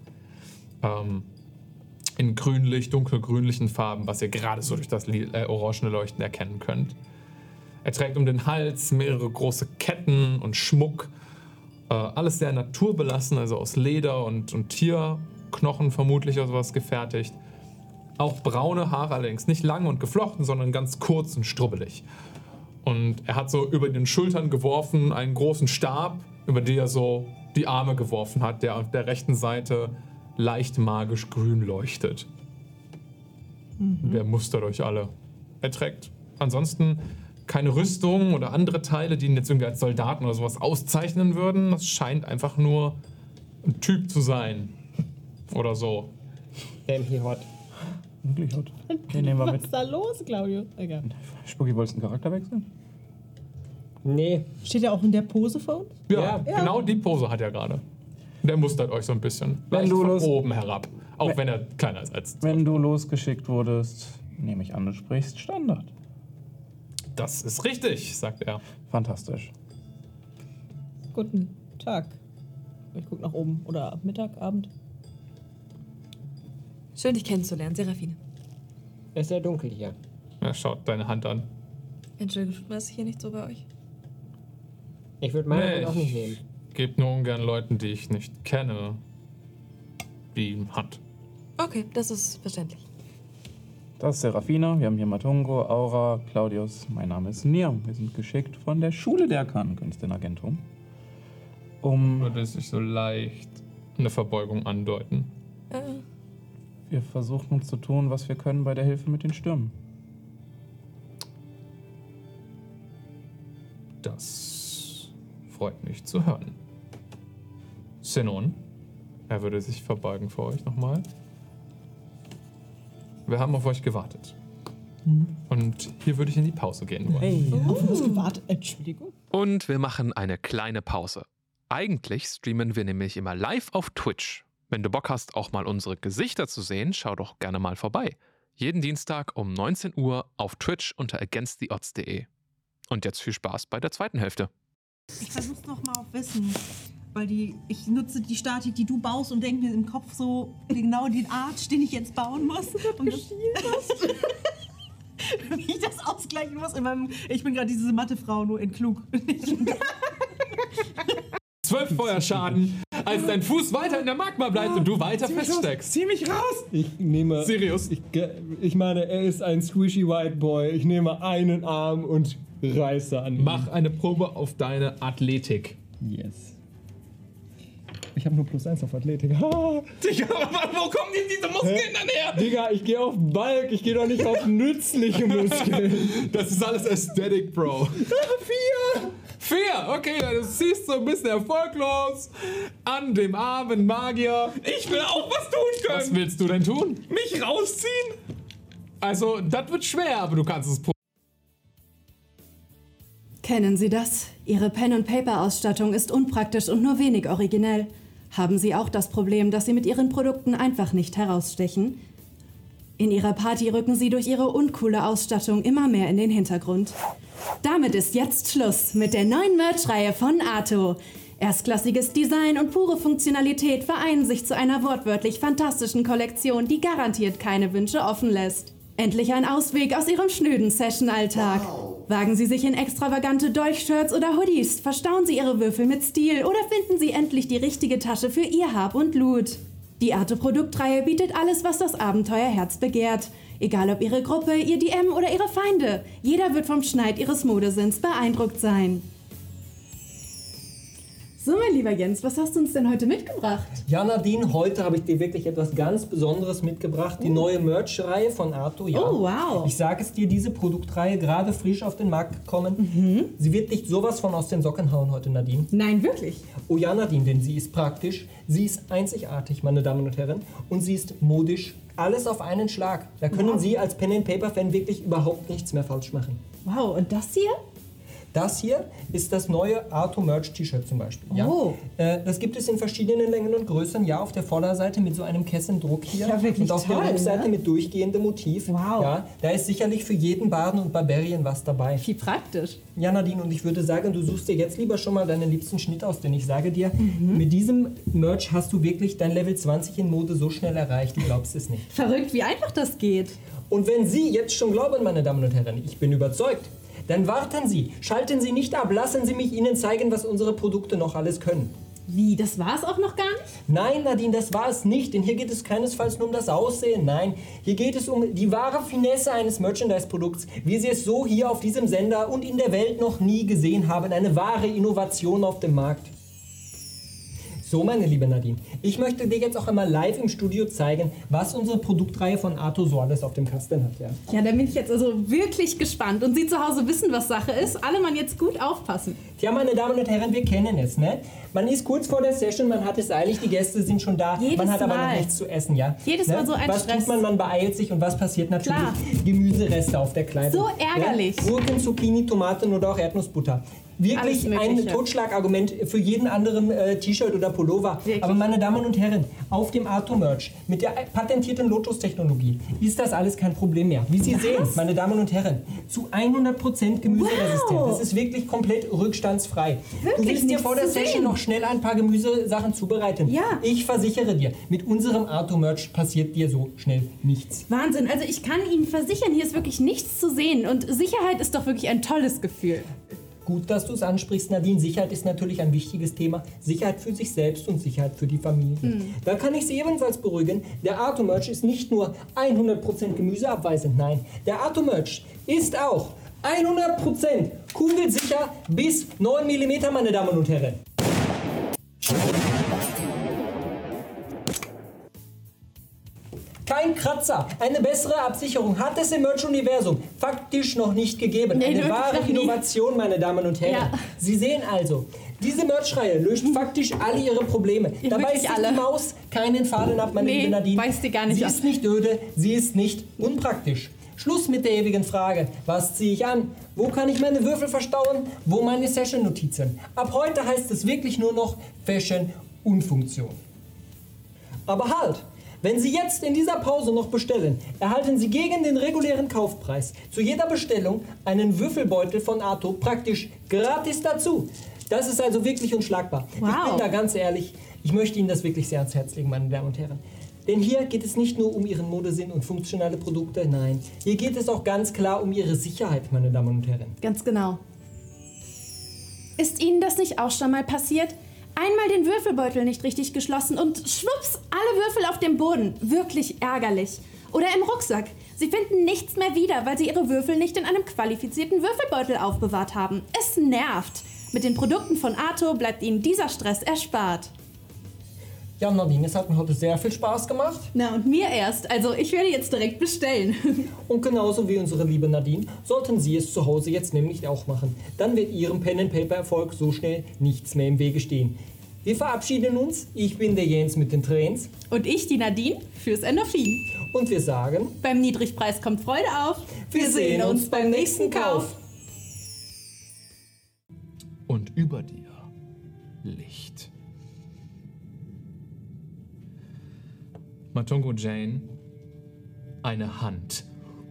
In grünlich, dunkelgrünlichen Farben, was ihr gerade so durch das orangene Leuchten erkennen könnt. Er trägt um den Hals mehrere große Ketten und Schmuck. Alles sehr naturbelassen, also aus Leder und Tierknochen vermutlich oder sowas gefertigt. Auch braune Haare, allerdings nicht lang und geflochten, sondern ganz kurz und strubbelig. Und er hat so über den Schultern geworfen einen großen Stab, über den er so die Arme geworfen hat, der auf der rechten Seite leicht magisch grün leuchtet. Der mustert euch alle. Er trägt ansonsten keine Rüstung oder andere Teile, die ihn jetzt irgendwie als Soldaten oder sowas auszeichnen würden. Das scheint einfach nur ein Typ zu sein. Oder so. Damn, he hot. Wirklich hot. Den nehmen wir Was mit. ist da los, Claudio? Egal. Spooky, wolltest du einen Charakter wechseln? Nee. Steht er auch in der Pose vor uns? Ja, Ja. genau die Pose hat er gerade. Der mustert euch so ein bisschen. Wenn Leicht du von los- oben herab. Auch wenn er kleiner ist als... Wenn du losgeschickt wurdest, nehme ich an, du sprichst Standard. Das ist richtig, sagt er. Fantastisch. Guten Tag. Ich guck nach oben. Oder Mittag, Abend. Schön, dich kennenzulernen, Seraphine. Es ist sehr dunkel hier. Er schaut deine Hand an. Entschuldigung, tut man das hier nicht so bei euch? Ich würde meine Nee, Hand auch nicht nehmen. Gebe nur ungern Leuten, die ich nicht kenne, die Hand. Okay, das ist verständlich. Das ist Serafina, wir haben hier Matungo, Aura, Claudius. Mein Name ist Niam. Wir sind geschickt von der Schule der Arkanenkünste in Argentum. Würde sich so leicht eine Verbeugung andeuten. Wir versuchen uns zu tun, was wir können bei der Hilfe mit den Stürmen. Das freut mich zu hören. Sinon, er würde sich verbeugen vor euch nochmal. Wir haben auf euch gewartet. Und hier würde ich in die Pause gehen wollen. Auf uns gewartet. Entschuldigung. Und wir machen eine kleine Pause. Eigentlich streamen wir nämlich immer live auf Twitch. Wenn du Bock hast, auch mal unsere Gesichter zu sehen, schau doch gerne mal vorbei. Jeden Dienstag um 19 Uhr auf Twitch unter againsttheodds.de. Und jetzt viel Spaß bei der zweiten Hälfte. Ich versuch's noch mal auf Wissen. Weil ich nutze die Statik, die du baust und denke mir im Kopf so genau den Arch, den ich jetzt bauen muss. Und wie ich das ausgleichen muss. Ich bin gerade diese Mathefrau, nur in klug. 12 Feuerschaden, als dein Fuß weiter in der Magma bleibt und du weiter feststeckst. Zieh mich raus! Ich nehme... Sirius. Ich meine, er ist ein squishy White Boy. Ich nehme einen Arm und reiße an ihn. Mach eine Probe auf deine Athletik. Yes. Ich habe nur +1 auf Athletik. Ha! Digga, wo kommen denn diese Muskeln dann her? Digga, ich gehe auf Bulk, ich gehe doch nicht auf nützliche Muskeln. Das ist alles Aesthetic, Bro. 4! Okay, du siehst so ein bisschen erfolglos an dem armen Magier. Ich will auch was tun können. Was willst du denn tun? Mich rausziehen? Also, das wird schwer, aber du kannst es probieren. Kennen Sie das? Ihre Pen-and-Paper-Ausstattung ist unpraktisch und nur wenig originell. Haben Sie auch das Problem, dass Sie mit Ihren Produkten einfach nicht herausstechen? In Ihrer Party rücken Sie durch Ihre uncoole Ausstattung immer mehr in den Hintergrund. Damit ist jetzt Schluss mit der neuen Merch-Reihe von Arto. Erstklassiges Design und pure Funktionalität vereinen sich zu einer wortwörtlich fantastischen Kollektion, die garantiert keine Wünsche offen lässt. Endlich ein Ausweg aus Ihrem schnöden Session-Alltag. Wagen Sie sich in extravagante Dolchshirts oder Hoodies, verstauen Sie Ihre Würfel mit Stil oder finden Sie endlich die richtige Tasche für Ihr Hab und Loot. Die Arto-Produktreihe bietet alles, was das Abenteuerherz begehrt. Egal ob Ihre Gruppe, Ihr DM oder Ihre Feinde. Jeder wird vom Schneid Ihres Modesinns beeindruckt sein. So, mein lieber Jens, was hast du uns denn heute mitgebracht? Ja, Nadine, heute habe ich dir wirklich etwas ganz Besonderes mitgebracht. Die neue Merch-Reihe von Arto. Ja. Oh, wow. Ich sage es dir, diese Produktreihe gerade frisch auf den Markt gekommen. Sie wird dich sowas von aus den Socken hauen heute, Nadine. Nein, wirklich? Oh ja, Nadine, denn sie ist praktisch, sie ist einzigartig, meine Damen und Herren, und sie ist modisch. Alles auf einen Schlag. Da können Sie als Pen-and-Paper-Fan wirklich überhaupt nichts mehr falsch machen. Wow, und das hier? Das hier ist das neue Arto Merch T-Shirt zum Beispiel. Ja? Oh. Das gibt es in verschiedenen Längen und Größen. Ja, auf der Vorderseite mit so einem Kessendruck hier. Ja, wirklich und auf toll, der Rückseite ne? mit durchgehendem Motiv. Wow. Ja, da ist sicherlich für jeden Barden und Barbarian was dabei. Wie praktisch. Ja, Nadine, und ich würde sagen, du suchst dir jetzt lieber schon mal deinen liebsten Schnitt aus, denn ich sage dir, mit diesem Merch hast du wirklich dein Level 20 in Mode so schnell erreicht, du glaubst es nicht. Verrückt, wie einfach das geht. Und wenn Sie jetzt schon glauben, meine Damen und Herren, ich bin überzeugt, dann warten Sie, schalten Sie nicht ab, lassen Sie mich Ihnen zeigen, was unsere Produkte noch alles können. Wie, das war's auch noch gar nicht? Nein, Nadine, das war es nicht, denn hier geht es keinesfalls nur um das Aussehen, nein, hier geht es um die wahre Finesse eines Merchandise-Produkts, wie Sie es so hier auf diesem Sender und in der Welt noch nie gesehen haben, eine wahre Innovation auf dem Markt. So, meine liebe Nadine, ich möchte dir jetzt auch einmal live im Studio zeigen, was unsere Produktreihe von Arto so alles auf dem Kasten hat. Ja, Ja, da bin ich jetzt also wirklich gespannt. Und Sie zu Hause wissen, was Sache ist. Alle Mann jetzt gut aufpassen. Tja, meine Damen und Herren, wir kennen es, ne? Man ist kurz vor der Session, man hat es eilig, die Gäste sind schon da, Jedes man hat aber noch Mal. nichts zu essen, ja? Jedes Mal so ein Was Stress. tut man? Man beeilt sich und was passiert natürlich? Klar. Gemüsereste auf der Kleidung. So ärgerlich. Ja? Gurken, Zucchini, Tomaten oder auch Erdnussbutter. Wirklich Alles ein Mögliche. Totschlagargument für jeden anderen T-Shirt oder Pullover. Wirklich. Aber meine Damen und Herren, auf dem Arto-Merch mit der patentierten Lotus-Technologie ist das alles kein Problem mehr. Wie Sie sehen, meine Damen und Herren, zu 100% gemüseresistent. Wow. Das ist wirklich komplett rückstandsfrei. Du Wirklich willst dir nichts vor der zu Session sehen. noch schnell ein paar Gemüsesachen zubereiten. Ja. Ich versichere dir, mit unserem Arto-Merch passiert dir so schnell nichts. Wahnsinn. Also ich kann Ihnen versichern, hier ist wirklich nichts zu sehen. Und Sicherheit ist doch wirklich ein tolles Gefühl. Gut, dass du es ansprichst, Nadine. Sicherheit ist natürlich ein wichtiges Thema. Sicherheit für sich selbst und Sicherheit für die Familie. Da kann ich Sie ebenfalls beruhigen. Der Arto-Merch ist nicht nur 100% gemüseabweisend, nein. Der Arto-Merch ist auch 100% kugelsicher bis 9 mm, meine Damen und Herren. Kein Kratzer, eine bessere Absicherung hat es im Merch-Universum faktisch noch nicht gegeben. Nee, Eine wirklich wahre noch nie. Innovation, meine Damen und Herren. Ja. Sie sehen also, diese Merch-Reihe löst faktisch alle Ihre Probleme. Ja, Da wirklich beißt sich alle. die Maus keinen Faden ab, meine Nee, liebe Nadine. beißt die gar nicht Sie ab. ist nicht öde, sie ist nicht unpraktisch. Schluss mit der ewigen Frage, was ziehe ich an? Wo kann ich meine Würfel verstauen? Wo meine Session-Notizen? Ab heute heißt es wirklich nur noch Fashion und Funktion. Aber halt! Wenn Sie jetzt in dieser Pause noch bestellen, erhalten Sie gegen den regulären Kaufpreis zu jeder Bestellung einen Würfelbeutel von Arto praktisch gratis dazu. Das ist also wirklich unschlagbar. Wow. Ich bin da ganz ehrlich, ich möchte Ihnen das wirklich sehr ans Herz legen, meine Damen und Herren. Denn hier geht es nicht nur um Ihren Modesinn und funktionale Produkte, nein. Hier geht es auch ganz klar um Ihre Sicherheit, meine Damen und Herren. Ganz genau. Ist Ihnen das nicht auch schon mal passiert? Einmal den Würfelbeutel nicht richtig geschlossen und schwupps, alle Würfel auf dem Boden. Wirklich ärgerlich. Oder im Rucksack. Sie finden nichts mehr wieder, weil Sie Ihre Würfel nicht in einem qualifizierten Würfelbeutel aufbewahrt haben. Es nervt. Mit den Produkten von Arto bleibt Ihnen dieser Stress erspart. Ja, Nadine, es hat mir heute sehr viel Spaß gemacht. Na und mir erst. Also ich werde jetzt direkt bestellen. Und genauso wie unsere liebe Nadine, sollten Sie es zu Hause jetzt nämlich auch machen. Dann wird Ihrem Pen-and-Paper-Erfolg so schnell nichts mehr im Wege stehen. Wir verabschieden uns. Ich bin der Jens mit den Trains. Und ich, die Nadine, fürs Endorphin. Und wir sagen, Beim Niedrigpreis kommt Freude auf. wir sehen uns beim nächsten Kauf. Und über dir Licht. Matungo Jane, eine Hand,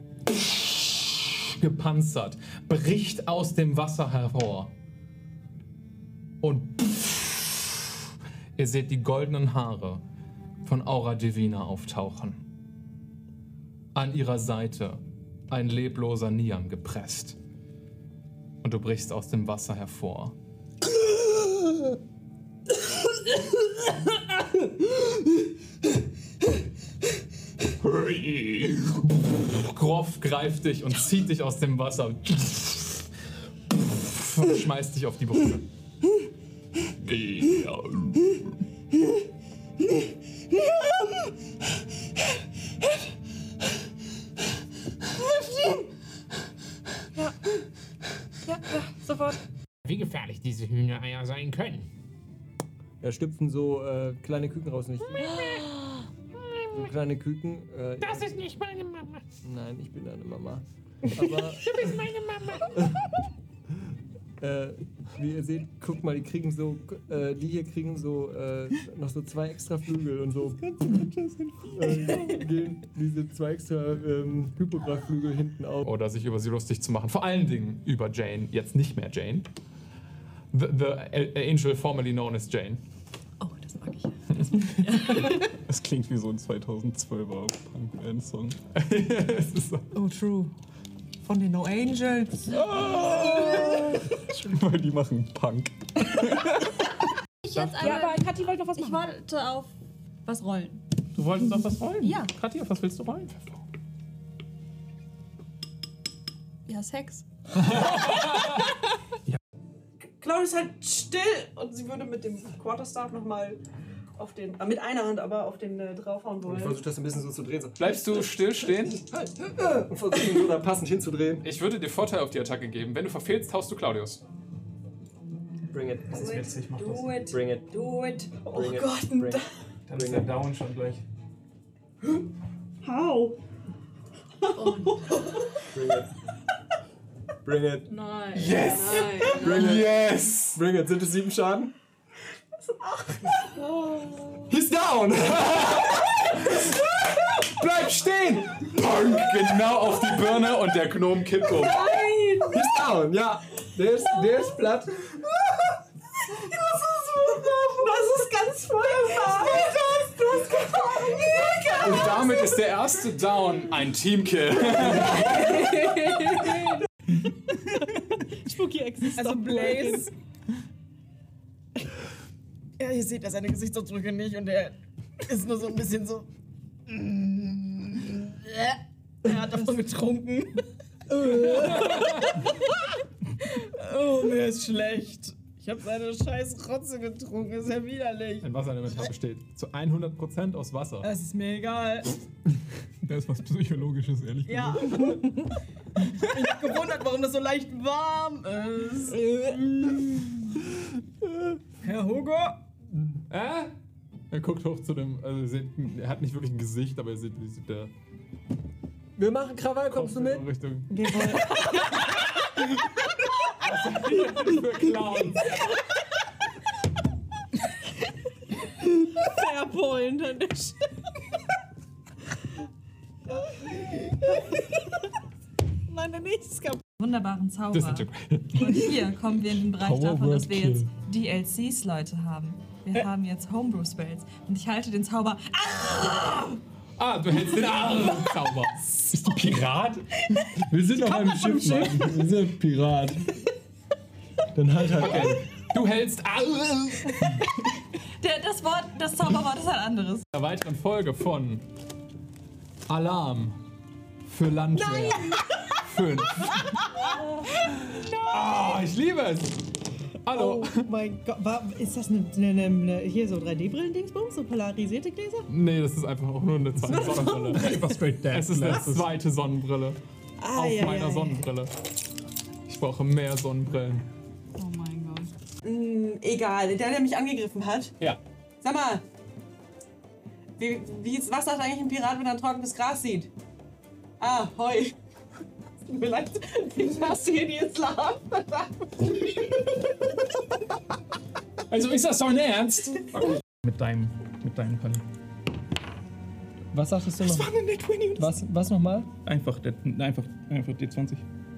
gepanzert, bricht aus dem Wasser hervor. Und ihr seht die goldenen Haare von Aura Divina auftauchen. An ihrer Seite ein lebloser Niam gepresst. Und du brichst aus dem Wasser hervor. Groff greift dich und zieht dich aus dem Wasser und schmeißt dich auf die Brücke. Ja, sofort. Wie gefährlich diese Hühnereier sein können. Da schlüpfen so kleine Küken raus, nicht? So kleine Küken. Das ist nicht meine Mama. Nein, ich bin deine Mama. Aber Du bist meine Mama. wie ihr seht, guckt mal, die kriegen so, die hier kriegen so noch so 2 extra Flügel und so. Gehen diese 2 extra Hypograph-Flügel hinten auf. Oder sich über sie lustig zu machen. Vor allen Dingen über Jane, jetzt nicht mehr Jane. The Angel formerly known as Jane. Oh, das mag ich. Das klingt wie so ein 2012er Punk-Band-Song. So. Oh, true. Von den No Angels. Weil die machen Punk. Ich jetzt Ja, aber Kathi wollte noch was ich machen. wollte auf was rollen. Du wolltest auf was rollen? Ja. Kathi, auf was willst du rollen? Ja, Sex. Claudia ist halt still und sie würde mit dem Quarterstaff nochmal auf den, mit einer Hand aber auf den draufhauen Ich wollen. versuche das ein bisschen so zu drehen. So. Bleibst du still stehen? Und versuche ihn so da passend hinzudrehen. Ich würde dir Vorteil auf die Attacke geben. Wenn du verfehlst, haust du Claudius. Bring it. Das ist witzig, mach das. Do it. Bring it. Do it. Oh Bring it. Gott, Bring it. Dann ist der Down schon gleich. how? Bring it. Bring it. Nein. Yes! Nein. Bring it. Yes! Bring it. Sind es 7 Schaden? He's down! Bleib stehen! Punk, genau auf die Birne und der Gnom kippt um. He's down, ja. Der ist platt. Das ist ganz furchtbar. Und damit ist der erste Down ein Teamkill. Spooky Exist. Also Blaze. Ja, ihr seht ja seine Gesichtsausdrücke nicht und er ist nur so ein bisschen so. Er hat davon getrunken. Oh, mir ist schlecht. Ich habe seine scheiß Rotze getrunken, ist ja widerlich. Ein Wasserelementar besteht zu 100% aus Wasser. Das ist mir egal. Das ist was Psychologisches, ehrlich Ja. Ich hab gewundert, warum das so leicht warm ist. Herr Hugo? Er guckt hoch zu dem, also ihr seht, er hat nicht wirklich ein Gesicht, aber ihr seht, wie sieht der Wir machen Krawall, kommst du mit? in Richtung Geh wohl. für Clowns. Fairpoint an der Stelle. Nein, der nächste ist kaputt. Wunderbaren Zauber. Disintegrate. Und hier kommen wir in den Bereich davon, dass wir jetzt DLCs-Leute haben. Wir haben jetzt Homebrew-Spells. Und ich halte den Zauber. Ah, du hältst den Zauber. Bist du Pirat? Wir sind auf einem Schiff, Mann. Wir sind Pirat. Dann halt gerne. Du hältst Das Zauberwort ist ein anderes. In einer weiteren Folge von Alarm für Landwehr 5. Ah, ich liebe es. Hallo. Oh mein Gott. Ist das hier so 3D-Brillen-Dingsbums? So polarisierte Gläser? Nee, das ist einfach auch nur eine zweite Sonnenbrille. Es ist eine zweite Sonnenbrille. Auf meiner Sonnenbrille. Ich brauche mehr Sonnenbrillen. Oh mein Gott. Egal, der mich angegriffen hat. Ja. Sag mal. Was sagt eigentlich ein Pirat, wenn er ein trockenes Gras sieht? Ah, Heu. Tut mir leid, ich lasse hier die Islam. Also ist das so ein Ernst? Mit deinem Pony. Was sagtest du noch? Das war eine Net 20. Was nochmal? Einfach D20.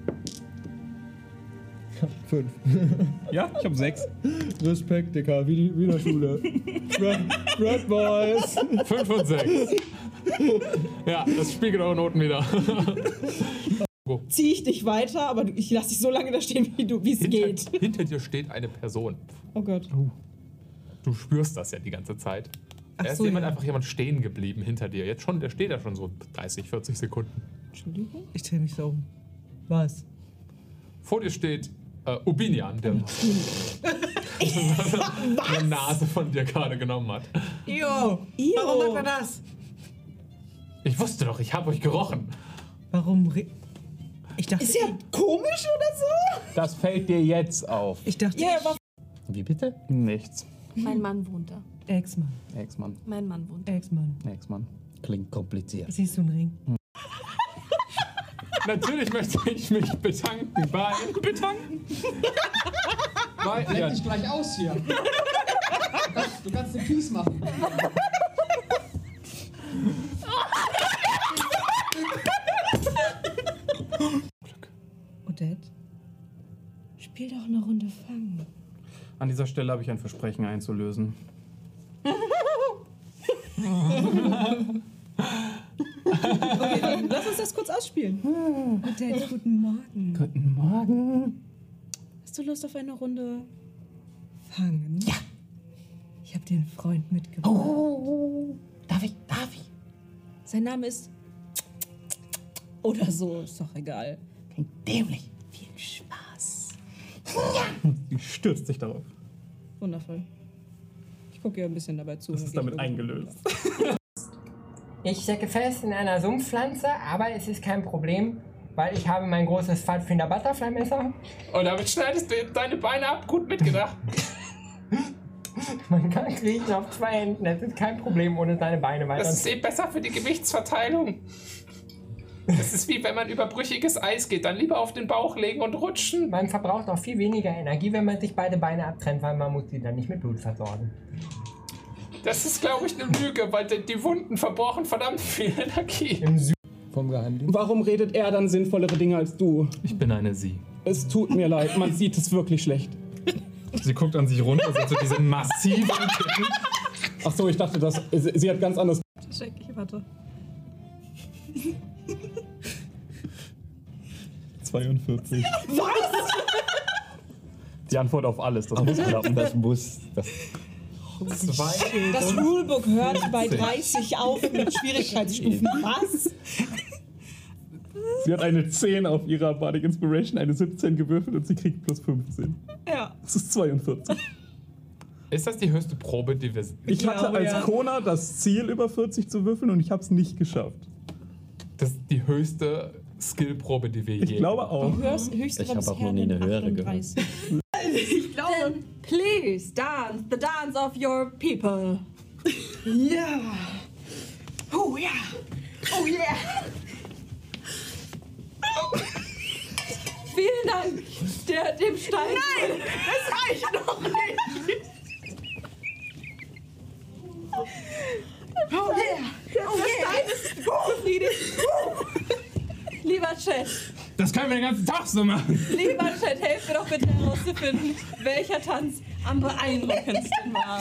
5. Ja, ich hab 6. Respekt, Dicker, wie in der Schule. Red Boys. 5 und 6. Ja, das spiegelt eure Noten wieder. Zieh ich dich weiter, aber ich lasse dich so lange da stehen, wie es geht. Hinter dir steht eine Person. Oh Gott. Du spürst das ja die ganze Zeit. Da ist einfach jemand stehen geblieben hinter dir. Jetzt schon, der steht da schon so 30, 40 Sekunden. Entschuldigung? Ich drehe mich so um. Was? Vor dir steht Ubinian, der eine Nase von dir gerade genommen hat. Warum macht er das? Ich wusste doch, ich habe euch gerochen. Warum? Ich dachte, Ist ja komisch oder so? Das fällt dir jetzt auf. ich dachte, Wie bitte? Nichts. Mein Mann wohnt da. Ex-Mann, Ex-Mann. Mein Mann wohnt da. Ex-Mann. Ex-Mann. Klingt kompliziert. Siehst du einen Ring? Natürlich möchte ich mich bedanken bei... Leg Ja, dich gleich aus hier. Du kannst den Peace machen. Odette, spiel doch eine Runde Fang. An dieser Stelle habe ich ein Versprechen einzulösen. Okay, dann lass uns das kurz ausspielen. Odette, guten Morgen. Guten Morgen. Hast du Lust auf eine Runde Fangen? Ja. Ich habe dir einen Freund mitgebracht. Oh, darf ich? Sein Name ist... Oder so, ist doch egal. Klingt dämlich. Viel Spaß. Sie stürzt sich darauf. Wundervoll. Ich gucke ihr ein bisschen dabei zu. Das ist damit eingelöst. Ich stecke fest in einer Sumpfpflanze, aber es ist kein Problem, weil ich habe mein großes Pfadfinder Butterfly-Messer. und damit schneidest du jetzt deine Beine ab. Gut mitgedacht. Man kann kriechen auf 2 Händen, das ist kein Problem ohne seine Beine weiter. Das ist eben besser für die Gewichtsverteilung. Das ist wie wenn man über brüchiges Eis geht. Dann lieber auf den Bauch legen und rutschen. Man verbraucht auch viel weniger Energie, wenn man sich beide Beine abtrennt, weil man muss sie dann nicht mit Blut versorgen. Das ist, glaube ich, eine Lüge, weil die Wunden verbrauchen verdammt viel Energie. Im Süden vom Geheimdienst. Warum redet er dann sinnvollere Dinge als du? Ich bin eine Sie. Es tut mir leid, man sieht es wirklich schlecht. Sie guckt an sich runter, sind so diese massiven Titten. Ach so, ich dachte, sie hat ganz anders. Check, ich warte. 42. Was? Die Antwort auf alles, das muss klappen. Das muss. Das Rulebook hört bei 30 auf mit Schwierigkeitsstufen. Was? Sie hat eine 10 auf ihrer Bardic Inspiration, eine 17 gewürfelt und sie kriegt plus 15. Ja. Das ist 42. Ist das die höchste Probe, die wir... Ich hatte als Kona das Ziel, über 40 zu würfeln und ich habe es nicht geschafft. Das ist die höchste Skillprobe, die wir je... Ich glaube auch. Du hörst höchstens Ich habe auch noch nie eine höhere gehört. Ich glaube. Please dance the dance of your people. Ja. Oh ja. Oh yeah. Vielen Dank, dem Stein. Nein, das reicht noch nicht. Oh yeah. Oh yeah. Stein ist befriedigt. Lieber Chat, Das können wir den ganzen Tag so machen. lieber Chat, helft mir doch bitte herauszufinden, welcher Tanz am beeindruckendsten war.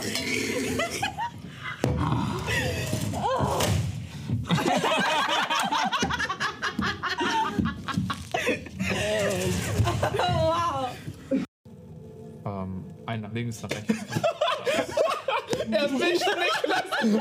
Oh, wow. Ein nach links, nach rechts. Er will nicht lassen.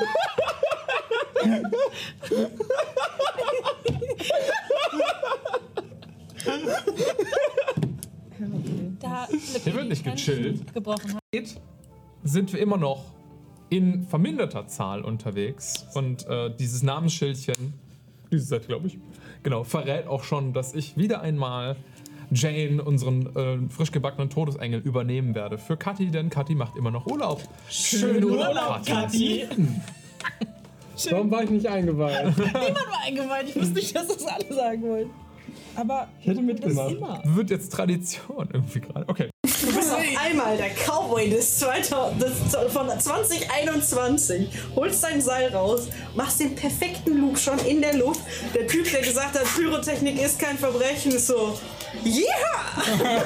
Da Hier wird nicht gechillt. gebrochen hat. Sind wir immer noch in verminderter Zahl unterwegs. Und dieses Namensschildchen, diese Seite, glaube ich, genau, verrät auch schon, dass ich wieder einmal Jane, unseren frisch gebackenen Todesengel, übernehmen werde für Kathi, denn Kathi macht immer noch Urlaub. Schönen Urlaub, Kathi. Warum war ich nicht eingeweiht? Niemand war eingeweiht. Ich wusste nicht, dass das alle sagen wollen. Aber Ich hätte mitgemacht. immer. Wird jetzt Tradition irgendwie gerade. Okay. Du bist auf einmal der Cowboy von 2021. Holst dein Seil raus, machst den perfekten Loop schon in der Luft. Der Typ, der gesagt hat, Pyrotechnik ist kein Verbrechen, ist so, yeah!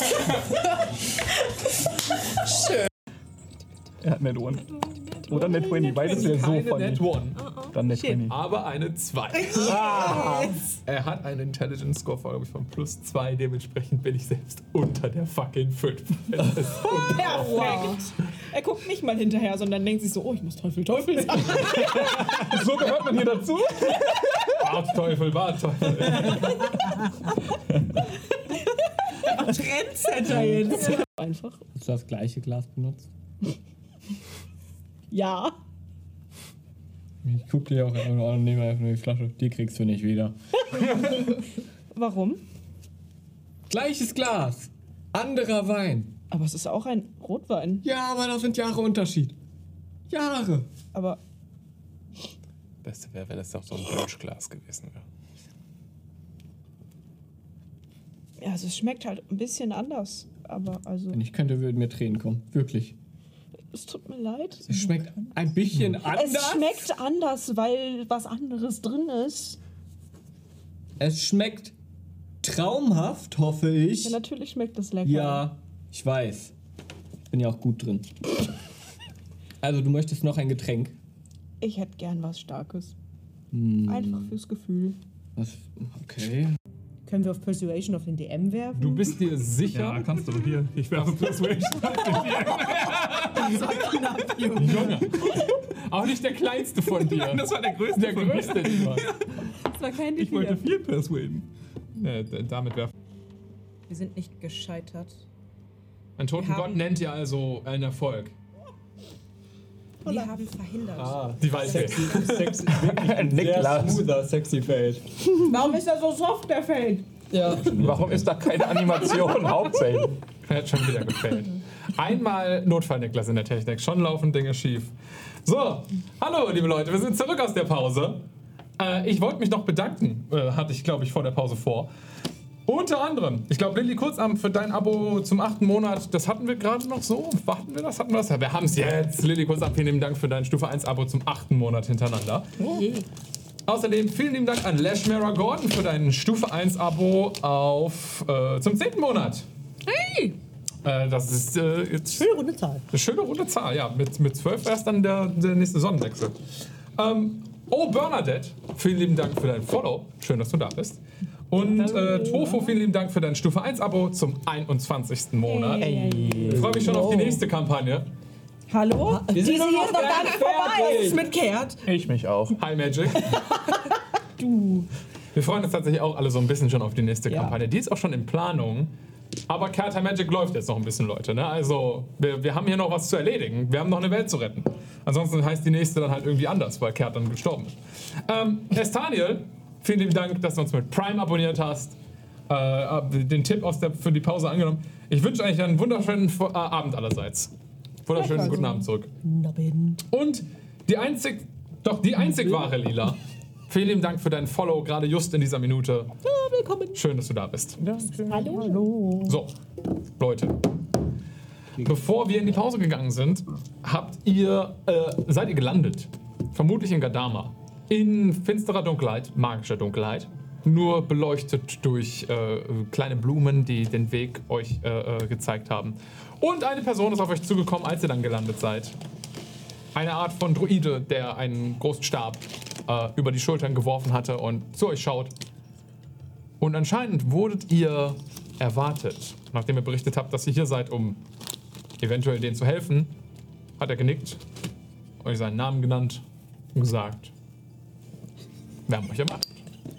Schön. Er hat Net One. Oder Net 20, beides wäre so Keine funny. Net One, Dann Net 20. aber eine 2. Er hat einen Intelligence Score, glaube ich, von +2. Dementsprechend bin ich selbst unter der fucking 5. Das ist Perfekt. Er guckt nicht mal hinterher, sondern denkt sich so, oh, ich muss Teufel sagen. So gehört man hier dazu? Bartteufel, Bartteufel. Trendsetter jetzt. Einfach. Hast du das gleiche Glas benutzt? Ja. Ich guck dir auch an, nehme einfach nur die Flasche. Die kriegst du nicht wieder. Warum? Gleiches Glas. Anderer Wein. Aber es ist auch ein Rotwein. Ja, aber das sind Jahre Unterschied. Jahre. Aber Beste wäre, wenn es doch so ein Birchglas gewesen wäre. Ja, also es schmeckt halt ein bisschen anders. Aber also, Wenn ich könnte, würden mir Tränen kommen. Wirklich. es tut mir leid. Es schmeckt ein bisschen anders. Es schmeckt anders, weil was anderes drin ist. Es schmeckt traumhaft, hoffe ich. Ja, natürlich schmeckt es lecker. Ja, ich weiß. Ich bin ja auch gut drin. Also, du möchtest noch ein Getränk? Ich hätte gern was Starkes. Einfach fürs Gefühl. Was? Okay. Können wir auf Persuasion auf den DM werfen? Du bist dir sicher? Ja, kannst du hier. Ich werfe Persuasion. Junge. Auch nicht der kleinste von dir. Das war der größte. Der größte. Das war kein Ich wollte 4 persuaden. Damit werfen. Wir sind nicht gescheitert. Ein toten Wir Gott haben- nennt ihr also einen Erfolg. Wir haben verhindert. Die Weiße. Sexy, wirklich sehr smoother, sexy Fade. Warum ist er so soft, der Feld? Ja. Warum ist da keine Animation hauptsächlich? Er hat schon wieder gefällt. Einmal Notfall-Niklas in der Technik. Schon laufen Dinge schief. So, hallo liebe Leute, wir sind zurück aus der Pause. Ich wollte mich noch bedanken, hatte ich glaube ich vor der Pause vor. Unter anderem, ich glaube Lilly Kurzarm für dein Abo zum 8. Monat, das hatten wir gerade noch so. Warten wir das? Hatten wir das? Ja, wir haben es jetzt. Lilly Kurzarm, vielen lieben Dank für dein Stufe 1 Abo zum 8. Monat hintereinander. Außerdem vielen lieben Dank an Lashmara Gordon für dein Stufe 1 Abo zum 10. Monat. Hey! Das ist jetzt Schöne runde Zahl. eine schöne runde Zahl, ja. Mit 12 wäre es dann der nächste Sonnenwechsel. Bernadette, vielen lieben Dank für dein Follow. Schön, dass du da bist. Und Tofu, vielen lieben Dank für dein Stufe 1 Abo zum 21. Monat. Ich freue mich schon auf die nächste Kampagne. Hallo? Wir sind Diese noch hier ist noch gar nicht vorbei. Was ist mit Kehrt? Ich mich auch. Hi Magic. Wir freuen uns tatsächlich auch alle so ein bisschen schon auf die nächste Ja. Kampagne. Die ist auch schon in Planung. Aber Carter Magic läuft jetzt noch ein bisschen, Leute. Ne? Also, wir haben hier noch was zu erledigen. Wir haben noch eine Welt zu retten. Ansonsten heißt die nächste dann halt irgendwie anders, weil Kert dann gestorben ist. Estaniel, vielen lieben Dank, dass du uns mit Prime abonniert hast. Den Tipp für die Pause angenommen. Ich wünsche euch einen wunderschönen Abend allerseits. Wunderschönen guten Abend zurück. Und die einzig wahre Lila. Vielen lieben Dank für deinen Follow, gerade just in dieser Minute. Ja, willkommen. Schön, dass du da bist. Hallo. So, Leute. Bevor wir in die Pause gegangen sind, seid ihr gelandet. Vermutlich in Gadama. In finsterer Dunkelheit, magischer Dunkelheit. Nur beleuchtet durch kleine Blumen, die den Weg euch gezeigt haben. Und eine Person ist auf euch zugekommen, als ihr dann gelandet seid. Eine Art von Druide, der einen großen Stab über die Schultern geworfen hatte und zu euch schaut. Und anscheinend wurdet ihr erwartet. Nachdem ihr berichtet habt, dass ihr hier seid, um eventuell denen zu helfen, hat er genickt, euch seinen Namen genannt und gesagt, wir haben euch erwartet.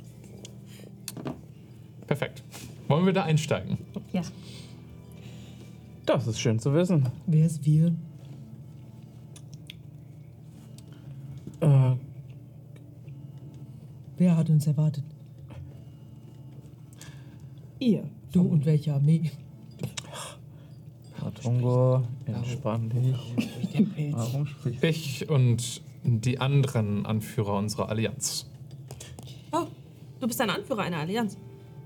Perfekt. Wollen wir da einsteigen? Ja. Das ist schön zu wissen. Wer ist wir? Wer hat uns erwartet? Ihr. Du und welche Armee? Matungo, entspann dich. Warum sprichst du? Ich und die anderen Anführer unserer Allianz. Oh, du bist ein Anführer einer Allianz.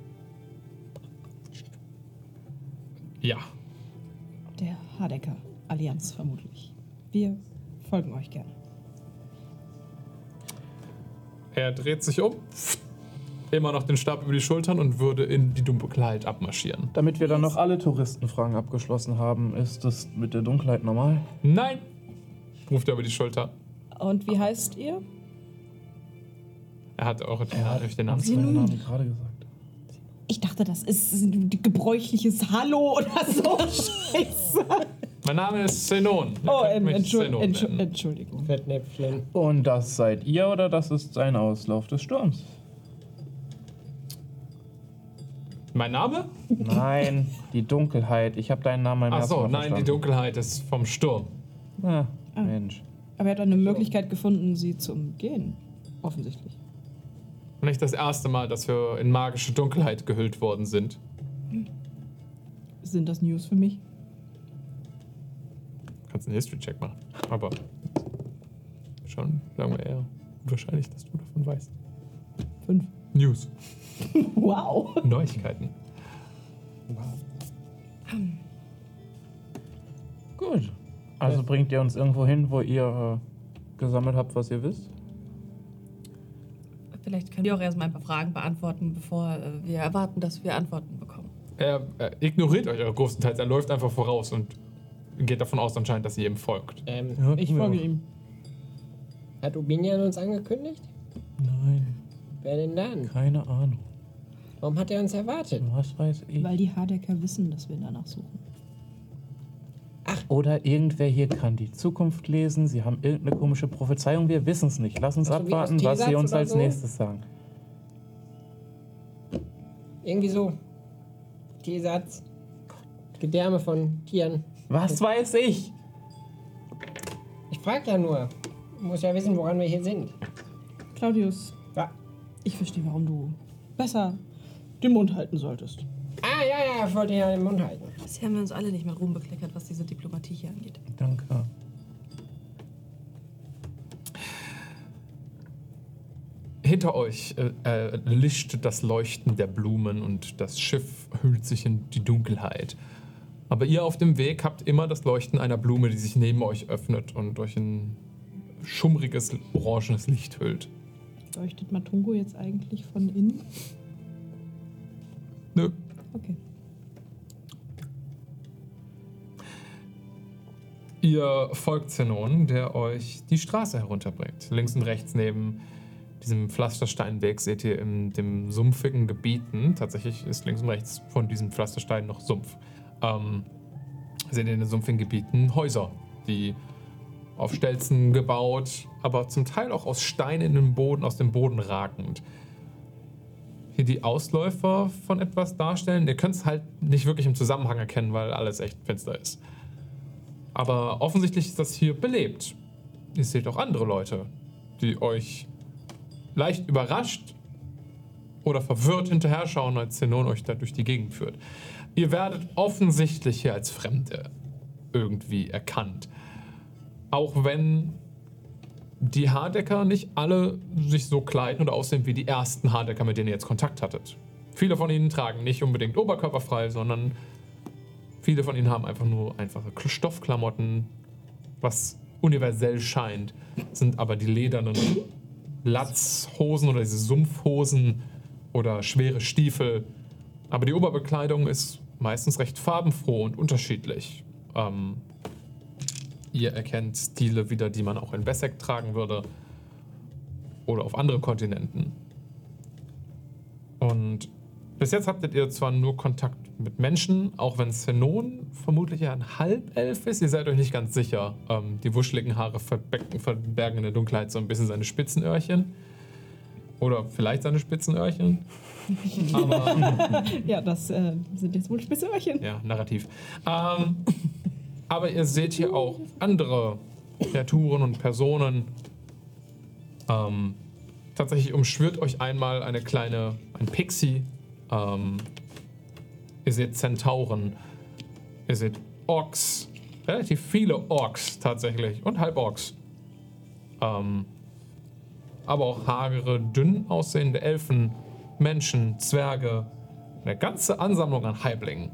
Ja. Der Hardecker Allianz vermutlich. Wir folgen euch gerne. Er dreht sich um, immer noch den Stab über die Schultern und würde in die Dunkelheit abmarschieren. Damit wir dann noch alle Touristenfragen abgeschlossen haben, ist das mit der Dunkelheit normal? Nein! Ruft er über die Schulter. Und wie heißt ihr? Er hat euch den Namen. Hast du meinen Namen gerade gesagt? Ich dachte, das ist ein gebräuchliches Hallo oder so. Scheiße. Mein Name ist Zenon. Ihr Oh, könnt mich Zenon nennen. Entschuldigung. Fettnäpfchen. Und das seid ihr oder das ist ein Auslauf des Sturms? Mein Name? Nein, die Dunkelheit. Ich habe deinen Namen beim ersten Achso, Mal nein, die verstanden. Dunkelheit ist vom Sturm. Ah, Mensch. Aber er hat eine Möglichkeit gefunden, sie zu umgehen. Offensichtlich. Nicht das erste Mal, dass wir in magische Dunkelheit gehüllt worden sind. Sind das News für mich? Kannst einen History-Check machen. Aber schon, sagen wir eher, wahrscheinlich, dass du davon weißt. 5. News. Wow. Neuigkeiten. Gut. Also bringt ihr uns irgendwo hin, wo ihr gesammelt habt, was ihr wisst? Vielleicht könnt ihr auch erstmal ein paar Fragen beantworten, bevor wir erwarten, dass wir Antworten bekommen. Er ignoriert euch größtenteils. Er läuft einfach voraus und geht davon aus anscheinend, dass ihr ihm folgt. Ich folge ihm. Hat Ubinian uns angekündigt? Nein, Wer denn dann? keine Ahnung. Warum hat er uns erwartet? Was weiß ich. Weil die Hardecker wissen, dass wir danach suchen. Oder irgendwer hier kann die Zukunft lesen. Sie haben irgendeine komische Prophezeiung. Wir wissen es nicht. Lass uns Ach so, wie abwarten, aus was sie T-Satz uns oder als so? nächstes sagen. Irgendwie so. T-Satz. Gedärme von Tieren. Was weiß ich? Ich frag ja nur. Ich muss ja wissen, woran wir hier sind. Claudius, Ja. ich verstehe, warum du besser den Mund halten solltest. Ah, ja, ich wollte ja den Mund halten. Bisher haben wir uns alle nicht mit Ruhm bekleckert, was diese Diplomatie hier angeht. Danke. Hinter euch lischt das Leuchten der Blumen und das Schiff hüllt sich in die Dunkelheit. Aber ihr auf dem Weg habt immer das Leuchten einer Blume, die sich neben euch öffnet und durch ein schummriges, orangenes Licht hüllt. Leuchtet Matungo jetzt eigentlich von innen? Nö. Okay. Ihr folgt Zenon, der euch die Straße herunterbringt. Links und rechts neben diesem Pflastersteinweg seht ihr in dem sumpfigen Gebieten, tatsächlich ist links und rechts von diesem Pflasterstein noch Sumpf, seht ihr in den sumpfigen Gebieten Häuser, die auf Stelzen gebaut, aber zum Teil auch aus Stein in den Boden, aus dem Boden ragend. Hier die Ausläufer von etwas darstellen. Ihr könnt es halt nicht wirklich im Zusammenhang erkennen, weil alles echt finster ist. Aber offensichtlich ist das hier belebt. Ihr seht auch andere Leute, die euch leicht überrascht oder verwirrt hinterher schauen, als Zenon euch da durch die Gegend führt. Ihr werdet offensichtlich hier als Fremde irgendwie erkannt. Auch wenn die Hardecker nicht alle sich so kleiden oder aussehen wie die ersten Hardecker, mit denen ihr jetzt Kontakt hattet. Viele von ihnen tragen nicht unbedingt oberkörperfrei, sondern viele von ihnen haben einfach nur einfache Stoffklamotten, was universell scheint, sind aber die ledernen Latzhosen oder diese Sumpfhosen oder schwere Stiefel. Aber die Oberbekleidung ist meistens recht farbenfroh und unterschiedlich. Ihr erkennt Stile wieder, die man auch in Bessek tragen würde oder auf andere Kontinenten. Und bis jetzt hattet ihr zwar nur Kontakt mit Menschen, auch wenn Zenon vermutlich eher ein Halbelf ist. Ihr seid euch nicht ganz sicher. Die wuscheligen Haare verbergen in der Dunkelheit so ein bisschen seine Spitzenöhrchen. Oder vielleicht seine Spitzenöhrchen. Aber Ja, das sind jetzt wohl Spitzenöhrchen. ja, narrativ. Aber ihr seht hier auch andere Kreaturen und Personen. Tatsächlich umschwirrt euch einmal ein Pixie. Ihr seht Zentauren. Ihr seht Orks. Relativ viele Orks tatsächlich. Und Halborks. Aber auch hagere, dünn aussehende Elfen, Menschen, Zwerge. Eine ganze Ansammlung an Halblingen.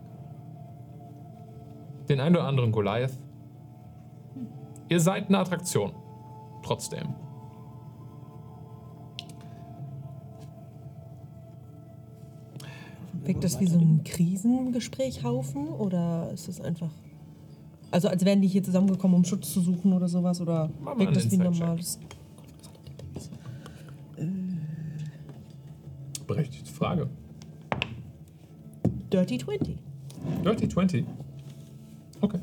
Den einen oder anderen Goliath. Ihr seid eine Attraktion. Trotzdem. Wirkt das wie so ein Krisengesprächhaufen oder ist es einfach. Also als wären die hier zusammengekommen, um Schutz zu suchen oder sowas? Oder Mach mal wirkt einen das wie ein Insight-Check. normales. Berechtigte Frage. Dirty 20. Dirty 20. Okay.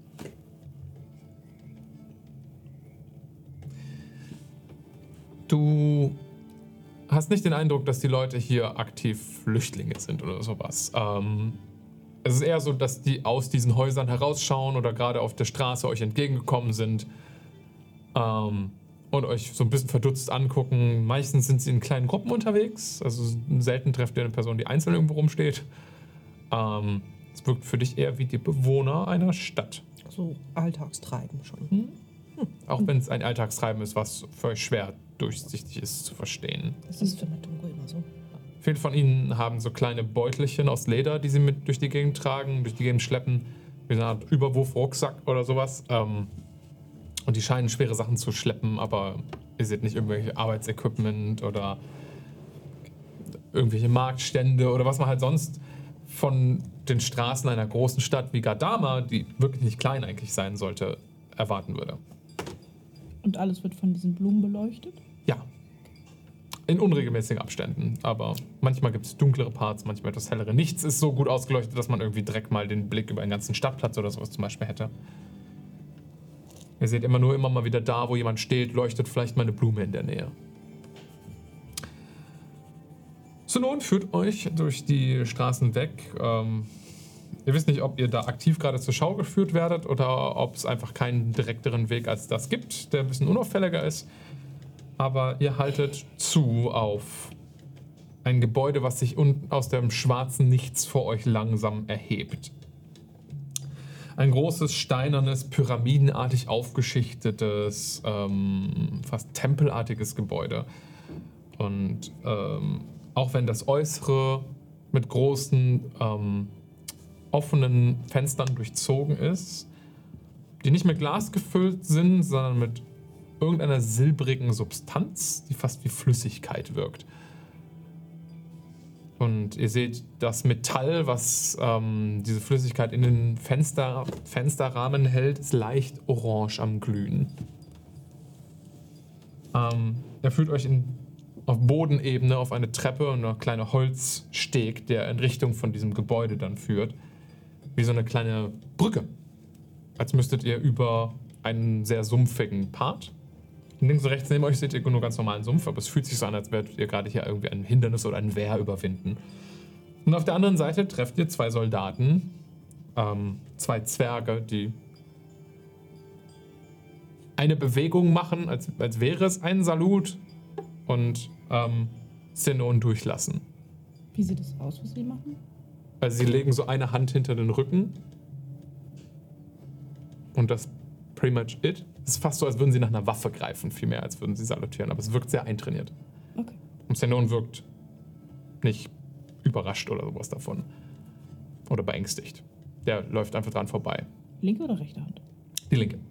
Du hast nicht den Eindruck, dass die Leute hier aktiv Flüchtlinge sind oder sowas. Es ist eher so, dass die aus diesen Häusern herausschauen oder gerade auf der Straße euch entgegengekommen sind und euch so ein bisschen verdutzt angucken. Meistens sind sie in kleinen Gruppen unterwegs. Also selten trefft ihr eine Person, die einzeln irgendwo rumsteht. Es wirkt für dich eher wie die Bewohner einer Stadt. So Alltagstreiben schon. Auch wenn es ein Alltagstreiben ist, was für euch schwer durchsichtig ist zu verstehen. Das ist für Matungo immer so. Viele von ihnen haben so kleine Beutelchen aus Leder, die sie mit durch die Gegend tragen, durch die Gegend schleppen, wie eine Art Überwurf-Rucksack oder sowas. Und die scheinen schwere Sachen zu schleppen, aber ihr seht nicht irgendwelche Arbeitsequipment oder irgendwelche Marktstände oder was man halt sonst von den Straßen einer großen Stadt wie Gardama, die wirklich nicht klein eigentlich sein sollte, erwarten würde. Und alles wird von diesen Blumen beleuchtet? Ja. In unregelmäßigen Abständen. Aber manchmal gibt es dunklere Parts, manchmal etwas hellere. Nichts ist so gut ausgeleuchtet, dass man irgendwie direkt mal den Blick über einen ganzen Stadtplatz oder sowas zum Beispiel hätte. Ihr seht immer mal wieder da, wo jemand steht, leuchtet vielleicht mal eine Blume in der Nähe. Sinon führt euch durch die Straßen weg. Ihr wisst nicht, ob ihr da aktiv gerade zur Schau geführt werdet oder ob es einfach keinen direkteren Weg als das gibt, der ein bisschen unauffälliger ist. Aber ihr haltet zu auf ein Gebäude, was sich aus dem schwarzen Nichts vor euch langsam erhebt. Ein großes, steinernes, pyramidenartig aufgeschichtetes, fast tempelartiges Gebäude. Und auch wenn das Äußere mit großen, offenen Fenstern durchzogen ist, die nicht mit Glas gefüllt sind, sondern mit irgendeiner silbrigen Substanz, die fast wie Flüssigkeit wirkt. Und ihr seht, das Metall, was diese Flüssigkeit in den Fensterrahmen hält, ist leicht orange am Glühen. Ihr fühlt euch auf Bodenebene auf eine Treppe und ein kleiner Holzsteg, der in Richtung von diesem Gebäude dann führt. Wie so eine kleine Brücke. Als müsstet ihr über einen sehr sumpfigen Part. Und links und rechts neben euch seht ihr nur ganz normalen Sumpf, aber es fühlt sich so an, als würdet ihr gerade hier irgendwie ein Hindernis oder ein Wehr überwinden. Und auf der anderen Seite trefft ihr zwei Soldaten, zwei Zwerge, die eine Bewegung machen, als wäre es ein Salut und Sinon durchlassen. Wie sieht es aus, was sie machen? Also sie legen so eine Hand hinter den Rücken und das pretty much it. Es ist fast so, als würden sie nach einer Waffe greifen, viel mehr als würden sie salutieren, aber es wirkt sehr eintrainiert. Okay. Und Sinon wirkt nicht überrascht oder sowas davon. Oder beängstigt. Der läuft einfach dran vorbei. Linke oder rechte Hand? Die linke.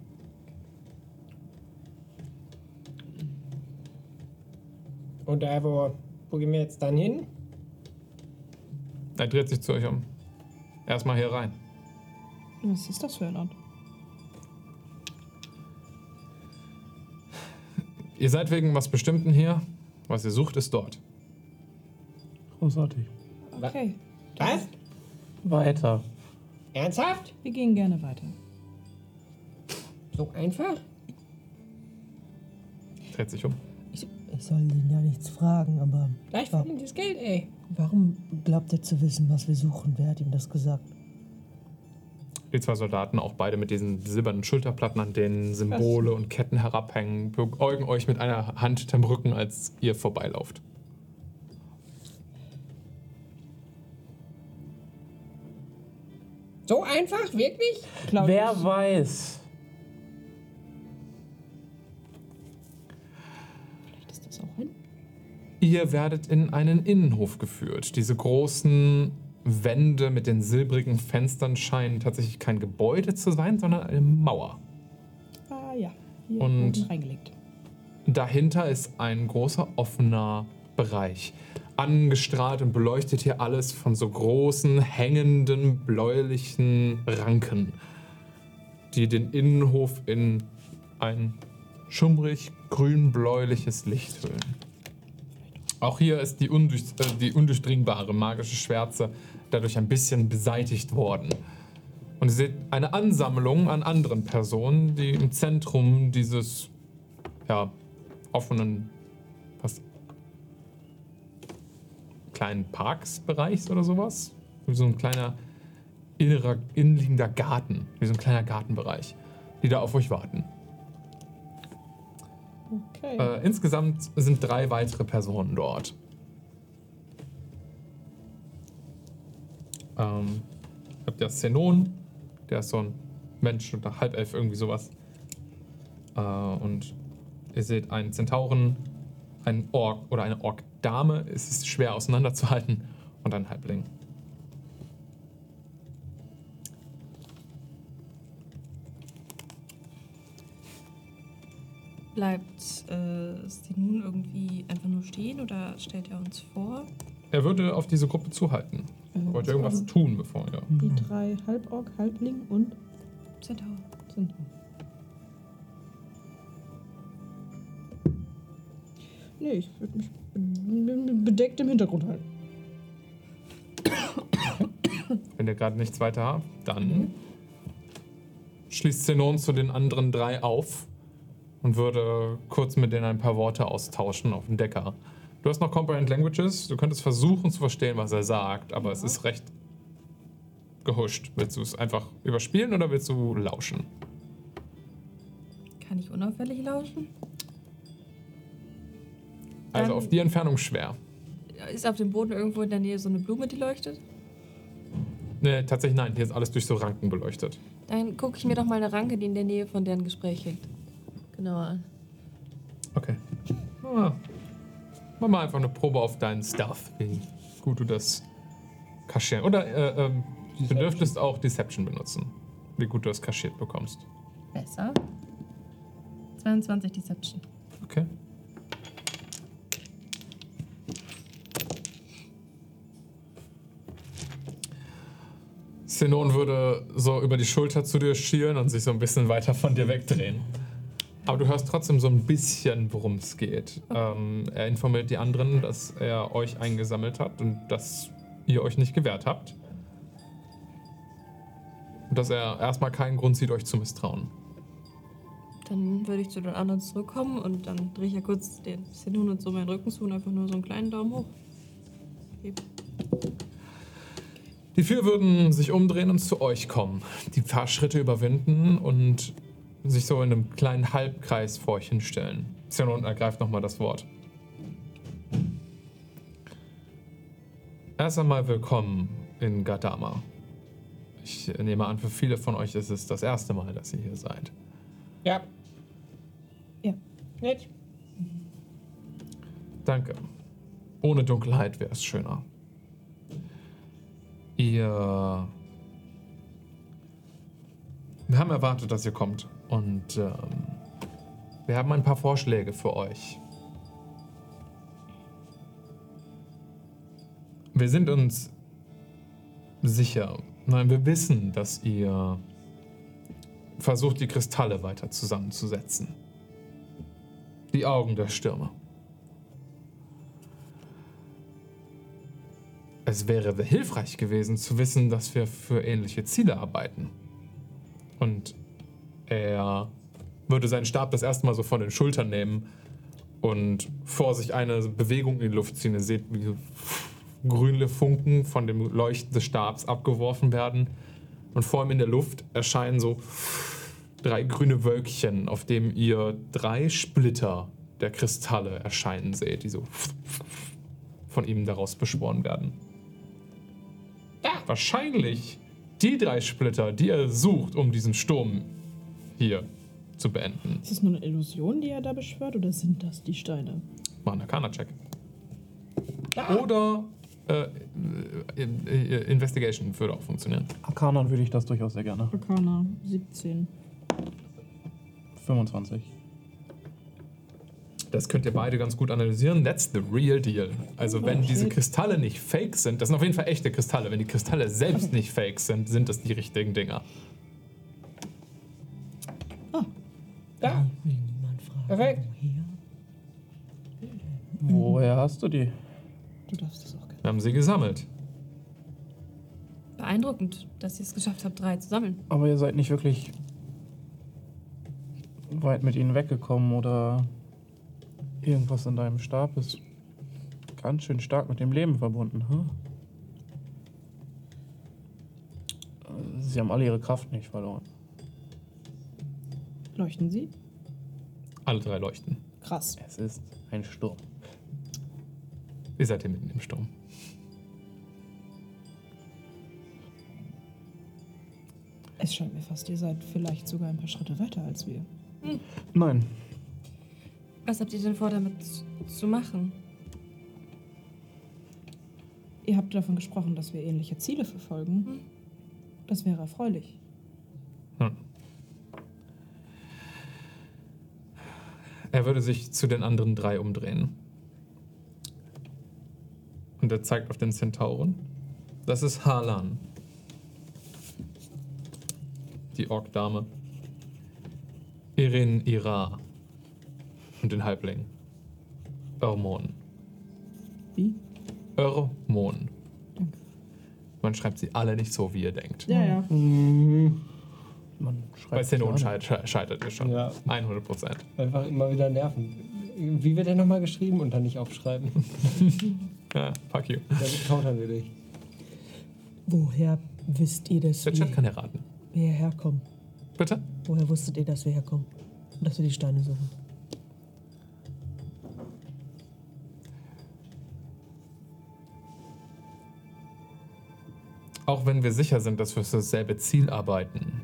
Und wo gehen wir jetzt dann hin? Er dreht sich zu euch um. Erstmal hier rein. Was ist das für ein Ort? Ihr seid wegen was Bestimmten hier. Was ihr sucht, ist dort. Großartig. Okay. Was? Weiter. Ernsthaft? Wir gehen gerne weiter. So einfach? Dreht sich um. Ich soll ihn ja nichts fragen, aber Gleich von ihm das Geld, ey. warum glaubt er zu wissen, was wir suchen? Wer hat ihm das gesagt? Die zwei Soldaten, auch beide mit diesen silbernen Schulterplatten, an denen Symbole und Ketten herabhängen, beäugen euch mit einer Hand hinterm Rücken, als ihr vorbeilauft. So einfach? Wirklich? Wer weiß? Vielleicht ist das auch ein... Ihr werdet in einen Innenhof geführt. Diese großen Wände mit den silbrigen Fenstern scheinen tatsächlich kein Gebäude zu sein, sondern eine Mauer. Ah ja, hier Und- unten reingelegt. Dahinter ist ein großer offener Bereich. Angestrahlt und beleuchtet hier alles von so großen, hängenden, bläulichen Ranken, die den Innenhof in ein schummrig grün-bläuliches Licht hüllen. Auch hier ist die undurchdringbare magische Schwärze dadurch ein bisschen beseitigt worden. Und ihr seht eine Ansammlung an anderen Personen, die im Zentrum dieses offenen, fast kleinen Parksbereichs oder sowas, wie so ein kleiner innenliegender Garten, wie so ein kleiner Gartenbereich, die da auf euch warten. Okay. Insgesamt sind 3 weitere Personen dort. Habt ihr Zenon, der ist so ein Mensch oder Halbelf, irgendwie sowas. Und ihr seht einen Zentauren, einen Ork oder eine Dame ist es schwer auseinanderzuhalten und ein Halbling. Bleibt Sinun irgendwie einfach nur stehen oder stellt er uns vor? Er würde auf diese Gruppe zuhalten. Wollt ihr irgendwas tun, bevor ihr... Die 3 Halborg, Halbling und Centaur. Centaur. Nee, ich würde mich bedeckt im Hintergrund halten. Wenn ihr gerade nichts weiter habt, dann schließt Zenon zu den anderen 3 auf und würde kurz mit denen ein paar Worte austauschen auf dem Decker. Du hast noch Comprehend Languages, du könntest versuchen zu verstehen, was er sagt, aber es ist recht gehuscht. Willst du es einfach überspielen oder willst du lauschen? Kann ich unauffällig lauschen? Also auf die Entfernung schwer. Ist auf dem Boden irgendwo in der Nähe so eine Blume, die leuchtet? Nee, tatsächlich nein, hier ist alles durch so Ranken beleuchtet. Dann gucke ich mir doch mal eine Ranke, die in der Nähe von deren Gespräch liegt, genauer an. Okay. Mach mal einfach eine Probe auf deinen Stealth, wie gut du das kaschieren. Oder du dürftest auch Deception benutzen, wie gut du das kaschiert bekommst. Besser. 22 Deception. Okay. Zenon würde so über die Schulter zu dir schielen und sich so ein bisschen weiter von dir wegdrehen. Aber du hörst trotzdem so ein bisschen, worum es geht. Er informiert die anderen, dass er euch eingesammelt hat und dass ihr euch nicht gewehrt habt. Und dass er erstmal keinen Grund sieht, euch zu misstrauen. Dann würde ich zu den anderen zurückkommen und dann drehe ich ja kurz den Sinun und so meinen Rücken zu und einfach nur so einen kleinen Daumen hoch. Heben. Die 4 würden sich umdrehen und zu euch kommen, die paar Schritte überwinden und sich so in einem kleinen Halbkreis vor euch hinstellen. Zenon ergreift nochmal das Wort. Erst einmal willkommen in Gadama. Ich nehme an, für viele von euch ist es das erste Mal, dass ihr hier seid. Ja. Ja. Nett. Danke. Ohne Dunkelheit wäre es schöner. Wir haben erwartet, dass ihr kommt und wir haben ein paar Vorschläge für euch. Wir sind uns sicher, nein, wir wissen, dass ihr versucht, die Kristalle weiter zusammenzusetzen. Die Augen der Stürme. Es wäre hilfreich gewesen zu wissen, dass wir für ähnliche Ziele arbeiten. Und er würde seinen Stab das erste Mal so von den Schultern nehmen und vor sich eine Bewegung in die Luft ziehen. Ihr seht, wie grüne Funken von dem Leuchten des Stabs abgeworfen werden. Und vor ihm in der Luft erscheinen so 3 grüne Wölkchen, auf dem ihr 3 Splitter der Kristalle erscheinen seht, die so von ihm daraus beschworen werden. Wahrscheinlich die 3 Splitter, die er sucht, um diesen Sturm hier zu beenden. Ist das nur eine Illusion, die er da beschwört, oder sind das die Steine? Mach einen Arcana-Check. Oder Investigation würde auch funktionieren. Arcana würde ich das durchaus sehr gerne. Arcana 17. 25. Das könnt ihr beide ganz gut analysieren. That's the real deal. Also wenn diese Kristalle nicht fake sind, das sind auf jeden Fall echte Kristalle. Wenn die Kristalle selbst nicht fake sind, sind das die richtigen Dinger. Da. Perfekt. Woher hast du die? Du darfst das auch gerne. Wir haben sie gesammelt. Beeindruckend, dass ihr es geschafft habt, 3 zu sammeln. Aber ihr seid nicht wirklich weit mit ihnen weggekommen oder irgendwas in deinem Stab ist ganz schön stark mit dem Leben verbunden. Hm? Sie haben alle ihre Kraft nicht verloren. Leuchten sie? Alle 3 leuchten. Krass. Es ist ein Sturm. Ihr seid hier mitten im Sturm. Es scheint mir fast, ihr seid vielleicht sogar ein paar Schritte weiter als wir. Nein. Was habt ihr denn vor, damit zu machen? Ihr habt davon gesprochen, dass wir ähnliche Ziele verfolgen. Das wäre erfreulich. Er würde sich zu den anderen 3 umdrehen. Und er zeigt auf den Zentauren. Das ist Harlan. Die Ork-Dame. Irin Ira. Und den Halbling. Örmon. Wie? Örmon. Man schreibt sie alle nicht so, wie ihr denkt. Ja, ja. Man schreibt Bei Xenon es an. scheitert ihr schon. Ja. 100%. Einfach immer wieder nerven. Wie wird der nochmal geschrieben und dann nicht aufschreiben? Ja, fuck you. Damit countern wir dich. Woher wisst ihr das? Der Chat kann erraten. Wir herkommen. Bitte? Woher wusstet ihr, dass wir herkommen? Und dass wir die Steine suchen? Auch wenn wir sicher sind, dass wir für dasselbe Ziel arbeiten,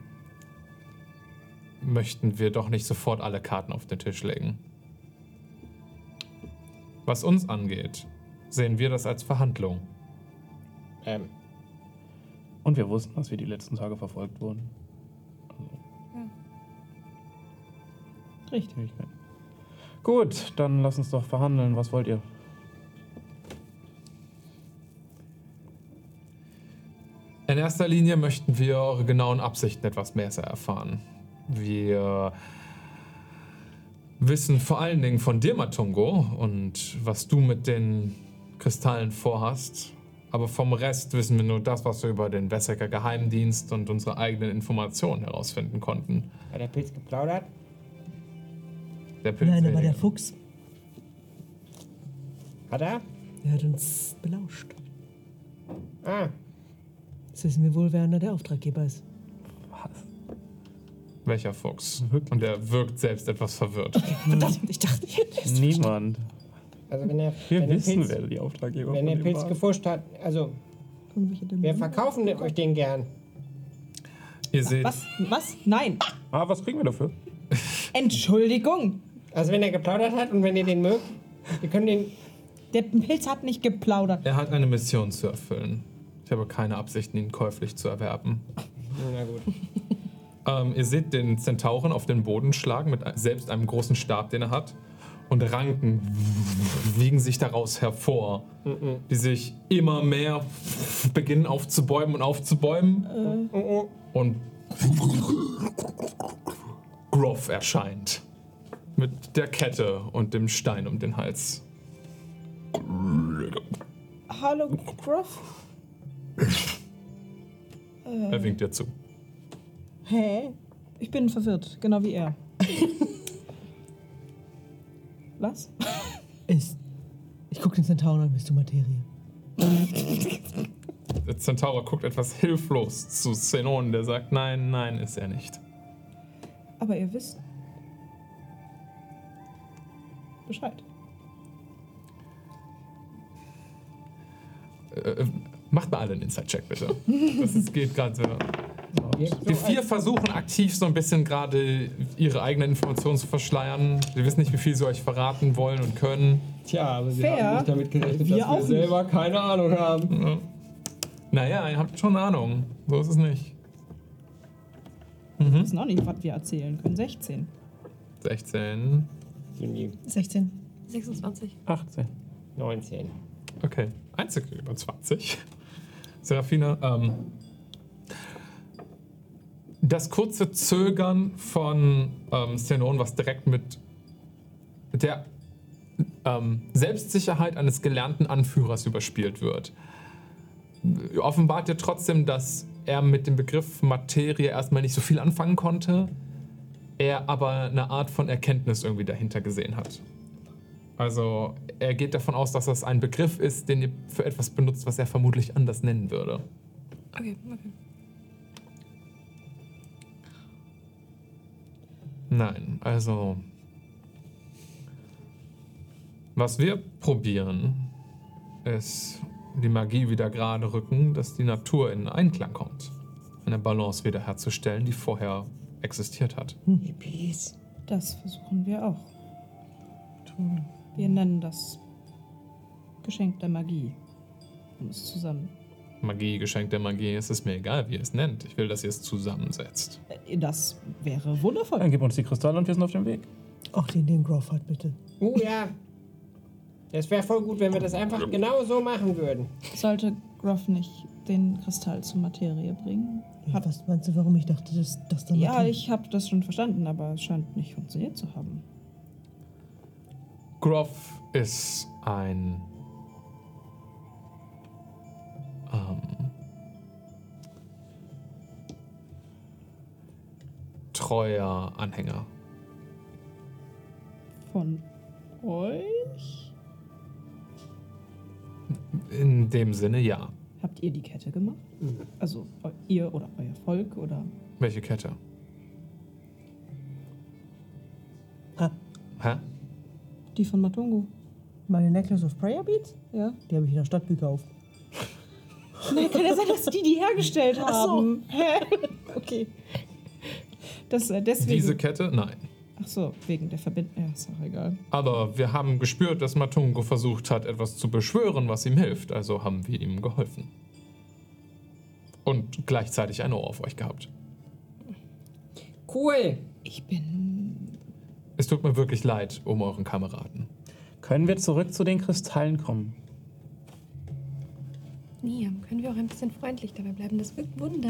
möchten wir doch nicht sofort alle Karten auf den Tisch legen. Was uns angeht, sehen wir das als Verhandlung. Und wir wussten, dass wir die letzten Tage verfolgt wurden. Richtig. Gut, dann lass uns doch verhandeln. Was wollt ihr? In erster Linie möchten wir eure genauen Absichten etwas besser erfahren. Wir wissen vor allen Dingen von dir, Matungo, und was du mit den Kristallen vorhast. Aber vom Rest wissen wir nur das, was wir über den Wessecker Geheimdienst und unsere eigenen Informationen herausfinden konnten. Hat der Pilz geplaudert? Der Pilz Nein, aber weniger. der Fuchs. Hat er? Er hat uns belauscht. Ah. Jetzt wissen wir wohl, wer einer der Auftraggeber ist. Welcher Fuchs? Und er wirkt selbst etwas verwirrt. Verdammt, ich dachte, ich hätte es Niemand. Also wenn er, Wir wenn der wissen, Pilz, wer die Auftraggeber wenn der von dem Pilz war. gefuscht hat, also wir verkaufen euch den gern. Ihr seht, Was? Was? Nein. Ah, was kriegen wir dafür? Entschuldigung. Also wenn er geplaudert hat und wenn ihr den mögt, wir können den... Der Pilz hat nicht geplaudert. er hat eine Mission zu erfüllen. Ich habe keine Absichten, ihn käuflich zu erwerben. Na gut. Ihr seht den Zentauren auf den Boden schlagen mit selbst einem großen Stab, den er hat. Und Ranken wiegen sich daraus hervor, die sich immer mehr beginnen aufzubäumen und aufzubäumen. Und Groff erscheint. Mit der Kette und dem Stein um den Hals. Hallo, Groff? Er winkt dir zu. Hä? Ich bin verwirrt, genau wie er. Was? Ich gucke den Zentauren an, bist du Materie? Der Zentaur guckt etwas hilflos zu Xenon, der sagt, nein, nein, ist er nicht. Aber ihr wisst Bescheid. Macht mal alle einen Inside-Check, bitte. Geht gerade so. Die 4 versuchen aktiv so ein bisschen gerade ihre eigenen Informationen zu verschleiern. Sie wissen nicht, wie viel sie euch verraten wollen und können. Tja, aber sie Fair. haben nicht damit gerechnet, Wir dass auch wir selber keine Ahnung haben. Ja. Naja, ihr habt schon eine Ahnung. So ist es nicht. Wir wissen auch nicht, was wir erzählen können. 16. 16. 16. 26. 18. 19. Okay. Einzige über 20. Serafina, das kurze Zögern von Xenon, was direkt mit der Selbstsicherheit eines gelernten Anführers überspielt wird, offenbart dir trotzdem, dass er mit dem Begriff Materie erstmal nicht so viel anfangen konnte, er aber eine Art von Erkenntnis irgendwie dahinter gesehen hat. Also er geht davon aus, dass das ein Begriff ist, den ihr für etwas benutzt, was er vermutlich anders nennen würde. Okay, okay. Nein, also was wir probieren, ist die Magie wieder gerade rücken, dass die Natur in Einklang kommt. Eine Balance wiederherzustellen, die vorher existiert hat. Das versuchen wir auch. Wir nennen das Geschenk der Magie. bekommen es zusammen. Magie, Geschenk der Magie, es ist mir egal, wie ihr es nennt. Ich will, dass ihr es zusammensetzt. Das wäre wundervoll. Dann gib uns die Kristalle und wir sind auf dem Weg. Auch den Groff hat, bitte. Ja. Es wäre voll gut, wenn wir das einfach genau so machen würden. Sollte Groff nicht den Kristall zur Materie bringen? Was meinst du, warum ich dachte, dass das dann... Ja, ich habe das schon verstanden, aber es scheint nicht funktioniert zu haben. Groff ist ein treuer Anhänger. Von euch? In dem Sinne, ja. Habt ihr die Kette gemacht? Also ihr oder euer Volk oder? Welche Kette? Hä? Die von Matungo. Meine Necklace of Prayer Beads? Ja. Die habe ich in der Stadt gekauft. Nein, kann ja sein, dass die hergestellt haben. Hä? Okay. Das deswegen. Diese Kette? Nein. Ach so, wegen der Verbindung. Ja, ist auch egal. Aber wir haben gespürt, dass Matungo versucht hat, etwas zu beschwören, was ihm hilft. Also haben wir ihm geholfen. Und gleichzeitig ein Ohr auf euch gehabt. Cool. Ich bin... Es tut mir wirklich leid um euren Kameraden. Können wir zurück zu den Kristallen kommen? Niam, können wir auch ein bisschen freundlich dabei bleiben? Das wirkt Wunder.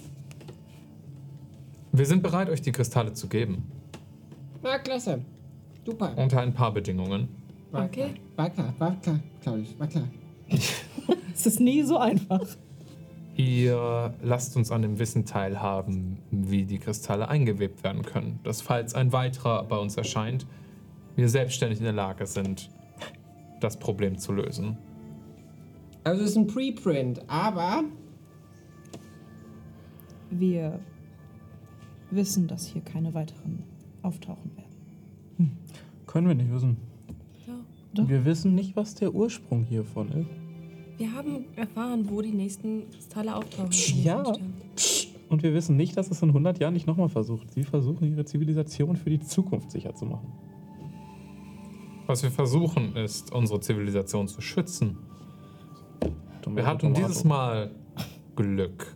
Wir sind bereit, euch die Kristalle zu geben. War klasse. Super. Unter ein paar Bedingungen. Okay. War klar, Claudius, war klar. Es ist nie so einfach. Ihr lasst uns an dem Wissen teilhaben, wie die Kristalle eingewebt werden können. Dass, falls ein weiterer bei uns erscheint, wir selbstständig in der Lage sind, das Problem zu lösen. Also es ist ein Preprint, aber... Wir wissen, dass hier keine weiteren auftauchen werden. Können wir nicht wissen. Ja. Doch. Wir wissen nicht, was der Ursprung hiervon ist. Wir haben erfahren, wo die nächsten Kristalle auftauchen. Ja. Und wir wissen nicht, dass es in 100 Jahren nicht nochmal versucht. Sie versuchen, ihre Zivilisation für die Zukunft sicher zu machen. Was wir versuchen, ist, unsere Zivilisation zu schützen. Wir hatten dieses Mal Glück,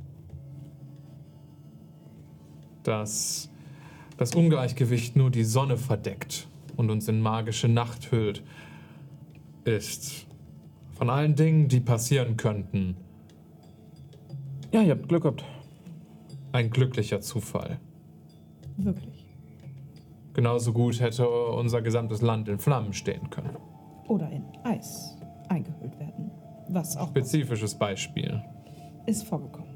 dass das Ungleichgewicht nur die Sonne verdeckt und uns in magische Nacht hüllt, ist von allen Dingen, die passieren könnten, Ja, ihr habt Glück gehabt. ein glücklicher Zufall. Wirklich. Genauso gut hätte unser gesamtes Land in Flammen stehen können. Oder in Eis eingehüllt werden. Was auch Spezifisches Beispiel. ist vorgekommen.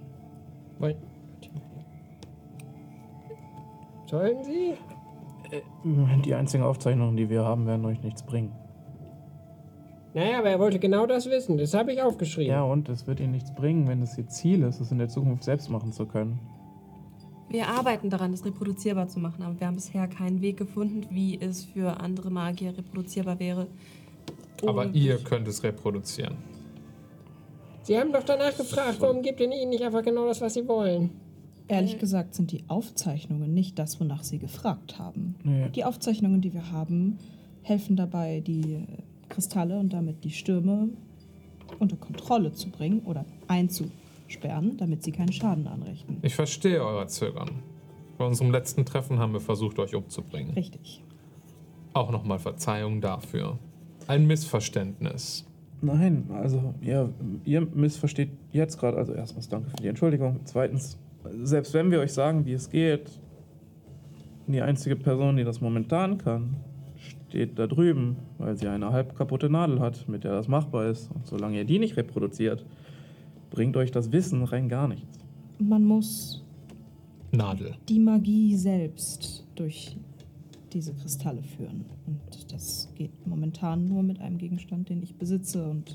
Sollen Sie? Die einzigen Aufzeichnungen, die wir haben, werden euch nichts bringen. Naja, aber er wollte genau das wissen. Das habe ich aufgeschrieben. Ja, und es wird ihnen nichts bringen, wenn es ihr Ziel ist, es in der Zukunft selbst machen zu können. Wir arbeiten daran, es reproduzierbar zu machen, aber wir haben bisher keinen Weg gefunden, wie es für andere Magier reproduzierbar wäre. Aber Und ihr könnt es reproduzieren. Sie haben doch danach gefragt, warum gibt ihr ihnen nicht einfach genau das, was sie wollen? Ehrlich gesagt sind die Aufzeichnungen nicht das, wonach Sie gefragt haben. Nee. Die Aufzeichnungen, die wir haben, helfen dabei, die Kristalle und damit die Stürme unter Kontrolle zu bringen oder einzusperren, damit sie keinen Schaden anrichten. Ich verstehe euer Zögern. Bei unserem letzten Treffen haben wir versucht, euch umzubringen. Richtig. Auch nochmal Verzeihung dafür. Ein Missverständnis. Nein, also ihr missversteht jetzt gerade, also erstens danke für die Entschuldigung. Zweitens, selbst wenn wir euch sagen, wie es geht, die einzige Person, die das momentan kann, steht da drüben, weil sie eine halb kaputte Nadel hat, mit der das machbar ist. Und solange ihr die nicht reproduziert, bringt euch das Wissen rein gar nichts. Man muss Nadel. die Magie selbst durch diese Kristalle führen. Und das geht momentan nur mit einem Gegenstand, den ich besitze und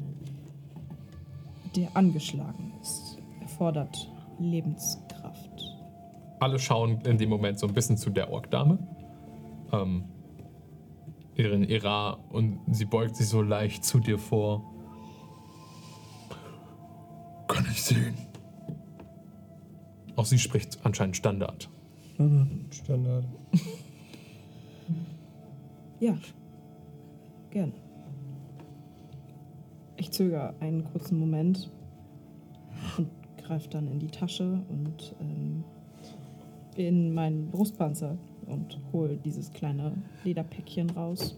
der angeschlagen ist. Erfordert Lebenskraft. Alle schauen in dem Moment so ein bisschen zu der Orkdame. Ihren Ira, und sie beugt sich so leicht zu dir vor. Kann ich sehen. Auch sie spricht anscheinend Standard. Standard. Ja, gerne. Ich zögere einen kurzen Moment und greife dann in die Tasche und in meinen Brustpanzer und hole dieses kleine Lederpäckchen raus.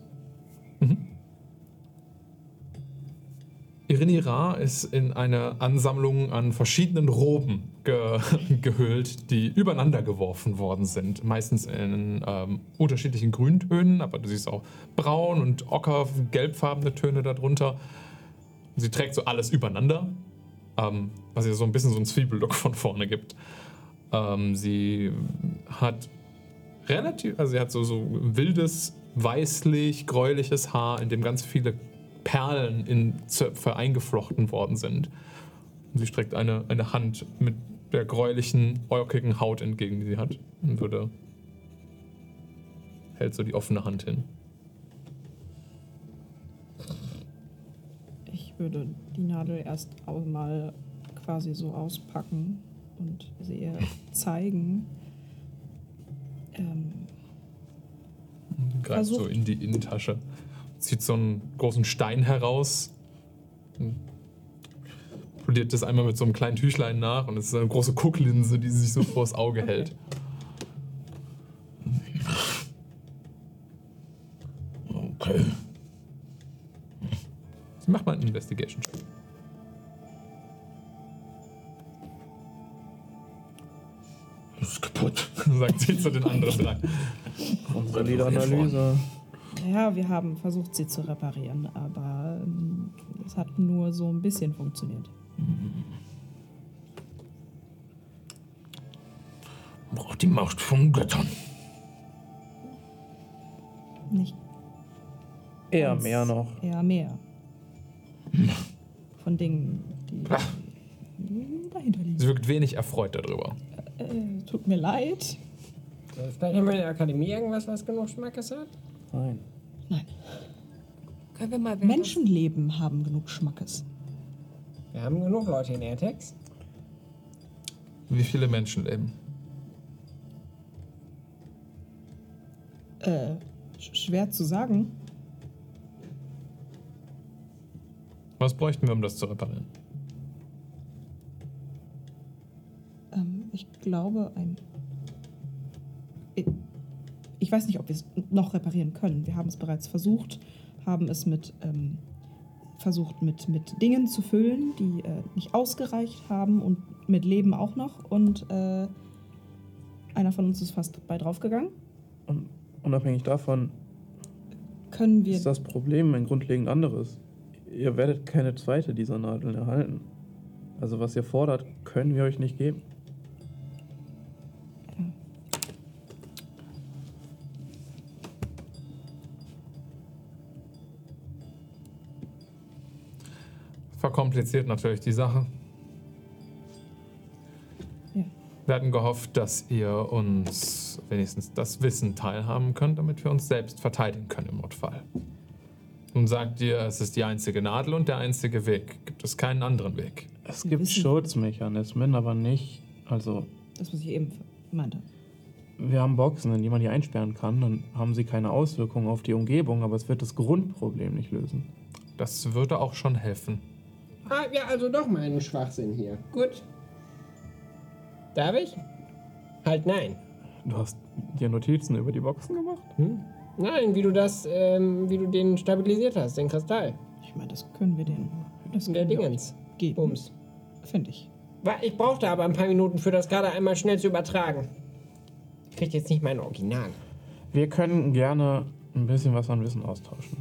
Irinira ist in eine Ansammlung an verschiedenen Roben gehüllt, die übereinander geworfen worden sind. Meistens in unterschiedlichen Grüntönen, aber du siehst auch braun und ocker, gelbfarbene Töne darunter. Sie trägt so alles übereinander, was ihr so ein bisschen so einen Zwiebellook von vorne gibt. Sie hat sie hat so wildes, weißlich-gräuliches Haar, in dem ganz viele Perlen in Zöpfe eingeflochten worden sind. Und sie streckt eine Hand mit der gräulichen, olkigen Haut entgegen, die sie hat. Und hält so die offene Hand hin. Ich würde die Nadel erst mal quasi so auspacken und sie ihr zeigen. Greift so in die Innentasche. Zieht so einen großen Stein heraus. Poliert das einmal mit so einem kleinen Tüchlein nach und es ist eine große Gucklinse, die sie sich so vors Auge hält. Okay. Sie macht mal einen Investigation-Check. Das ist kaputt. Sagt sie zu den anderen drei. Unsere Liederanalyse. Ja, wir haben versucht, sie zu reparieren, aber es hat nur so ein bisschen funktioniert. Braucht die Macht von Göttern. Nicht Eher ganz, mehr noch. Eher mehr. Von Dingen, die dahinter liegen. Sie wirkt wenig erfreut darüber. Tut mir leid. Vielleicht haben wir in der Akademie irgendwas, was genug Schmackes hat? Nein. Nein. Können wir mal Menschenleben haben genug Schmackes. Wir haben genug Leute in Airtex. Wie viele Menschen leben? Schwer zu sagen. Was bräuchten wir, um das zu reparieren? Ich glaube, ich weiß nicht, ob wir es noch reparieren können. Wir haben es bereits versucht, haben es versucht mit Dingen zu füllen, die nicht ausgereicht haben und mit Leben auch noch. Und einer von uns ist fast bei draufgegangen. Und unabhängig davon können wir... ist das Problem ein grundlegend anderes. Ihr werdet keine zweite dieser Nadeln erhalten. Also was ihr fordert, können wir euch nicht geben. Verkompliziert natürlich die Sache. Ja. Wir hatten gehofft, dass ihr uns wenigstens das Wissen teilhaben könnt, damit wir uns selbst verteidigen können im Notfall. Nun sagt ihr, es ist die einzige Nadel und der einzige Weg. Gibt es keinen anderen Weg? Es gibt Schutzmechanismen, aber nicht, also... Das, was ich eben meinte. Wir haben Boxen, in die man die einsperren kann. Dann haben sie keine Auswirkungen auf die Umgebung, aber es wird das Grundproblem nicht lösen. Das würde auch schon helfen. Ah, ja, also doch mal einen Schwachsinn hier. Gut. Darf ich? Halt nein. Du hast dir Notizen über die Boxen gemacht? Nein, wie du den stabilisiert hast, den Kristall. Ich meine, das können wir den... Das der Dingens. Geben. Bums. Finde ich. Ich brauchte aber ein paar Minuten für das gerade einmal schnell zu übertragen. Ich krieg jetzt nicht mein Original. Wir können gerne ein bisschen was an Wissen austauschen.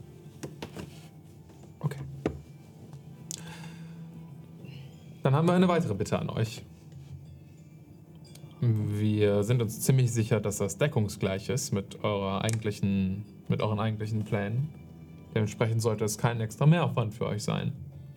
Okay. Dann haben wir eine weitere Bitte an euch. Wir sind uns ziemlich sicher, dass das deckungsgleich ist mit euren eigentlichen Plänen. Dementsprechend sollte es kein extra Mehraufwand für euch sein.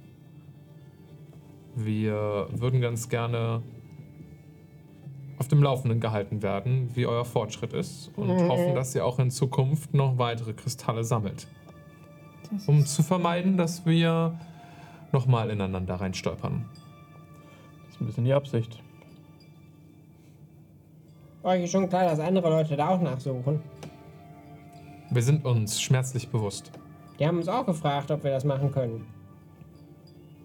Wir würden ganz gerne auf dem Laufenden gehalten werden, wie euer Fortschritt ist und hoffen, dass ihr auch in Zukunft noch weitere Kristalle sammelt. Um zu vermeiden, dass wir nochmal ineinander reinstolpern. Das ist ein bisschen die Absicht. Euch ist schon klar, dass andere Leute da auch nachsuchen. Wir sind uns schmerzlich bewusst. Die haben uns auch gefragt, ob wir das machen können.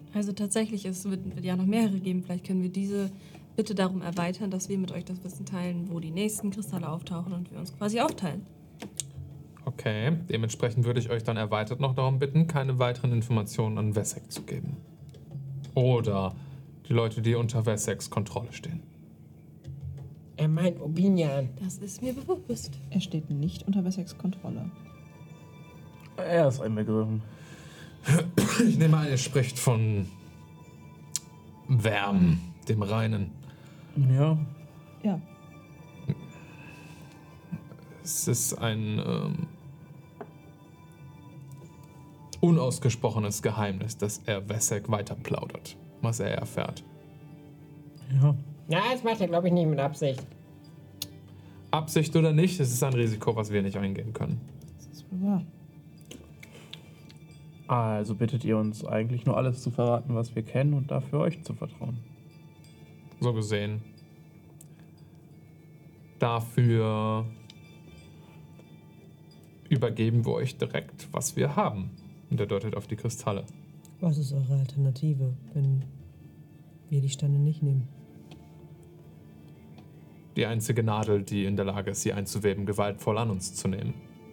Also tatsächlich, wird ja noch mehrere geben. Vielleicht können wir diese Bitte darum erweitern, dass wir mit euch das Wissen teilen, wo die nächsten Kristalle auftauchen und wir uns quasi aufteilen. Okay, dementsprechend würde ich euch dann erweitert noch darum bitten, keine weiteren Informationen an Wessex zu geben. Oder die Leute, die unter Wessex Kontrolle stehen. Er meint Obinian. Das ist mir bewusst. Er steht nicht unter Wessex Kontrolle. Er ist einbegriffen. Ich nehme an, ihr spricht von Wärm, dem Reinen. Ja. Ja. Es ist ein unausgesprochenes Geheimnis, dass er Wessex weiter plaudert, was er erfährt. Ja. Na, das macht er, glaube ich, nicht mit Absicht. Absicht oder nicht, es ist ein Risiko, was wir nicht eingehen können. Das ist wohl wahr. Also bittet ihr uns eigentlich nur alles zu verraten, was wir kennen und dafür euch zu vertrauen. So gesehen. Dafür übergeben wir euch direkt, was wir haben. Und er deutet auf die Kristalle. Was ist eure Alternative, wenn wir die Steine nicht nehmen? Die einzige Nadel, die in der Lage ist, sie einzuweben, gewaltvoll an uns zu nehmen.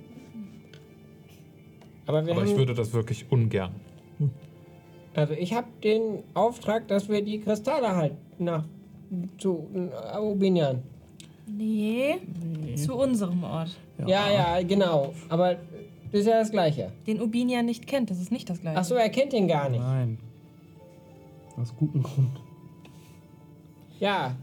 Aber ich würde das wirklich ungern. Also ich habe den Auftrag, dass wir die Kristalle halt zu Obinian. Nee, zu unserem Ort. Ja, genau. Aber das ist ja das Gleiche. Den Obinian nicht kennt, das ist nicht das Gleiche. Ach so, er kennt ihn gar nicht. Nein. Aus gutem Grund. Ja,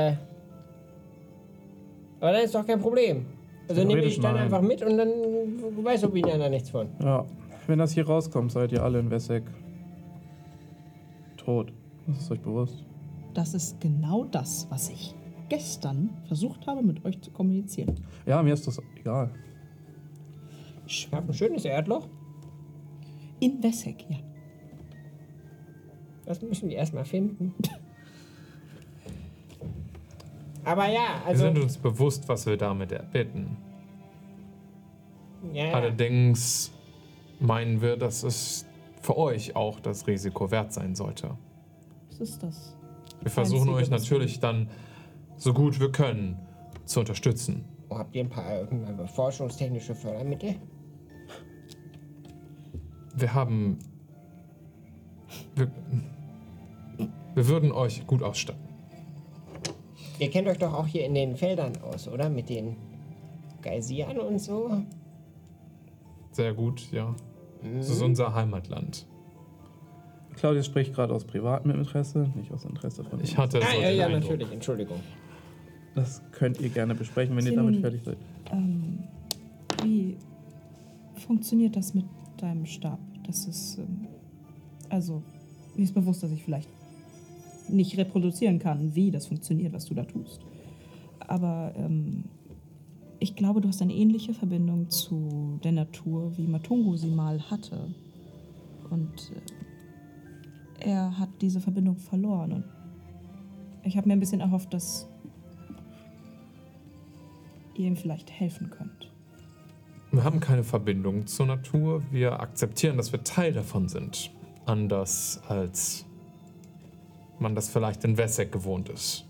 aber dann ist doch kein Problem. Also nehme ich dann einfach mit und dann weiß Obinian da nichts von. Ja, wenn das hier rauskommt, seid ihr alle in Wessex tot. Das ist euch bewusst. Das ist genau das, was ich gestern versucht habe, mit euch zu kommunizieren. Ja, mir ist das egal. Ich habe ein schönes Erdloch. In Wessex, ja. Das müssen wir erstmal finden. Aber ja, also... Wir sind uns bewusst, was wir damit erbitten. Ja. Allerdings meinen wir, dass es für euch auch das Risiko wert sein sollte. Was ist das? Wir versuchen euch natürlich dann, so gut wir können, zu unterstützen. Habt ihr ein paar forschungstechnische Fördermittel? Wir haben... Wir würden euch gut ausstatten. Ihr kennt euch doch auch hier in den Feldern aus, oder? Mit den Geysiren und so? Sehr gut, ja. Das ist unser Heimatland. Claudius spricht gerade aus privatem Interesse, nicht aus Interesse von uns. Ich hatte so den ja, Eindruck. natürlich, Entschuldigung. Das könnt ihr gerne besprechen, wenn ihr damit fertig seid. Wie funktioniert das mit deinem Stab? Das ist, also, mir ist bewusst, dass ich vielleicht nicht reproduzieren kann, wie das funktioniert, was du da tust. Aber ich glaube, du hast eine ähnliche Verbindung zu der Natur, wie Matungo sie mal hatte. Und er hat diese Verbindung verloren. Und ich habe mir ein bisschen erhofft, dass ihr ihm vielleicht helfen könnt. Wir haben keine Verbindung zur Natur. Wir akzeptieren, dass wir Teil davon sind. Anders als man das vielleicht in Wessex gewohnt ist.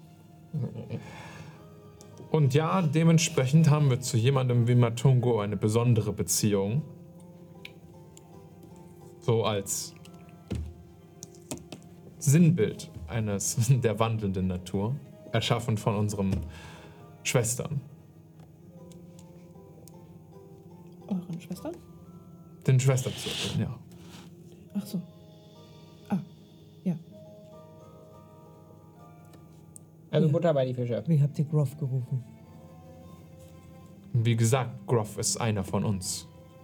Und ja, dementsprechend haben wir zu jemandem wie Matungo eine besondere Beziehung. So als Sinnbild der wandelnden Natur, erschaffen von unseren Schwestern. Euren Schwestern? Den Schwesterzirkeln, ja. Ach so. Ah, ja. Also Butter bei die Fische. Wie habt ihr Groff gerufen? Wie gesagt, Groff ist einer von uns.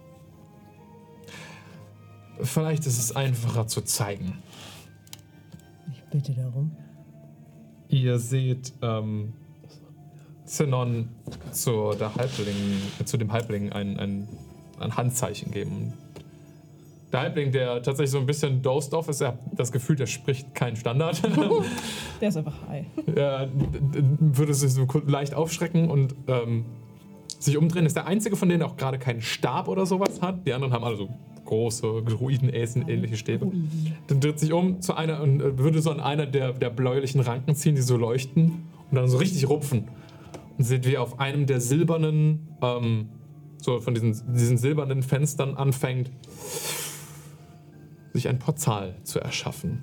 Vielleicht ist es einfacher zu zeigen. Ich bitte darum. Ihr seht Sinon zu dem Halbling ein Handzeichen geben. Der Halbling, der tatsächlich so ein bisschen dosed off ist, er hat das Gefühl, der spricht keinen Standard. Der ist einfach high. Er würde sich so leicht aufschrecken und sich umdrehen. Ist der einzige von denen, der auch gerade keinen Stab oder sowas hat. Die anderen haben alle so große Druiden-Äsen-ähnliche Stäbe. Dann dreht sich um zu einer und würde so an einer der bläulichen Ranken ziehen, die so leuchten und dann so richtig rupfen. Und seht, wie auf einem der silbernen, so von diesen silbernen Fenstern anfängt, sich ein Portal zu erschaffen.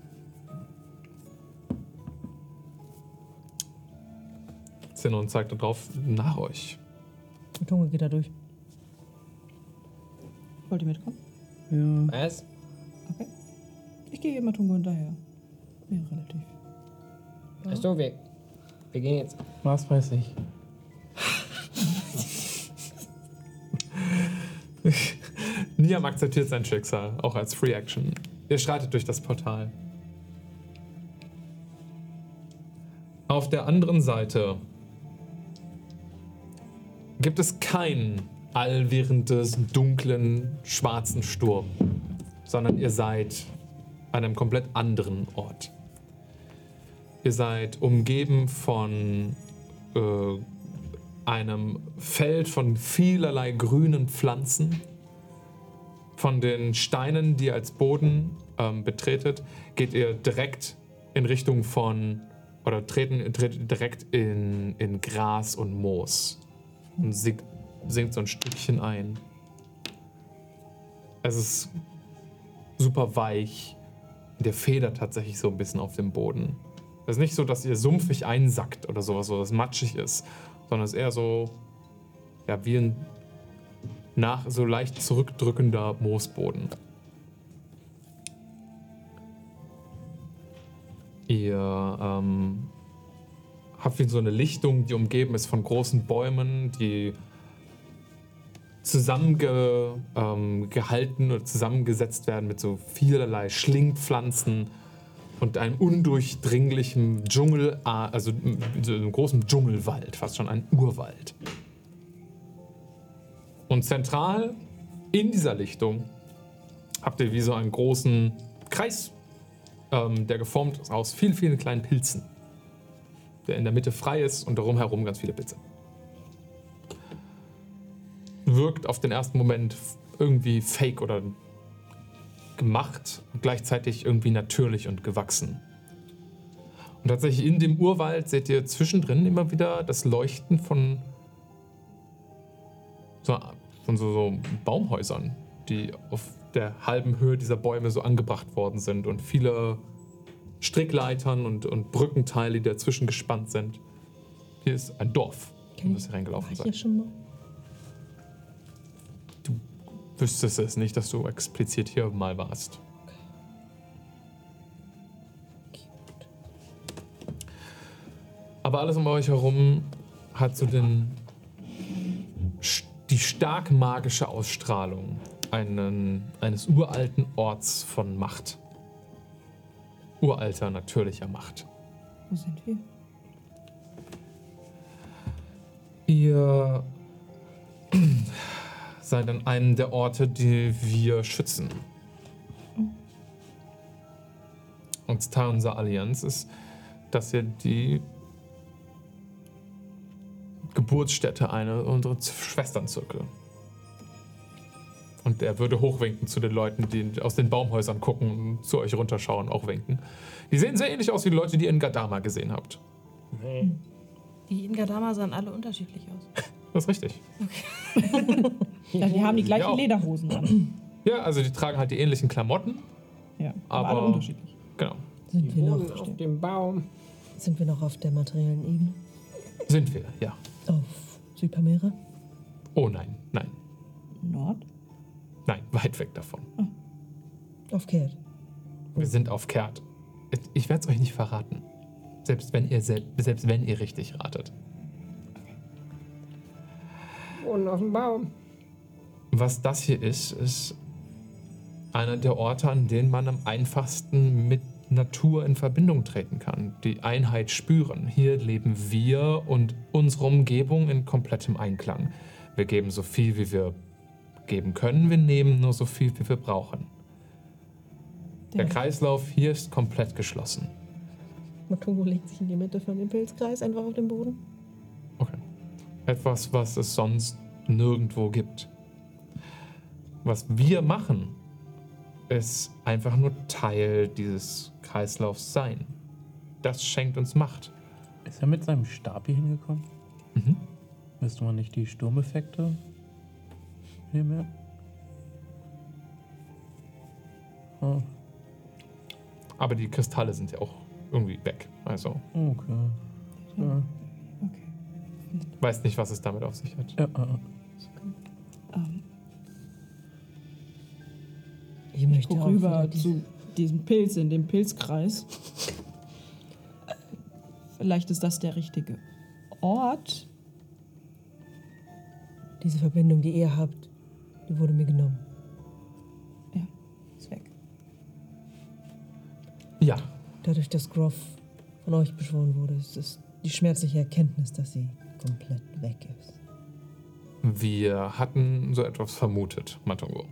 Zenon zeigt darauf nach euch. Die Tunge geht da durch. Wollt ihr mitkommen? Ja. Was? Okay. Ich gehe immer Tungo hinterher. Ja, relativ. Achso, wir gehen jetzt. Was weiß ich. Niam akzeptiert sein Schicksal, auch als Free Action. Ihr schreitet durch das Portal. Auf der anderen Seite gibt es keinen allwährendes dunklen, schwarzen Sturm, sondern ihr seid an einem komplett anderen Ort. Ihr seid umgeben von einem Feld von vielerlei grünen Pflanzen. Von den Steinen, die ihr als Boden betretet, geht ihr direkt in Richtung von, oder tretet direkt in Gras und Moos und sinkt so ein Stückchen ein. Es ist super weich. Der federt tatsächlich so ein bisschen auf dem Boden. Es ist nicht so, dass ihr sumpfig einsackt oder sowas, so dass matschig ist, sondern es ist eher so, ja, wie ein so leicht zurückdrückender Moosboden. Ihr habt wie so eine Lichtung, die umgeben ist von großen Bäumen, die zusammengehalten oder zusammengesetzt werden mit so vielerlei Schlingpflanzen und einem undurchdringlichen Dschungel, also so einem großen Dschungelwald, fast schon ein Urwald. Und zentral in dieser Lichtung habt ihr wie so einen großen Kreis, der geformt ist aus vielen, vielen kleinen Pilzen, der in der Mitte frei ist und darum herum ganz viele Pilze. Wirkt auf den ersten Moment irgendwie fake oder gemacht und gleichzeitig irgendwie natürlich und gewachsen. Und tatsächlich in dem Urwald seht ihr zwischendrin immer wieder das Leuchten von so Baumhäusern, die auf der halben Höhe dieser Bäume so angebracht worden sind und viele Strickleitern und Brückenteile, die dazwischen gespannt sind. Hier ist ein Dorf, in das ihr reingelaufen seid. Hier schon mal. Du wüsstest es nicht, dass du explizit hier mal warst. Aber alles um euch herum hat so die stark magische Ausstrahlung eines uralten Orts von Macht. Uralter, natürlicher Macht. Wo sind wir? Ihr seid an einem der Orte, die wir schützen. Und Teil unserer Allianz ist, dass ihr die Geburtsstätte einer unserer Schwesternzirkel. Und er würde hochwinken zu den Leuten, die aus den Baumhäusern gucken und zu euch runterschauen, auch winken. Die sehen sehr ähnlich aus wie die Leute, die ihr in Gadama gesehen habt. Die in Gadama sahen alle unterschiedlich aus. Das ist richtig. Ja, die haben die gleichen Ja. Lederhosen an. Ja, also die tragen halt die ähnlichen Klamotten. Ja, aber alle unterschiedlich. Genau. Sind wir, Wohnen noch, auf dem Baum. sind wir noch auf der materiellen Ebene? Sind wir, ja. Auf Südpamera? Oh nein, nein, Nord? nein, weit weg davon. Auf Kehrt. Wir sind auf Kehrt. Ich werde es euch nicht verraten. Selbst wenn ihr richtig ratet. Wohnen auf dem Baum. Was das hier ist einer der Orte, an denen man am einfachsten mit Natur in Verbindung treten kann. Die Einheit spüren. Hier leben wir und unsere Umgebung in komplettem Einklang. Wir geben so viel, wie wir geben können. Wir nehmen nur so viel, wie wir brauchen. Der Kreislauf hier ist komplett geschlossen. Matungo legt sich in die Mitte von dem Pilzkreis einfach auf den Boden. Okay. Etwas, was es sonst nirgendwo gibt. Was wir machen, ist einfach nur Teil dieses Kreislaufs sein. Das schenkt uns Macht. Ist er mit seinem Stab hier hingekommen? Mhm. Müsste man nicht die Sturmeffekte hier mehr? Oh. Aber die Kristalle sind ja auch irgendwie weg. Also, Okay. Ja. weiß nicht, was es damit auf sich hat. Ja, Ich möchte guck rüber zu diesem Pilz in dem Pilzkreis. Vielleicht ist das der richtige Ort. Diese Verbindung, die ihr habt, die wurde mir genommen. Ja, ist weg. Ja. Dadurch, dass Groff von euch beschworen wurde, ist es die schmerzliche Erkenntnis, dass sie komplett weg ist. Wir hatten so etwas vermutet, Matungo.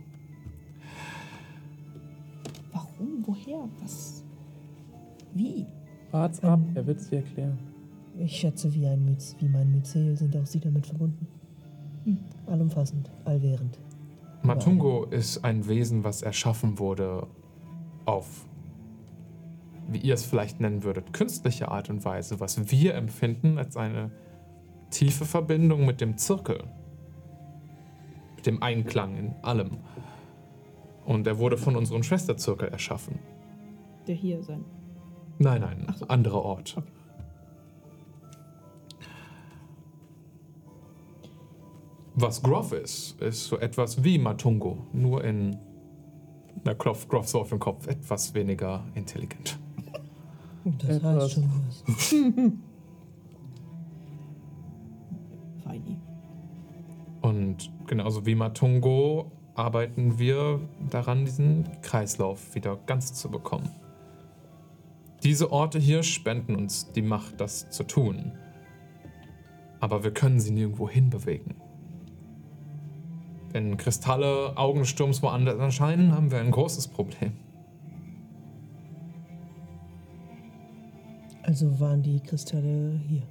Warum? Woher? Was? Wie? Wart's ab, er wird's dir erklären. Ich schätze, wie mein Myzel sind auch sie damit verbunden. Allumfassend, allwährend. Matungo ist ein Wesen, was erschaffen wurde auf, wie ihr es vielleicht nennen würdet, künstliche Art und Weise, was wir empfinden als eine tiefe Verbindung mit dem Zirkel, mit dem Einklang in allem. Und er wurde von unserem Schwesterzirkel erschaffen. Der hier sein. Nein, so. Anderer Ort. Okay. Was Groff ist so etwas wie Matungo, nur in Groff so auf dem Kopf etwas weniger intelligent. Das heißt schon was. Feini. Und genauso wie Matungo arbeiten wir daran, diesen Kreislauf wieder ganz zu bekommen. Diese Orte hier spenden uns die Macht, das zu tun. Aber wir können sie nirgendwo hinbewegen. Wenn Kristalle Augensturms woanders erscheinen, haben wir ein großes Problem. Also waren die Kristalle hier.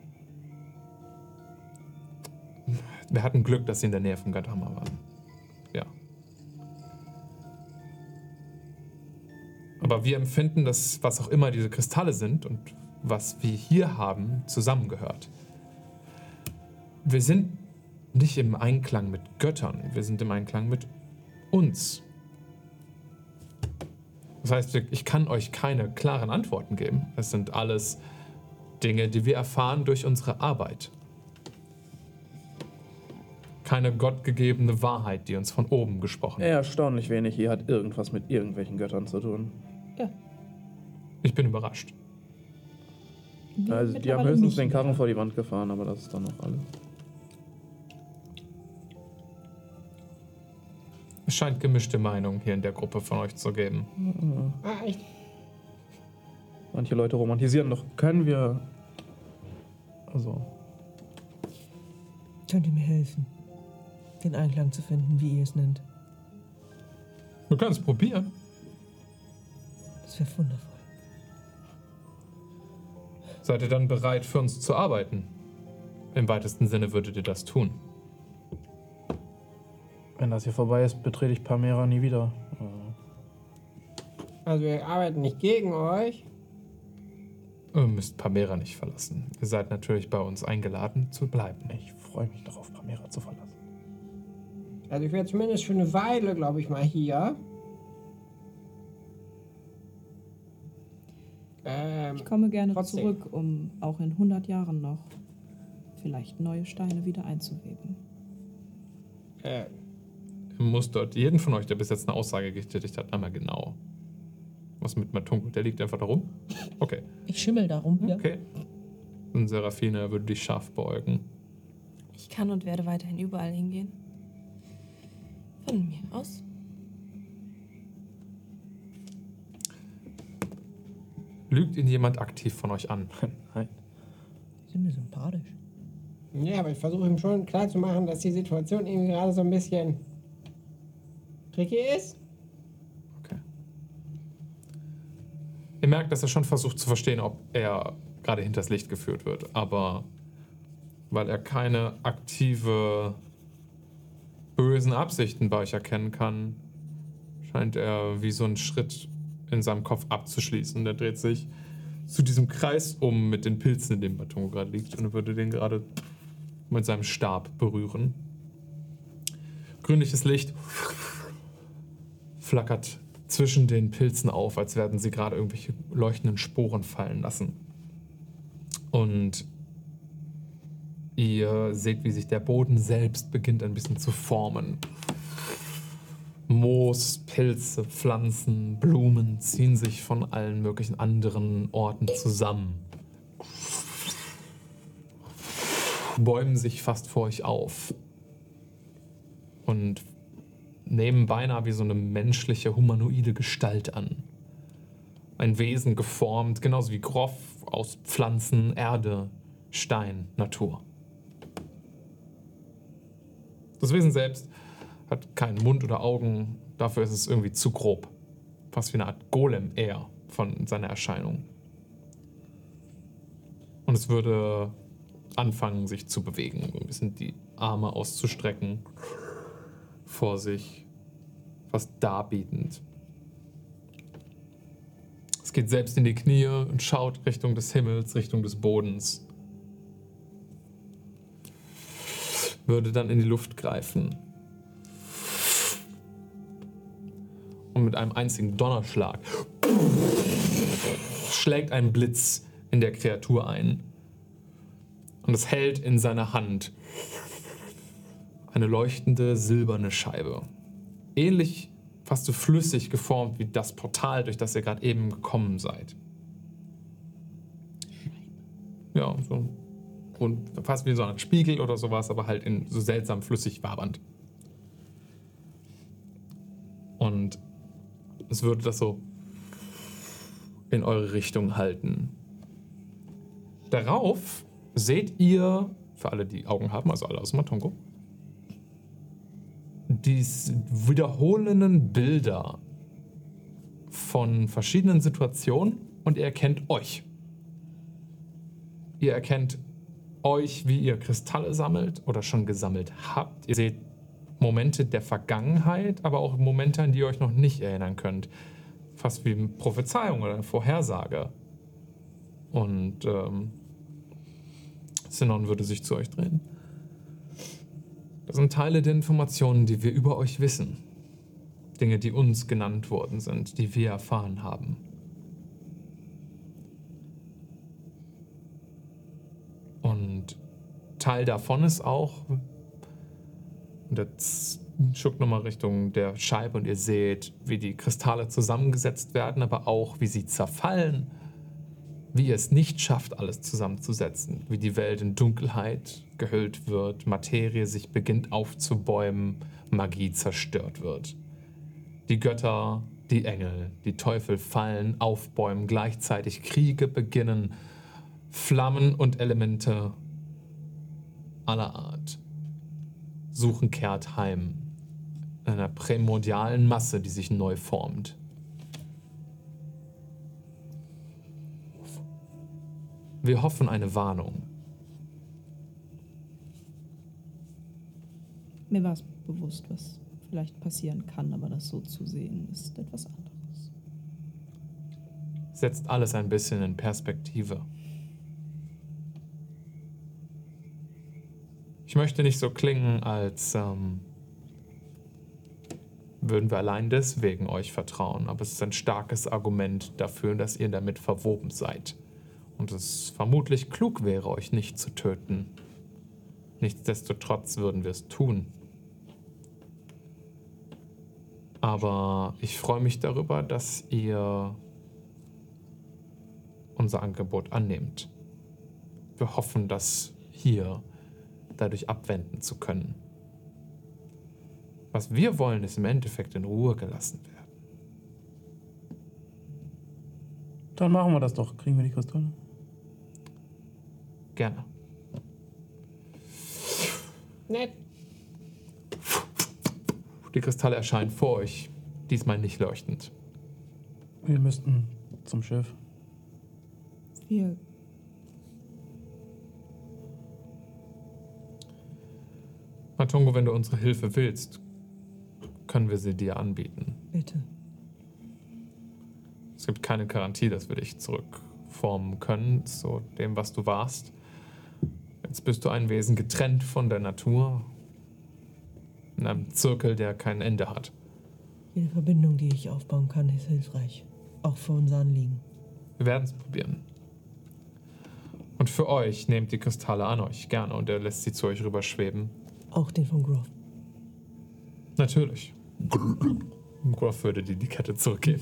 Wir hatten Glück, dass sie in der Nähe von Gadama waren. Ja. Aber wir empfinden, dass was auch immer diese Kristalle sind und was wir hier haben, zusammengehört. Wir sind nicht im Einklang mit Göttern, wir sind im Einklang mit uns. Das heißt, ich kann euch keine klaren Antworten geben. Es sind alles Dinge, die wir erfahren durch unsere Arbeit. Keine gottgegebene Wahrheit, die uns von oben gesprochen wird. Erstaunlich wenig hier hat irgendwas mit irgendwelchen Göttern zu tun. Ja. Ich bin überrascht. Also die haben höchstens den Karren vor die Wand gefahren, aber das ist dann noch alles. Es scheint gemischte Meinungen hier in der Gruppe von euch zu geben. Ah, echt? Manche Leute romantisieren doch. Können wir... Also... Könnt ihr mir helfen, den Einklang zu finden, wie ihr es nennt? Wir können es probieren. Das wäre wundervoll. Seid ihr dann bereit, für uns zu arbeiten? Im weitesten Sinne würdet ihr das tun. Wenn das hier vorbei ist, betrete ich Pamera nie wieder. Also wir arbeiten nicht gegen euch. Ihr müsst Pamera nicht verlassen. Ihr seid natürlich bei uns eingeladen, zu bleiben. Ich freue mich darauf, Pamera zu verlassen. Also ich wäre zumindest für eine Weile, glaube ich, mal hier. Ich komme gerne trotzdem zurück, um auch in 100 Jahren noch vielleicht neue Steine wieder einzuweben. Ihr müsst dort jeden von euch, der bis jetzt eine Aussage getätigt hat, einmal genau. Was mit Matungo? Der liegt einfach da rum? Okay. Ich schimmel da rum, ja. Okay. Und Seraphine würde dich scharf beäugen. Ich kann und werde weiterhin überall hingehen. Von mir aus. Lügt ihn jemand aktiv von euch an? Nein. Die sind mir sympathisch. Ja, aber ich versuche ihm schon klar zu machen, dass die Situation irgendwie gerade so ein bisschen tricky ist. Okay. Ihr merkt, dass er schon versucht zu verstehen, ob er gerade hinters Licht geführt wird. Aber weil er keine aktive bösen Absichten bei euch erkennen kann, scheint er wie so einen Schritt in seinem Kopf abzuschließen. Der dreht sich zu diesem Kreis um mit den Pilzen, in dem Baton gerade liegt, und er würde den gerade mit seinem Stab berühren. Grünliches Licht flackert zwischen den Pilzen auf, als werden sie gerade irgendwelche leuchtenden Sporen fallen lassen. Und ihr seht, wie sich der Boden selbst beginnt ein bisschen zu formen. Moos, Pilze, Pflanzen, Blumen ziehen sich von allen möglichen anderen Orten zusammen. Bäumen sich fast vor euch auf. Und nehmen beinahe wie so eine menschliche, humanoide Gestalt an. Ein Wesen geformt, genauso wie Groff, aus Pflanzen, Erde, Stein, Natur. Das Wesen selbst hat keinen Mund oder Augen, dafür ist es irgendwie zu grob. Fast wie eine Art Golem eher von seiner Erscheinung. Und es würde anfangen, sich zu bewegen, so ein bisschen die Arme auszustrecken vor sich, fast darbietend. Es geht selbst in die Knie und schaut Richtung des Himmels, Richtung des Bodens. Würde dann in die Luft greifen. Und mit einem einzigen Donnerschlag schlägt ein Blitz in der Kreatur ein. Und es hält in seiner Hand eine leuchtende silberne Scheibe. Ähnlich, fast so flüssig geformt wie das Portal, durch das ihr gerade eben gekommen seid. Ja, so. Und fast wie so ein Spiegel oder sowas, aber halt in so seltsam flüssig wabernd. Und es würde das so in eure Richtung halten. Darauf seht ihr, für alle, die Augen haben, also alle aus Matongo, die wiederholenden Bilder von verschiedenen Situationen und ihr erkennt euch. Ihr erkennt euch, wie ihr Kristalle sammelt oder schon gesammelt habt. Ihr seht Momente der Vergangenheit, aber auch Momente, an die ihr euch noch nicht erinnern könnt. Fast wie eine Prophezeiung oder eine Vorhersage. Und Sinon würde sich zu euch drehen. Das sind Teile der Informationen, die wir über euch wissen. Dinge, die uns genannt worden sind, die wir erfahren haben. Und Teil davon ist auch, und jetzt schuckt nochmal Richtung der Scheibe und ihr seht, wie die Kristalle zusammengesetzt werden, aber auch, wie sie zerfallen, wie ihr es nicht schafft, alles zusammenzusetzen, wie die Welt in Dunkelheit gehüllt wird, Materie sich beginnt aufzubäumen, Magie zerstört wird. Die Götter, die Engel, die Teufel fallen, aufbäumen, gleichzeitig Kriege beginnen, Flammen und Elemente aller Art suchen kehrt heim, in einer primordialen Masse, die sich neu formt. Wir hoffen eine Warnung. Mir war es bewusst, was vielleicht passieren kann, aber das so zu sehen, ist etwas anderes. Setzt alles ein bisschen in Perspektive. Ich möchte nicht so klingen, als würden wir allein deswegen euch vertrauen, aber es ist ein starkes Argument dafür, dass ihr damit verwoben seid. Und es vermutlich klug wäre, euch nicht zu töten. Nichtsdestotrotz würden wir es tun. Aber ich freue mich darüber, dass ihr unser Angebot annehmt. Wir hoffen, das hier dadurch abwenden zu können. Was wir wollen, ist im Endeffekt in Ruhe gelassen werden. Dann machen wir das doch. Kriegen wir die Kristalle? Gerne. Nett. Die Kristalle erscheinen vor euch, diesmal nicht leuchtend. Wir müssten zum Schiff. Matongo, wenn du unsere Hilfe willst, können wir sie dir anbieten. Bitte. Es gibt keine Garantie, dass wir dich zurückformen können zu dem, was du warst. Jetzt bist du ein Wesen getrennt von der Natur, in einem Zirkel, der kein Ende hat. Jede Verbindung, die ich aufbauen kann, ist hilfreich. Auch für unser Anliegen. Wir werden es probieren. Und für euch nehmt die Kristalle an euch gerne und er lässt sie zu euch rüberschweben. Auch den von Groff. Natürlich. Groff würde dir die Kette zurückgeben.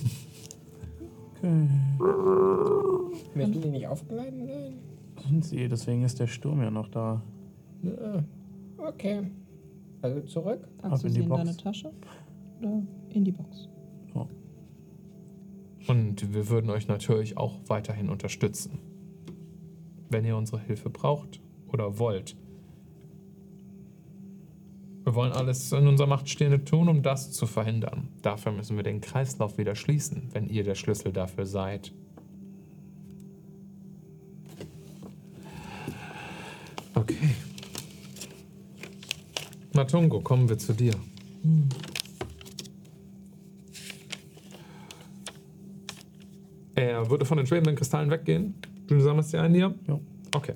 Möchten die nicht aufgeladen sein? Sind sie, deswegen ist der Sturm ja noch da. Ja. Okay. Also zurück? Packst du in sie die in Box. deine Tasche? Oder in die Box? Ja. Und wir würden euch natürlich auch weiterhin unterstützen. Wenn ihr unsere Hilfe braucht oder wollt. Wir wollen alles in unserer Macht Stehende tun, um das zu verhindern. Dafür müssen wir den Kreislauf wieder schließen, wenn ihr der Schlüssel dafür seid. Okay. Matongo, kommen wir zu dir. Er würde von den schwebenden Kristallen weggehen. Du sammelst sie ein hier? Ja. Okay.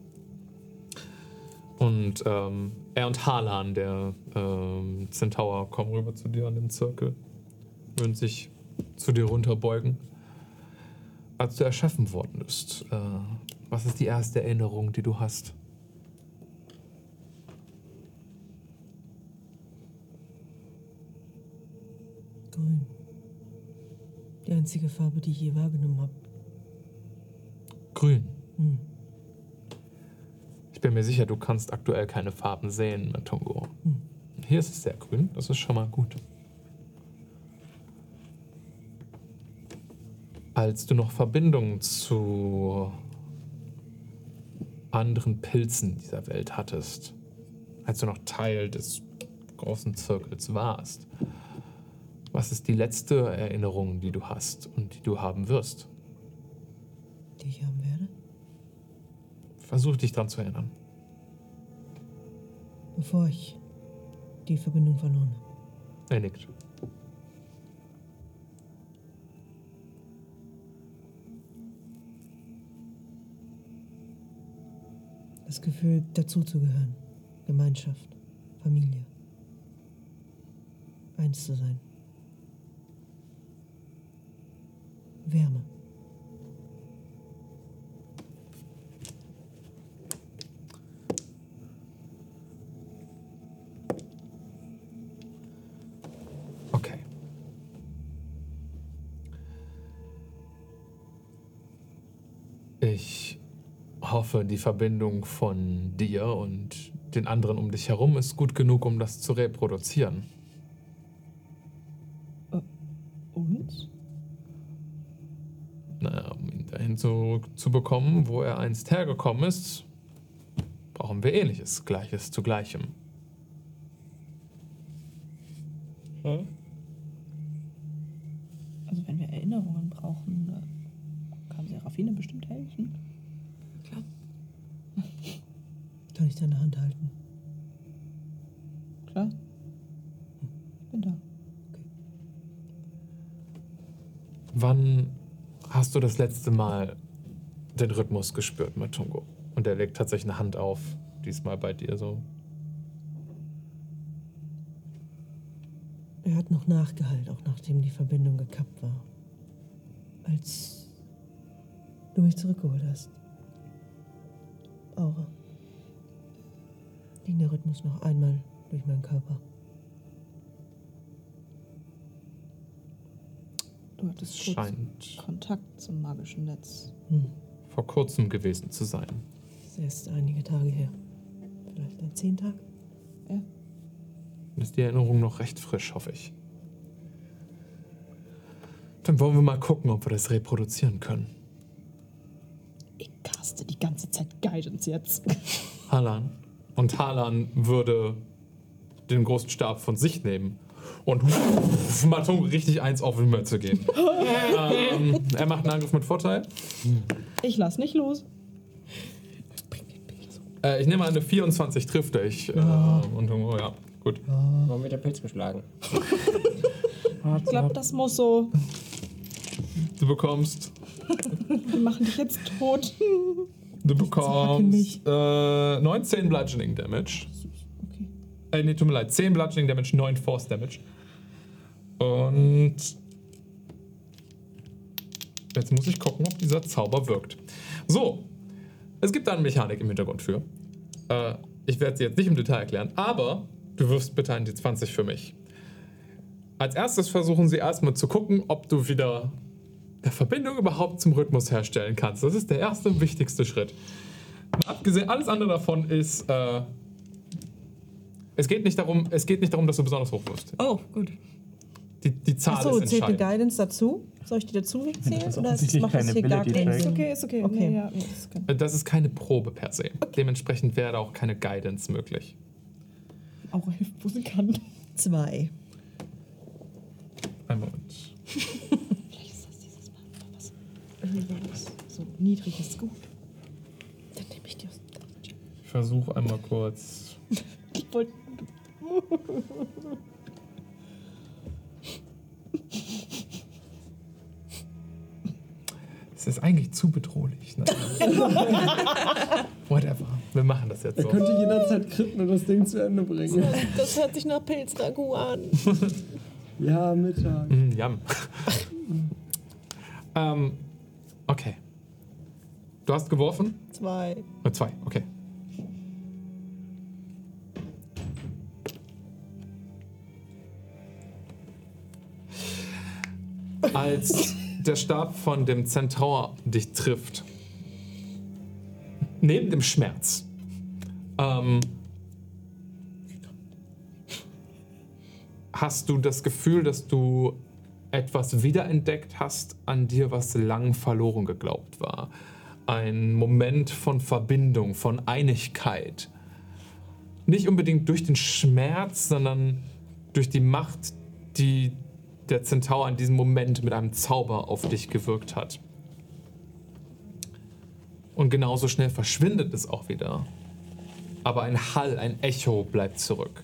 Und er und Harlan, der Centaur, kommen rüber zu dir an den Zirkel. Würden sich zu dir runterbeugen. Als du erschaffen worden bist, was ist die erste Erinnerung, die du hast? Grün. Die einzige Farbe, die ich je wahrgenommen habe. Grün. Hm. Ich bin mir sicher, du kannst aktuell keine Farben sehen, Matongo. Hier ist es sehr grün, das ist schon mal gut. Als du noch Verbindungen zu anderen Pilzen dieser Welt hattest, als du noch Teil des großen Zirkels warst, was ist die letzte Erinnerung, die du hast und die du haben wirst? Die ich haben werde? Versuch dich dran zu erinnern. Bevor ich die Verbindung verloren habe. Er nickt. Das Gefühl, dazuzugehören. Gemeinschaft. Familie. Eins zu sein. Wärme. Okay. Ich hoffe, die Verbindung von dir und den anderen um dich herum ist gut genug, um das zu reproduzieren. Uns? Naja, um ihn dahin zu bekommen, wo er einst hergekommen ist, brauchen wir Ähnliches, Gleiches zu Gleichem. Also wenn wir Erinnerungen brauchen, kann Seraphine bestimmt helfen. Klar. Kann ich deine Hand halten? Klar. Ich bin da. Wann hast du das letzte Mal den Rhythmus gespürt, Matongo? Und er legt tatsächlich eine Hand auf, diesmal bei dir so. Er hat noch nachgehallt, auch nachdem die Verbindung gekappt war. Als du mich zurückgeholt hast. Aura. Ging der Rhythmus noch einmal durch meinen Körper. Du hattest Scheint Kontakt zum magischen Netz. vor kurzem gewesen zu sein. Das ist erst einige Tage her. Vielleicht ein 10 Tage? Ja. Dann ist die Erinnerung noch recht frisch, hoffe ich. Dann wollen wir mal gucken, ob wir das reproduzieren können. Ich caste die ganze Zeit Guidance jetzt. Harlan. Und Harlan würde den großen Stab von sich nehmen und Matongo richtig eins auf den Mütze geben. Er macht einen Angriff mit Vorteil. Ich lass nicht los. Ich nehme an, eine 24 trifft dich. Und ja, gut. Warum wird der Pilz geschlagen? Ich glaube, das muss so. Du bekommst. Wir machen dich jetzt tot. Du bekommst 19 Bludgeoning Damage. Okay. Nee, tut mir leid. 10 Bludgeoning Damage, 9 Force Damage. Und jetzt muss ich gucken, ob dieser Zauber wirkt. So, es gibt da eine Mechanik im Hintergrund für. Ich werde sie jetzt nicht im Detail erklären, aber du wirfst bitte ein D20 für mich. Als erstes versuchen sie erstmal zu gucken, ob du wieder eine Verbindung überhaupt zum Rhythmus herstellen kannst. Das ist der erste und wichtigste Schritt. Und abgesehen, alles andere davon ist, es geht nicht darum, dass du besonders hoch wirst. Oh, gut. Die Zahl Achso, ist zählt die entscheidend. Guidance dazu? Soll ich die dazu zählen? Das ist Oder offensichtlich macht das keine hier gar Ability keinen Check. Sinn? Ist okay. Okay. Nee, ja, nee, das kann. Das ist keine Probe per se. Dementsprechend wäre da auch keine Guidance möglich. Aura hilft, wo sie kann. 2. Einen Moment. Vielleicht ist das dieses Mal was. Irgendwie was so niedrig ist gut. Dann nehme ich die aus dem Tasche. Ich versuche einmal kurz. Ich wollte. Es ist eigentlich zu bedrohlich. Ne? Whatever. Wir machen das jetzt Er so. könnte jederzeit kritten und das Ding zu Ende bringen. Das hört sich nach Pilzragout an. Ja, Mittag. Yum. Okay. Du hast geworfen? 2. 2, okay. Als der Stab von dem Zentaur dich trifft, neben dem Schmerz, hast du das Gefühl, dass du etwas wiederentdeckt hast an dir, was lang verloren geglaubt war. Ein Moment von Verbindung, von Einigkeit. Nicht unbedingt durch den Schmerz, sondern durch die Macht, die der Zentaur in diesem Moment mit einem Zauber auf dich gewirkt hat. Und genauso schnell verschwindet es auch wieder. Aber ein Hall, ein Echo bleibt zurück.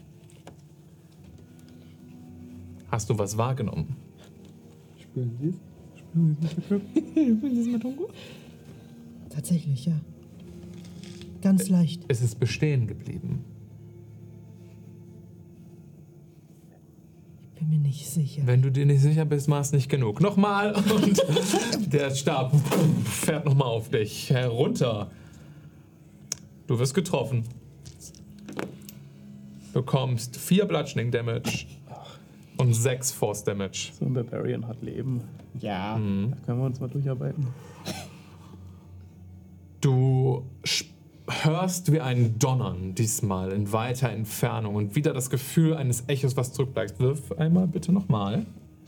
Hast du was wahrgenommen? Spüren Sie es? Spüren Sie es mit Hungo? Tatsächlich, ja. Ganz leicht. Es ist bestehen geblieben. Bin mir nicht sicher. Wenn du dir nicht sicher bist, war es nicht genug. Nochmal und der Stab fährt nochmal auf dich herunter. Du wirst getroffen. Bekommst 4 Bludgeoning Damage und 6 Force Damage. So ein Barbarian hat Leben. Ja. Da können wir uns mal durcharbeiten. Du hörst wie ein Donnern, diesmal in weiter Entfernung und wieder das Gefühl eines Echos, was zurückbleibt. Wirf einmal bitte nochmal.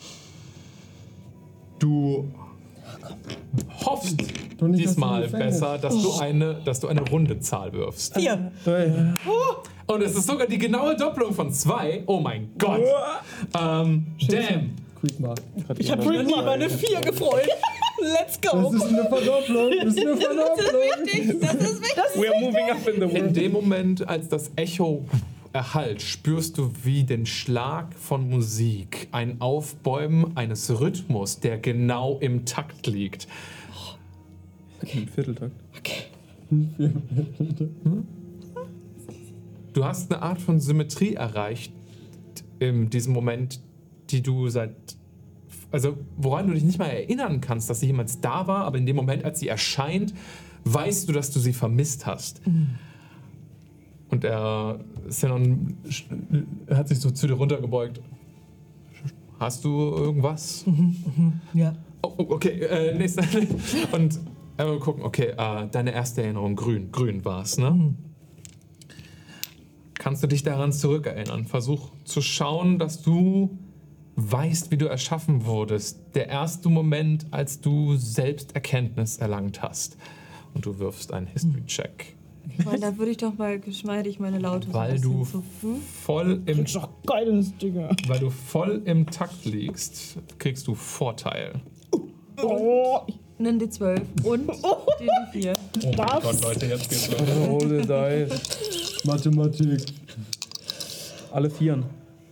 Du hoffst diesmal besser, dass du eine runde Zahl wirfst. 4. Und es ist sogar die genaue Doppelung von 2. Oh mein Gott. Damn. Quick mal. Ich habe mich nie über eine 4 gefreut. Let's go. Das ist eine Verdopplung. Das ist eine Verdopplung. Das ist wichtig. We're moving up in the world. In dem Moment, als das Echo erhallt, spürst du wie den Schlag von Musik, ein Aufbäumen eines Rhythmus, der genau im Takt liegt. Im Vierteltakt. Du hast eine Art von Symmetrie erreicht in diesem Moment, die du also woran du dich nicht mal erinnern kannst, dass sie jemals da war, aber in dem Moment, als sie erscheint, weißt du, dass du sie vermisst hast. Und Xenon hat sich so zu dir runtergebeugt. Hast du irgendwas? Ja. Oh, okay, nächster. Und wir gucken, okay, deine erste Erinnerung, grün war es, ne? Kannst du dich daran zurückerinnern? Versuch zu schauen, dass du weißt, wie du erschaffen wurdest. Der erste Moment, als du Selbsterkenntnis erlangt hast. Und du wirfst einen History-Check. Weil da würde ich doch mal geschmeidig meine Laute so ein Weil bisschen du so, voll im Geiles Digga. Weil du voll im Takt liegst, kriegst du Vorteil. Oh. einen D12 und den D4. Oh mein Gott, Leute, jetzt geht's los. Roll the dice. Mathematik. Alle Vieren.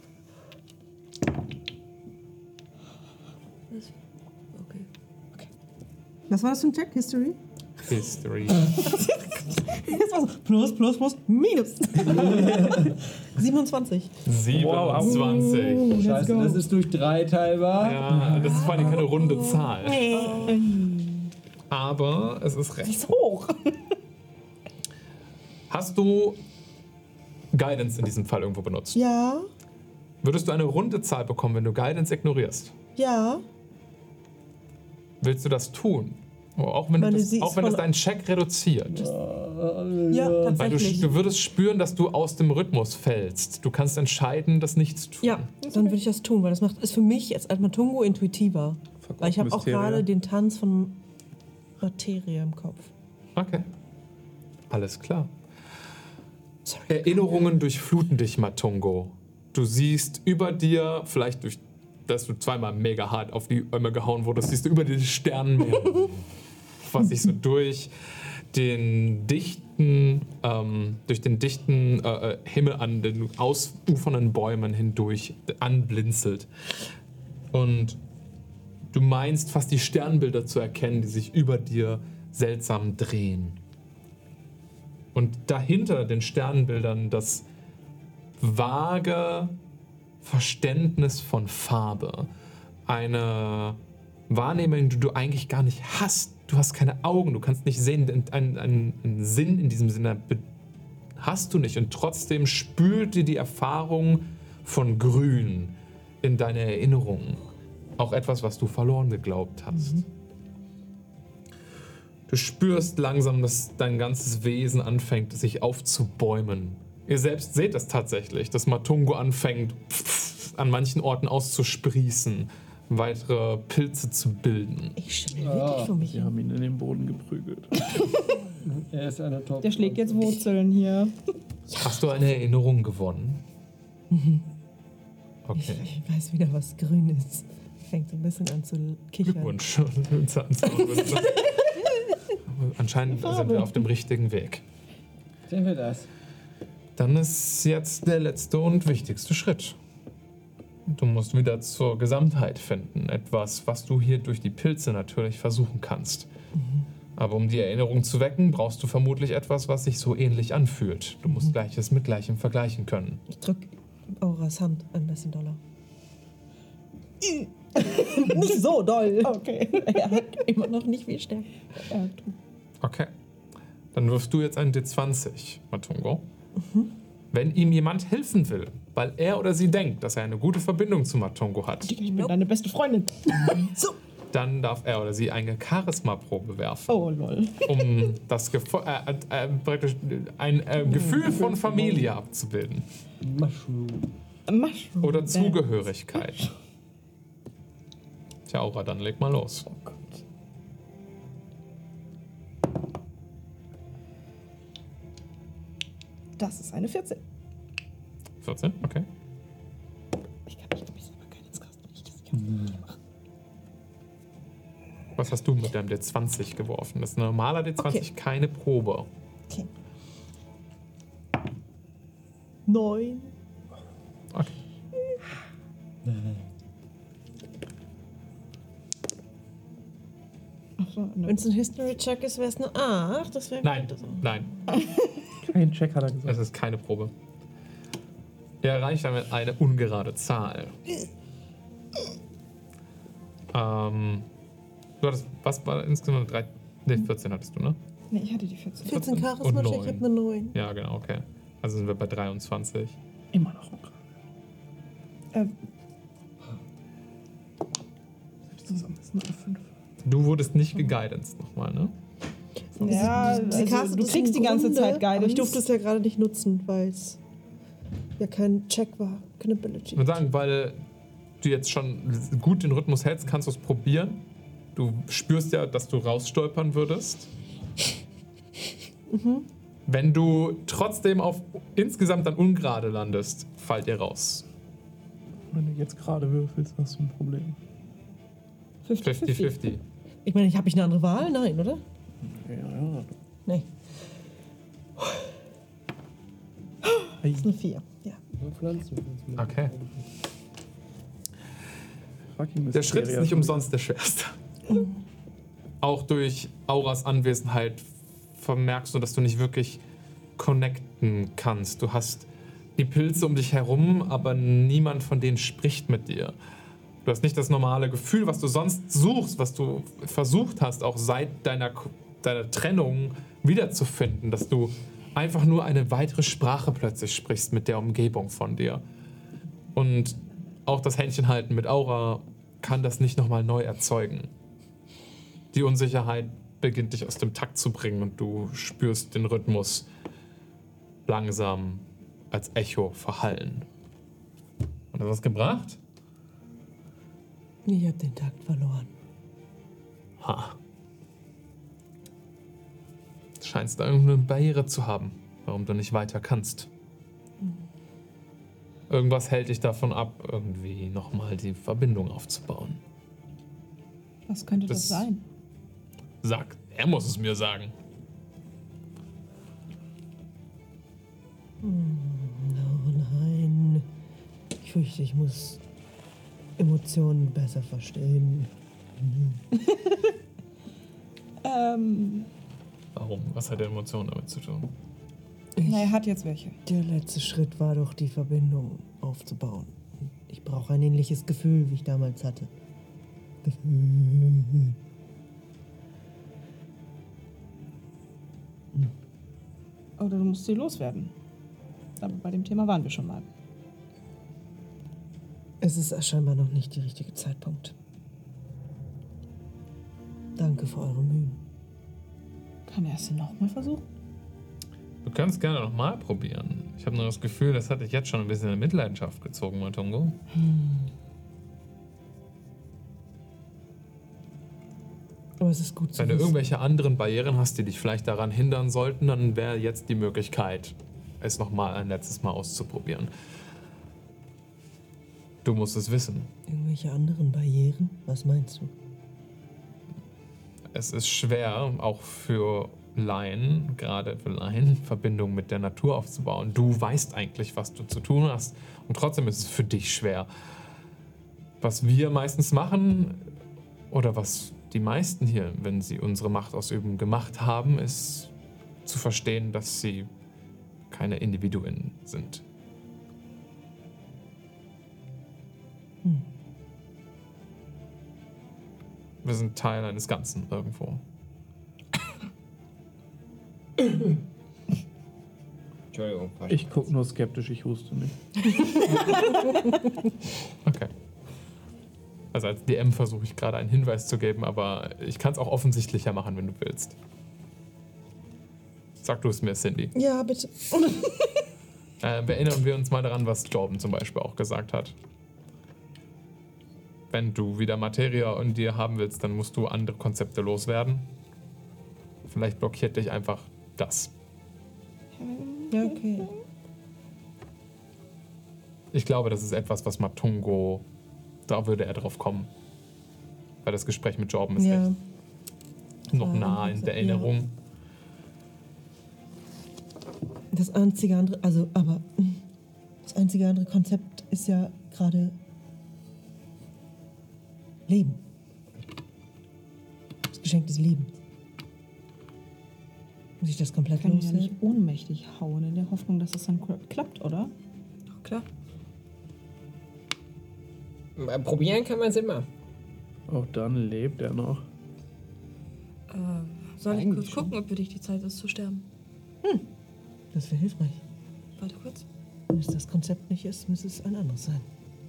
Okay. Was war das für ein Check? History? History. Jetzt war so plus, minus. 27. 27. Scheiße, das ist durch 3 teilbar. Ja, das ist vor allem keine runde Zahl. Aber es ist recht Hoch. Hast du Guidance in diesem Fall irgendwo benutzt? Ja, Würdest du eine runde Zahl bekommen, wenn du Guidance ignorierst? ja. Willst du das tun? Oh, auch wenn, Meine, das, sie ist auch wenn das von- deinen Check reduziert. Ja, Weil tatsächlich. du würdest spüren, dass du aus dem Rhythmus fällst. Du kannst entscheiden, das nicht zu tun. Ja, dann würde ich das tun, weil das ist für mich als Matungo intuitiver. Weil ich habe auch Mysteria. gerade den Tanz von Materie im Kopf. Okay. Alles klar. Erinnerungen durchfluten dich, Matungo. Du siehst über dir, vielleicht durch, dass du zweimal mega hart auf die Ömme gehauen wurdest, siehst du über dir die Sternenmeer, was sich so durch den dichten Himmel an den ausufernden Bäumen hindurch anblinzelt. Und du meinst fast die Sternbilder zu erkennen, die sich über dir seltsam drehen. Und dahinter den Sternbildern das vage Verständnis von Farbe. Eine Wahrnehmung, die du eigentlich gar nicht hast. Du hast keine Augen, du kannst nicht sehen. Einen Sinn in diesem Sinne hast du nicht. Und trotzdem spült dir die Erfahrung von Grün in deine Erinnerungen. Auch etwas, was du verloren geglaubt hast. Du spürst langsam, dass dein ganzes Wesen anfängt, sich aufzubäumen. Ihr selbst seht es tatsächlich, dass Matungo anfängt, an manchen Orten auszusprießen, weitere Pilze zu bilden. Ich stelle mir wirklich für mich. Wir haben ihn in den Boden geprügelt. Er ist eine Top. Der schlägt jetzt Wurzeln hier. Hast du eine Erinnerung gewonnen? Okay. Ich weiß wieder, was grün ist. Fängt so ein bisschen an zu kichern. Glückwunsch. Anscheinend sind wir auf dem richtigen Weg. Sehen wir das? Dann ist jetzt der letzte und wichtigste Schritt. Du musst wieder zur Gesamtheit finden. Etwas, was du hier durch die Pilze natürlich versuchen kannst. Aber um die Erinnerung zu wecken, brauchst du vermutlich etwas, was sich so ähnlich anfühlt. Du musst Gleiches mit Gleichem vergleichen können. Ich drücke Auras Hand ein bisschen doller. Nicht so doll. Okay. Er hat immer noch nicht viel Stärke. Okay. Dann wirfst du jetzt einen D20, Matungo. Wenn ihm jemand helfen will, weil er oder sie denkt, dass er eine gute Verbindung zu Matungo hat, Ich bin deine beste Freundin. dann darf er oder sie eine Charisma-Probe werfen, Oh, lol. um das praktisch ein Gefühl von Familie abzubilden. Mushroom. Oder Zugehörigkeit. Tja, Aura, dann leg mal los. Oh Gott. Das ist eine 14. 14, okay. Ich kann mich nämlich selber keine Casten. Ich kann es nicht machen. Was hast du mit deinem D20 geworfen? Das ist ein normaler D20, Okay. keine Probe. Okay. 9. Okay. Ach so, ne. Wenn es ein History-Check ist, wäre es eine 8. Das wäre Nein, gut. nein, Kein Check hat er gesagt. es ist keine Probe. Ihr erreicht damit eine ungerade Zahl. Du hattest, was war insgesamt? 14 hattest du, ne? Nee, ich hatte die 14. 14 und Charisma-Check, ich 9. habe eine 9. Ja, genau, okay. Also sind wir bei 23. Immer noch ungerade. Zusammen ist nur eine 5. Du wurdest nicht geguidanced nochmal, ne? Ja, also, du kriegst die ganze Zeit Guidance. Aber ich durfte es ja gerade nicht nutzen, weil es ja kein Check war, keine Ability. Ich würde sagen, weil du jetzt schon gut den Rhythmus hältst, kannst du es probieren. Du spürst ja, dass du rausstolpern würdest. Wenn du trotzdem auf insgesamt dann ungerade landest, fallt ihr raus. Wenn du jetzt gerade würfelst, hast du ein Problem. 50-50. Ich meine, habe ich eine andere Wahl? Nein, oder? Ja. Nee. Das ist eine 4. Ja. Okay. Der Schritt ist nicht umsonst der schwerste. Auch durch Auras Anwesenheit vermerkst du, dass du nicht wirklich connecten kannst. Du hast die Pilze um dich herum, aber niemand von denen spricht mit dir. Du hast nicht das normale Gefühl, was du sonst suchst, was du versucht hast, auch seit deiner Trennung wiederzufinden, dass du einfach nur eine weitere Sprache plötzlich sprichst mit der Umgebung von dir. Und auch das Händchenhalten mit Aura kann das nicht nochmal neu erzeugen. Die Unsicherheit beginnt dich aus dem Takt zu bringen und du spürst den Rhythmus langsam als Echo verhallen. Hat das was gebracht? Ich habe den Takt verloren. Ha. Du scheinst da irgendeine Barriere zu haben, warum du nicht weiter kannst. Irgendwas hält dich davon ab, irgendwie nochmal die Verbindung aufzubauen. Was könnte das sein? Sag, er muss es mir sagen. Oh nein. Ich fürchte, ich muss Emotionen besser verstehen. Warum? Was hat Emotionen damit zu tun? Na, er hat jetzt welche. Der letzte Schritt war doch, die Verbindung aufzubauen. Ich brauche ein ähnliches Gefühl, wie ich damals hatte. Gefühl. Oder du musst sie loswerden. Aber bei dem Thema waren wir schon mal. Es ist scheinbar noch nicht der richtige Zeitpunkt. Danke für eure Mühen. Kann er es denn nochmal versuchen? Du kannst gerne nochmal probieren. Ich habe nur das Gefühl, das hat dich jetzt schon ein bisschen in Mitleidenschaft gezogen, Matungo. Aber es ist gut zu Wenn du wissen. irgendwelche anderen Barrieren hast, die dich vielleicht daran hindern sollten, dann wäre jetzt die Möglichkeit, es nochmal ein letztes Mal auszuprobieren. Du musst es wissen. Irgendwelche anderen Barrieren? Was meinst du? Es ist schwer, auch für Laien, gerade für Laien, Verbindung mit der Natur aufzubauen. Du weißt eigentlich, was du zu tun hast und trotzdem ist es für dich schwer. Was wir meistens machen oder was die meisten hier, wenn sie unsere Macht ausüben, gemacht haben, ist zu verstehen, dass sie keine Individuen sind. Wir sind Teil eines Ganzen irgendwo. Entschuldigung. Ich gucke nur skeptisch, ich huste nicht. Okay. Also als DM versuche ich gerade einen Hinweis zu geben, aber ich kann es auch offensichtlicher machen, wenn du willst. Sag du es mir, Cindy. Ja, bitte. Erinnern wir uns mal daran, was Jordan zum Beispiel auch gesagt hat. Wenn du wieder Materie in dir haben willst, dann musst du andere Konzepte loswerden. Vielleicht blockiert dich einfach das. Ja, okay. Ich glaube, das ist etwas, was Matungo, da würde er drauf kommen. Weil das Gespräch mit Jordan ist Ja. echt noch nah in der Erinnerung. Das einzige andere Konzept ist ja gerade Leben. Das Geschenk des Lebens. Muss ich das komplett Kann ja loswerden? nicht ohnmächtig hauen, in der Hoffnung, dass es dann klappt, oder? Doch, klar. Probieren kann man es immer. Oh, dann lebt er noch. Soll ich Eigentlich kurz schon. gucken, ob für dich die Zeit ist zu sterben? Das wäre hilfreich. Warte kurz. Wenn es das Konzept nicht ist, muss es ein anderes sein.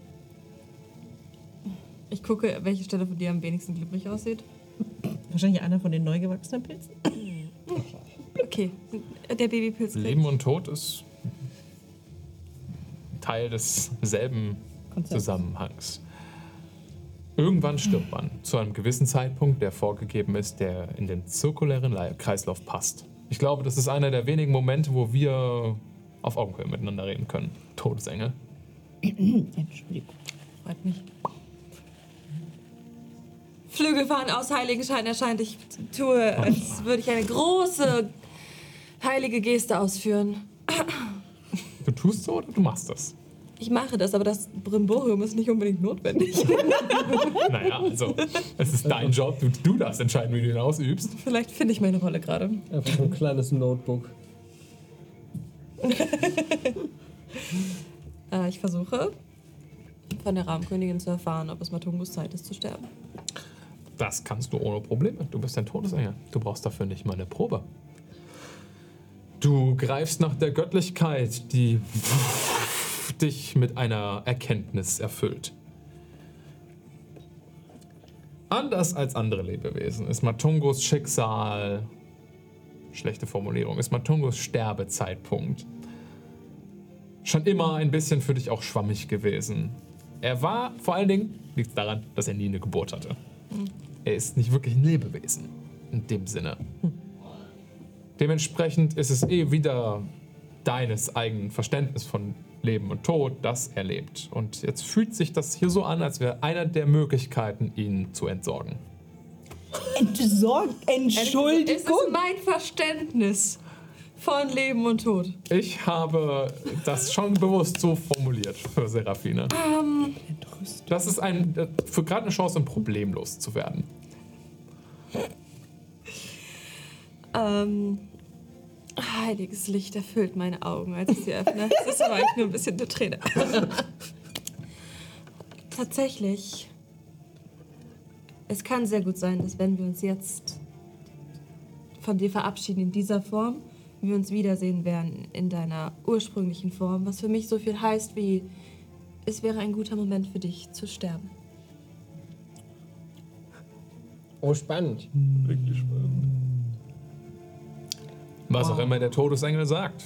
Ich gucke, welche Stelle von dir am wenigsten glibberig aussieht. Wahrscheinlich einer von den neu gewachsenen Pilzen. Okay, der Babypilz. Leben und Tod ist Teil desselben Zusammenhangs. Irgendwann stirbt man zu einem gewissen Zeitpunkt, der vorgegeben ist, der in den zirkulären Kreislauf passt. Ich glaube, das ist einer der wenigen Momente, wo wir auf Augenhöhe miteinander reden können. Todesengel. Entschuldigung. Freut mich. Flügelfahren aus Heiligenschein erscheint. Ich tue, als würde ich eine große heilige Geste ausführen. Du tust so oder du machst das? Ich mache das, aber das Brimborium ist nicht unbedingt notwendig. Naja, also, es ist dein Job. Du darfst entscheiden, wie du ihn ausübst. Vielleicht finde ich meine Rolle gerade. Einfach so ein kleines Notebook. Ich versuche, von der Raumkönigin zu erfahren, ob es Matungos Zeit ist zu sterben. Das kannst du ohne Probleme. Du bist ein Todesengel. Du brauchst dafür nicht mal eine Probe. Du greifst nach der Göttlichkeit, die dich mit einer Erkenntnis erfüllt. Anders als andere Lebewesen ist Matungos Schicksal, schlechte Formulierung, ist Matungos Sterbezeitpunkt schon immer ein bisschen für dich auch schwammig gewesen. Er war, vor allen Dingen, liegt daran, dass er nie eine Geburt hatte. Er ist nicht wirklich ein Lebewesen, in dem Sinne. Dementsprechend ist es wieder deines eigenen Verständnis von Leben und Tod, das er lebt. Und jetzt fühlt sich das hier so an, als wäre einer der Möglichkeiten, ihn zu entsorgen. Entschuldigung. Es ist mein Verständnis von Leben und Tod. Ich habe das schon bewusst so formuliert für Seraphine. Das ist für gerade eine Chance, um problemlos zu werden. Heiliges Licht erfüllt meine Augen, als ich sie öffne. Das war eigentlich nur ein bisschen eine Träne. Tatsächlich, es kann sehr gut sein, dass wenn wir uns jetzt von dir verabschieden in dieser Form, wir uns wiedersehen werden in deiner ursprünglichen Form, was für mich so viel heißt wie, es wäre ein guter Moment für dich zu sterben. Oh, spannend. Wirklich spannend. Was auch immer der Todesengel sagt.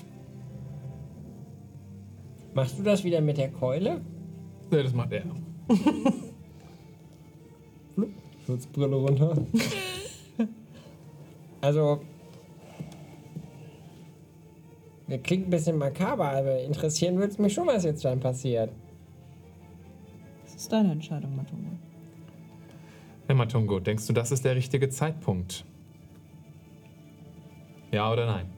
Machst du das wieder mit der Keule? Nee, das macht er. Schutzbrille runter. Also, das klingt ein bisschen makaber, aber interessieren würde es mich schon, was jetzt dann passiert. Das ist deine Entscheidung, Matungo. Hey Matungo, denkst du, das ist der richtige Zeitpunkt? Ja oder nein?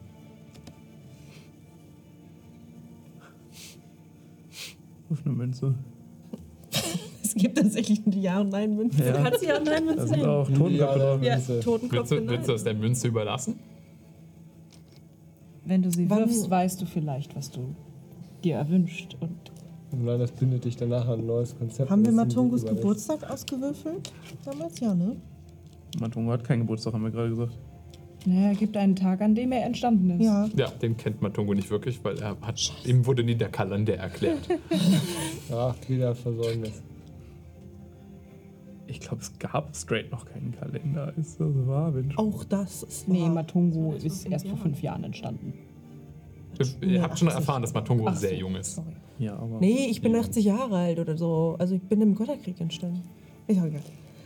Auf eine Münze. Es gibt tatsächlich eine Ja- und Nein-Münze. Ja. Du kannst Ja- und Da Nein-Münze sind nehmen. auch Totenköpfe drauf. Ja, Willst Totenköpfe. du das der Münze überlassen? Wenn du sie Wann- wirfst, weißt du vielleicht, was du dir erwünscht. Und Nein, das bindet dich danach an ein neues Konzept. Haben wir Das ist Matungos überrecht. Geburtstag ausgewürfelt? Damals ja, ne? Matungo hat keinen Geburtstag, haben wir gerade gesagt. naja, gibt einen Tag, an dem er entstanden ist. Ja. Ja, den kennt Matungo nicht wirklich, weil ihm wurde nie der Kalender erklärt. Ach, wieder Versäumnis. Ich glaube, es gab straight noch keinen Kalender, als das war. Wenn schon. Auch das ist Nee, wahr. Matungo ist erst vor 5 Jahren entstanden. Ihr habt schon 80. erfahren, dass Matungo Ach so, sehr jung ist. Sorry. Ja, aber. Nee, ich bin 80 Jahre alt oder so. Also ich bin im Götterkrieg entstanden. Ist auch egal.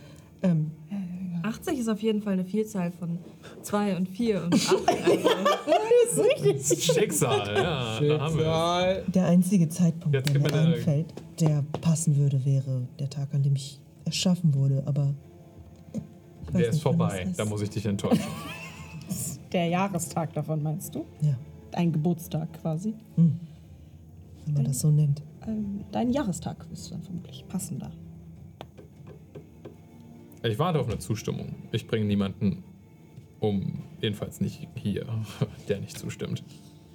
80 ist auf jeden Fall eine Vielzahl von 2 und 4 und 8. Also, Schicksal, ja. Da haben wir es. Der einzige Zeitpunkt, Jetzt der gib mir mir eine- einfällt, der passen würde, wäre der Tag, an dem ich erschaffen wurde. Aber ich weiß Der ist nicht, wann vorbei, das ist. da muss ich dich enttäuschen. Der Jahrestag davon, meinst du? Ja, Dein Geburtstag quasi. wenn man das so nennt. Dein Jahrestag ist dann vermutlich passender. Ich warte auf eine Zustimmung. Ich bringe niemanden um, jedenfalls nicht hier, der nicht zustimmt.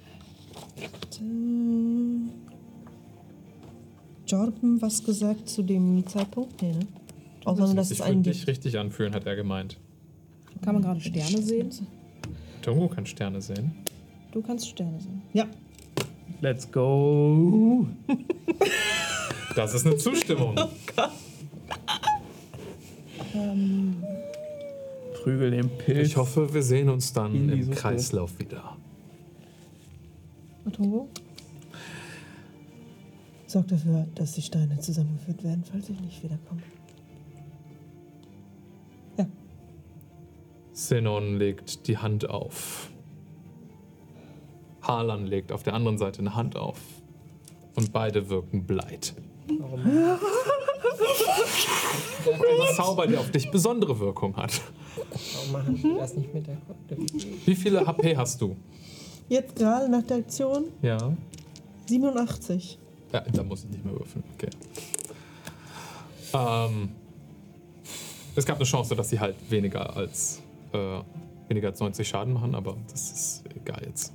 Jordan was gesagt zu dem Zeitpunkt? Nee, ne? Außer nur, dass muss es sich einen für dich gibt. richtig anfühlen, hat er gemeint. Kann man gerade Sterne sehen? Tongo kann Sterne sehen. Du kannst Sterne sehen. Ja. Let's go. Das ist eine Zustimmung. Prügel den Pilz. Ich hoffe, wir sehen uns dann In die im Suppe. Kreislauf wieder. Matungo? Sorg dafür, dass die Steine zusammengeführt werden, falls ich nicht wiederkomme. Ja. Zenon legt die Hand auf. Harlan legt auf der anderen Seite eine Hand auf. Und beide wirken bleit. Ein Zauber, der auf dich besondere Wirkung hat. Warum machen die das nicht mit der Karte? Wie viele HP hast du? Jetzt gerade nach der Aktion Ja. 87. Ja, da muss ich nicht mehr würfeln. Okay. Es gab eine Chance, dass sie halt weniger als 90 Schaden machen, aber das ist egal jetzt.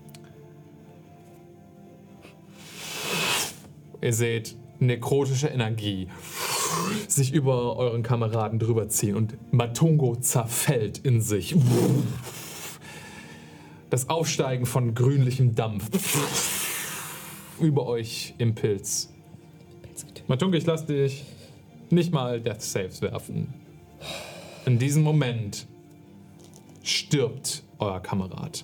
Ihr seht nekrotische Energie sich über euren Kameraden drüber ziehen und Matungo zerfällt in sich. Das Aufsteigen von grünlichem Dampf über euch im Pilz. Matungo, ich lass dich nicht mal Death Saves werfen. In diesem Moment stirbt euer Kamerad.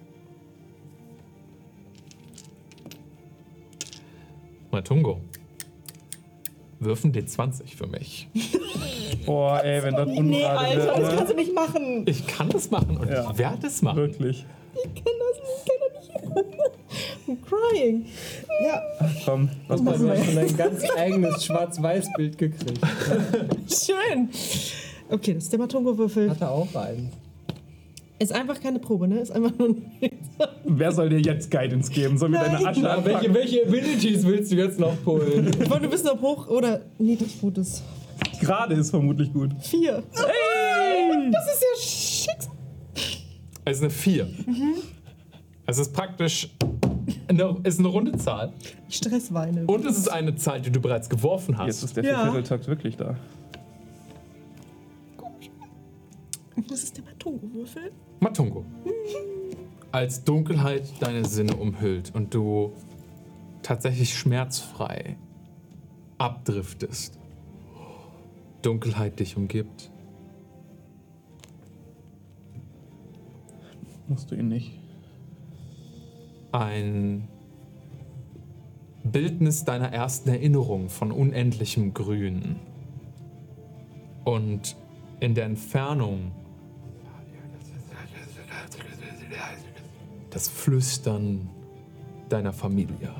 Matungo, würfen D20 für mich. Boah, ey, wenn das ungerade Nee, Alter, wird, das kannst du nicht machen. Ich kann das machen und Ja. ich werde es machen. Wirklich. Ich kann das nicht. I'm crying. Ja, Komm, was Du hast passiert? schon ein ganz eigenes Schwarz-Weiß-Bild gekriegt. schön. Okay, das ist der Matungo-Würfel. Hatte auch einen. Ist einfach keine Probe, ne? Ist einfach nur ein... Wer soll dir jetzt Guidance geben? Soll mir deine Asche Na, anpacken? welche Abilities willst du jetzt noch holen? Ich wollte wissen, ob hoch oder niedrig gut ist. Gerade ist vermutlich gut. 4. Hey! Das ist ja Schicksal. Es ist eine 4. Es ist praktisch ist eine runde Zahl. Ich stressweine. Und es ist eine Zahl, die du bereits geworfen hast. Jetzt ist der Ja. Vierteltakt wirklich da. Das ist der Matungo-Würfel. Matungo. Als Dunkelheit deine Sinne umhüllt und du tatsächlich schmerzfrei abdriftest, Dunkelheit dich umgibt. Musst du ihn nicht. Ein Bildnis deiner ersten Erinnerung von unendlichem Grün. Und in der Entfernung das Flüstern deiner Familie.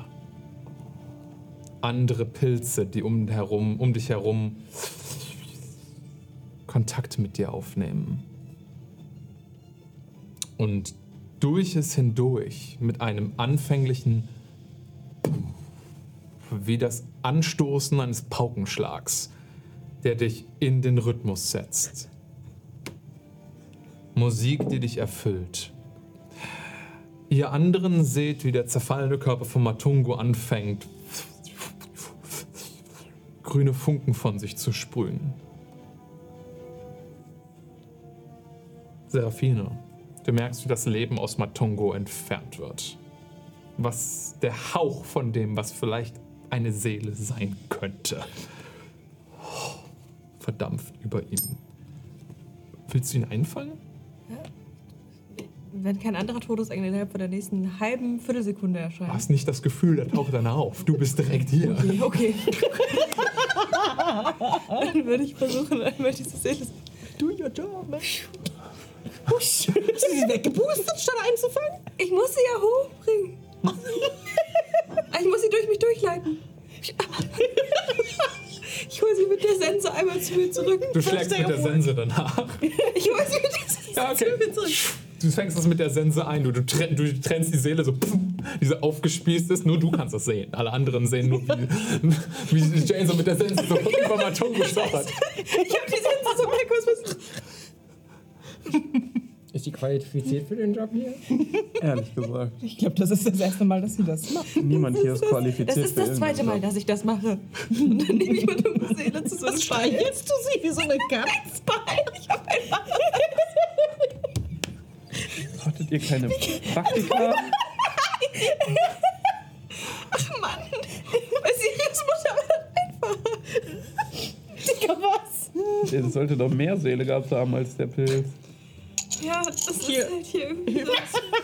Andere Pilze, die um dich herum Kontakt mit dir aufnehmen. Und durch es hindurch mit einem anfänglichen, wie das Anstoßen eines Paukenschlags, der dich in den Rhythmus setzt. Musik, die dich erfüllt. Ihr anderen seht, wie der zerfallene Körper von Matungo anfängt, grüne Funken von sich zu sprühen. Seraphine, du merkst, wie das Leben aus Matungo entfernt wird. Was der Hauch von dem, was vielleicht eine Seele sein könnte, verdampft über ihm. Willst du ihn einfangen? Wenn kein anderer Todesengel innerhalb von der nächsten halben Viertelsekunde Du erscheint. hast nicht das Gefühl, der taucht dann auf. Du bist direkt hier. Okay. Dann würde ich versuchen, einmal diese Seele. Do your job, man. Ist sie weggeboostet, statt einzufangen? Ich muss sie ja hochbringen. Ich muss sie durch mich durchleiten. Ich hole sie mit der Sense einmal zu mir zurück. Du schlägst mit der Sense danach. Ich hole sie mit der Sense Ja, okay. zu mir zurück. Du fängst das mit der Sense ein. Du trennst die Seele so, diese aufgespießt ist. Nur du kannst das sehen. Alle anderen sehen nur, wie Jane so mit der Sense so über Matungo stochert. Ich hab die Sense so weg, was Ist die qualifiziert für den Job hier? Ehrlich gesagt. Ich glaube, das ist das erste Mal, dass sie das macht. Niemand hier ist qualifiziert. Das ist für das zweite Mal, irgendeinen dass ich das mache. Und dann nehme ich meine Seele zu so einem Stein. Jetzt du sie wie so eine Katze. Ich hab einfach. Job. Hattet ihr keine Praktika? Ach Mann. Bei Sirius Mutter war das einfacher. Digga, was? Der sollte doch mehr Seele gehabt haben als der Pilz. Ja, das ist halt hier irgendwie so.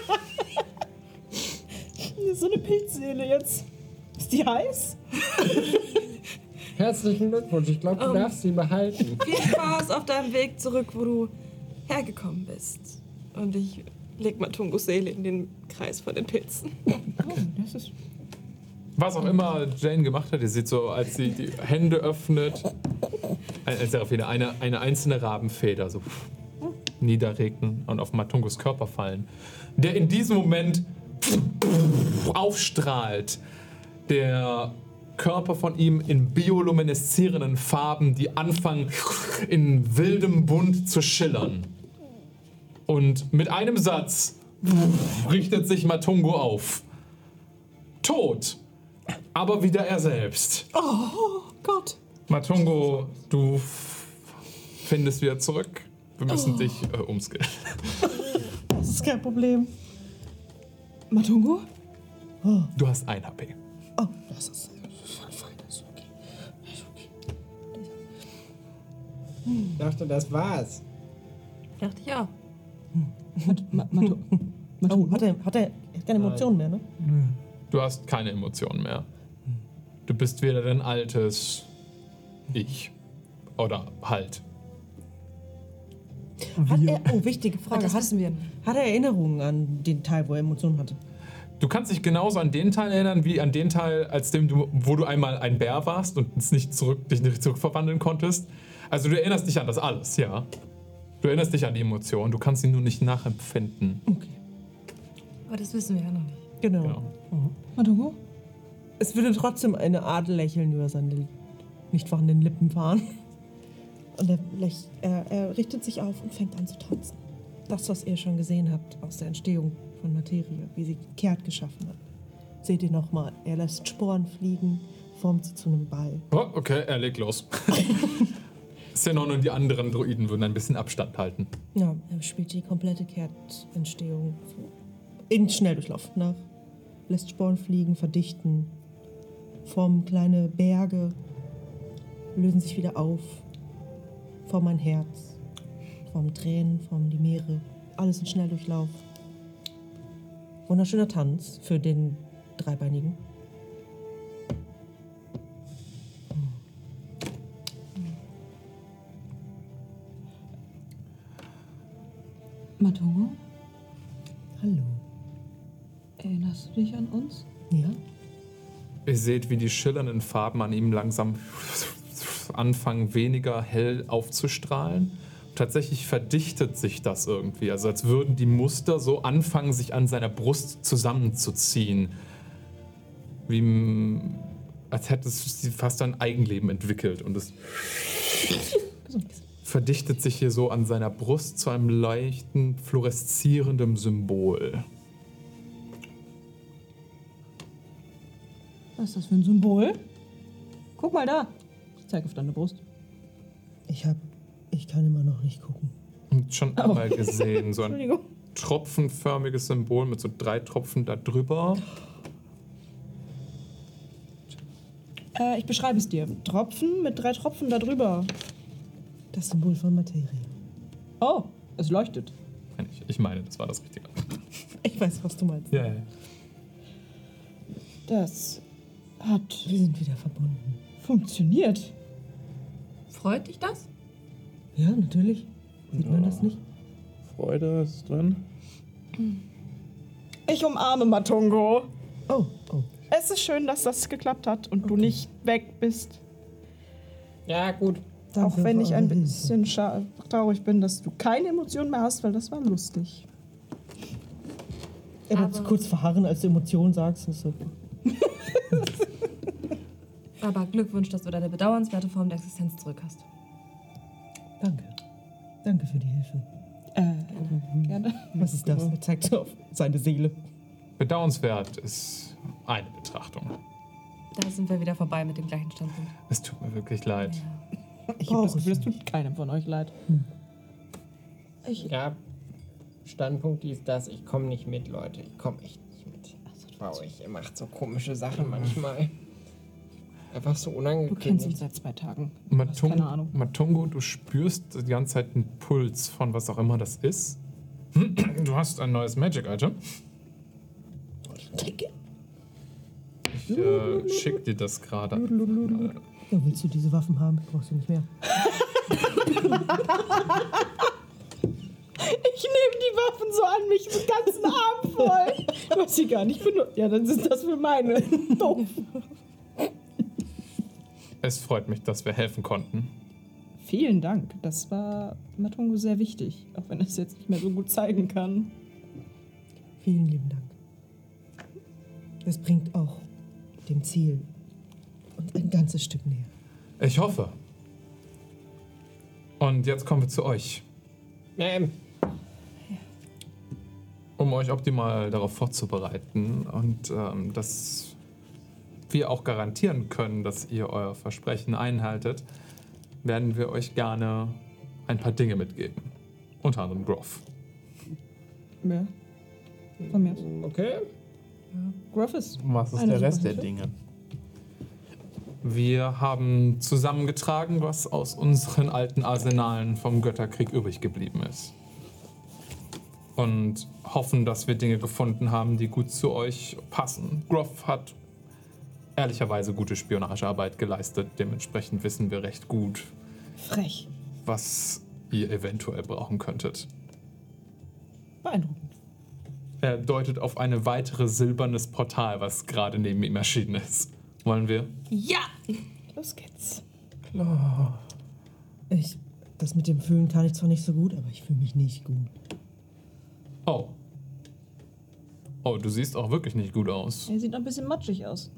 So eine Pilzseele jetzt. Ist die heiß? Herzlichen Glückwunsch. Ich glaube, du darfst sie behalten. Viel Spaß auf deinem Weg zurück, wo du hergekommen bist. Und ich leg Matungos Seele in den Kreis von den Pilzen. Oh, das ist. Was auch immer Jane gemacht hat, ihr seht so, als sie die Hände öffnet, Seraphine, eine einzelne Rabenfeder so niederregnen und auf Matungos Körper fallen, der in diesem Moment aufstrahlt. Der Körper von ihm in biolumineszierenden Farben, die anfangen in wildem Bunt zu schillern. Und mit einem Satz richtet sich Matungo auf. Tot, aber wieder er selbst. Oh Gott. Matungo, du findest wieder zurück. Wir müssen dich umskillen. Das ist kein Problem. Matungo? Oh. Du hast 1 HP. Oh, das ist fein. Das ist okay. Ich dachte, das war's. Dachte ich auch. Oh, hat er keine Emotionen mehr, ne? Du hast keine Emotionen mehr. Du bist wieder dein altes Ich. Oder halt. Wichtige Frage. Das wissen wir. Hat er Erinnerungen an den Teil, wo er Emotionen hatte? Du kannst dich genauso an den Teil erinnern, wie an den Teil, wo du einmal ein Bär warst und dich nicht zurückverwandeln konntest. Also du erinnerst dich an das alles, ja. Du erinnerst dich an die Emotionen, du kannst sie nur nicht nachempfinden. Okay. Aber das wissen wir ja noch nicht. Genau. Matungo? Es würde trotzdem eine Art Lächeln über seine nicht vorhandenen Lippen fahren. Und er richtet sich auf und fängt an zu tanzen. Das, was ihr schon gesehen habt aus der Entstehung von Materie, wie sie Kehrt geschaffen hat. Seht ihr nochmal, er lässt Sporen fliegen, formt sie zu einem Ball. Oh, okay, er legt los. Xenon und die anderen Droiden würden ein bisschen Abstand halten. Ja, er spielt die komplette Kehrt-Entstehung in Schnelldurchlauf nach. Lässt Sporen fliegen, verdichten, formen kleine Berge, lösen sich wieder auf, formen ein Herz, formen Tränen, formen die Meere. Alles in Schnelldurchlauf. Wunderschöner Tanz für den Dreibeinigen. Matungo? Hallo. Erinnerst du dich an uns? Ja? Ihr seht, wie die schillernden Farben an ihm langsam anfangen, weniger hell aufzustrahlen. Tatsächlich verdichtet sich das irgendwie, also als würden die Muster so anfangen, sich an seiner Brust zusammenzuziehen. Wie als hätte es fast ein Eigenleben entwickelt und es verdichtet sich hier so an seiner Brust zu einem leichten, fluoreszierenden Symbol. Was ist das für ein Symbol? Guck mal da. Ich zeig auf deine Brust. Ich kann immer noch nicht gucken. Und schon einmal gesehen, so ein Entschuldigung. tropfenförmiges Symbol mit so 3 Tropfen da drüber. Ich beschreibe es dir. Tropfen mit 3 Tropfen da drüber. Das Symbol von Materie. Oh, es leuchtet. Ich meine, das war das Richtige. Ich weiß, was du meinst. Ja. Das hat... Wir sind wieder verbunden. Funktioniert. Freut dich das? Ja, natürlich. Sieht man das nicht? Freude ist drin. Ich umarme Matungo. Oh. Es ist schön, dass das geklappt hat und du nicht weg bist. Ja, gut. Danke Auch wenn für ich ein eure bisschen traurig bin, dass du keine Emotionen mehr hast, weil das war lustig. Er wird kurz verharren, als du Emotionen sagst. So. Aber Glückwunsch, dass du deine bedauernswerte Form der Existenz zurück hast. Danke. Danke für die Hilfe. Gerne. Was ist das? Er zeigt so auf seine Seele. Bedauernswert ist eine Betrachtung. Da sind wir wieder vorbei mit dem gleichen Standpunkt. Es tut mir wirklich leid. Ich habe das Gefühl, es tut keinem von euch leid. Ja, Standpunkt ist das, ich komme nicht mit, Leute. Ich komme echt nicht mit. Wow, ihr macht so komische Sachen manchmal. Einfach so Du unangekündigt. kennst uns seit 2 Tagen. Du hast keine Ahnung. Matungo, du spürst die ganze Zeit einen Puls von was auch immer das ist. Du hast ein neues Magic-Item. Ich schick dir das gerade. Ja, willst du diese Waffen haben? Brauchst du nicht mehr. Ich nehme die Waffen so an mich den ganzen Abend voll. Du hast sie gar nicht benutzt. Ja, dann ist das für meine. Doof. Es freut mich, dass wir helfen konnten. Vielen Dank. Das war Matungo sehr wichtig, auch wenn er es jetzt nicht mehr so gut zeigen kann. Vielen lieben Dank. Das bringt auch dem Ziel und ein ganzes Stück näher. Ich hoffe. Und jetzt kommen wir zu euch. Um euch optimal darauf vorzubereiten und dass wir auch garantieren können, dass ihr euer Versprechen einhaltet, werden wir euch gerne ein paar Dinge mitgeben. Unter anderem Groff. Ja. Von mir aus. Okay. Ja. Groff ist. Was ist eine der Rest super der Hilfe. Dinge? Wir haben zusammengetragen, was aus unseren alten Arsenalen vom Götterkrieg übrig geblieben ist. Und hoffen, dass wir Dinge gefunden haben, die gut zu euch passen. Groff hat ehrlicherweise gute Spionagearbeit geleistet. Dementsprechend wissen wir recht gut, Frech. was ihr eventuell brauchen könntet. Beeindruckend. Er deutet auf ein weiteres silbernes Portal, was gerade neben ihm erschienen ist. Wollen wir? Ja! Los geht's. Klar. Das mit dem Fühlen kann ich zwar nicht so gut, aber ich fühle mich nicht gut. Oh. Oh, du siehst auch wirklich nicht gut aus. Er sieht noch ein bisschen matschig aus.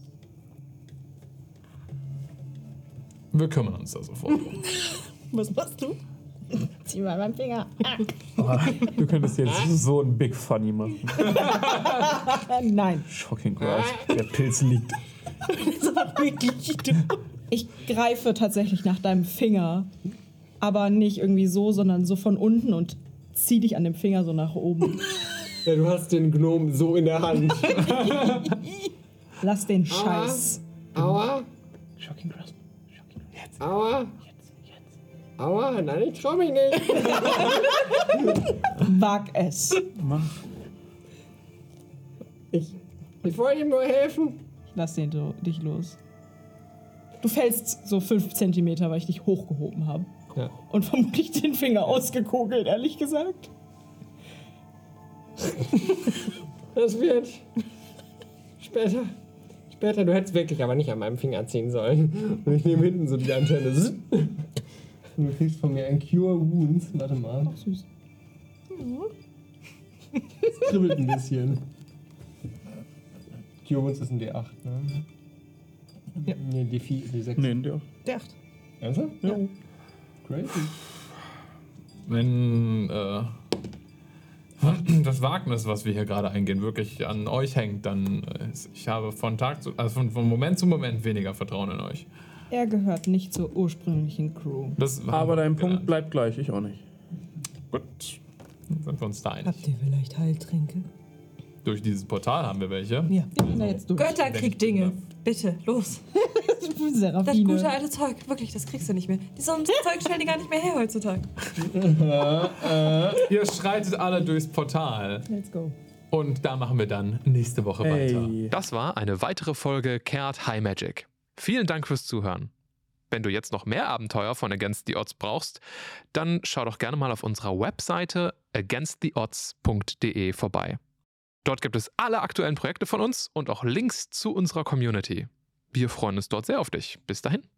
Wir kümmern uns da sofort drum. Was machst du? Zieh mal meinen Finger. Du könntest jetzt so ein Big Funny machen. Nein. Shocking Grasp. Der Pilz liegt. Das war wirklich dumm. Ich greife tatsächlich nach deinem Finger. Aber nicht irgendwie so, sondern so von unten und zieh dich an dem Finger so nach oben. Ja, du hast den Gnom so in der Hand. Lass den Scheiß. Aua. Shocking Grasp. Jetzt. Aua. Jetzt. Aua. Nein, ich trau mich nicht. Wag es. Mach. Ich wollte ihm nur helfen. Lass dich los. Du fällst so 5 Zentimeter, weil ich dich hochgehoben habe. Ja. Und vermutlich den Finger ausgekugelt, ehrlich gesagt. Das wird später. Später, du hättest wirklich aber nicht an meinem Finger ziehen sollen. Und ich nehme hinten so die Antenne. Du kriegst von mir ein Cure Wounds. Warte mal. Ach, süß. Es kribbelt ein bisschen. Cure Wounds ist ein D8, ne? Ja. Nee, D6. Nee, der. Der 8. Ernsthaft? Ja. Crazy. Wenn das Wagnis, was wir hier gerade eingehen, wirklich an euch hängt, dann ich habe von Moment zu Moment weniger Vertrauen in euch. Er gehört nicht zur ursprünglichen Crew. Aber dein Punkt bleibt gleich, ich auch nicht. Gut, dann sind wir uns da einig. Habt ihr vielleicht Heiltränke? Durch dieses Portal haben wir welche. Ja. Ich bin da jetzt durch. Götterkrieg-Dinge. Bitte, los. Das Seraphine. gute alte Zeug, wirklich, das kriegst du nicht mehr. So ein Zeug stellen die gar nicht mehr her heutzutage. Ihr schreitet alle durchs Portal. Let's go. Und da machen wir dann nächste Woche weiter. Hey. Das war eine weitere Folge Cared High Magic. Vielen Dank fürs Zuhören. Wenn du jetzt noch mehr Abenteuer von Against the Odds brauchst, dann schau doch gerne mal auf unserer Webseite againsttheodds.de vorbei. Dort gibt es alle aktuellen Projekte von uns und auch Links zu unserer Community. Wir freuen uns dort sehr auf dich. Bis dahin.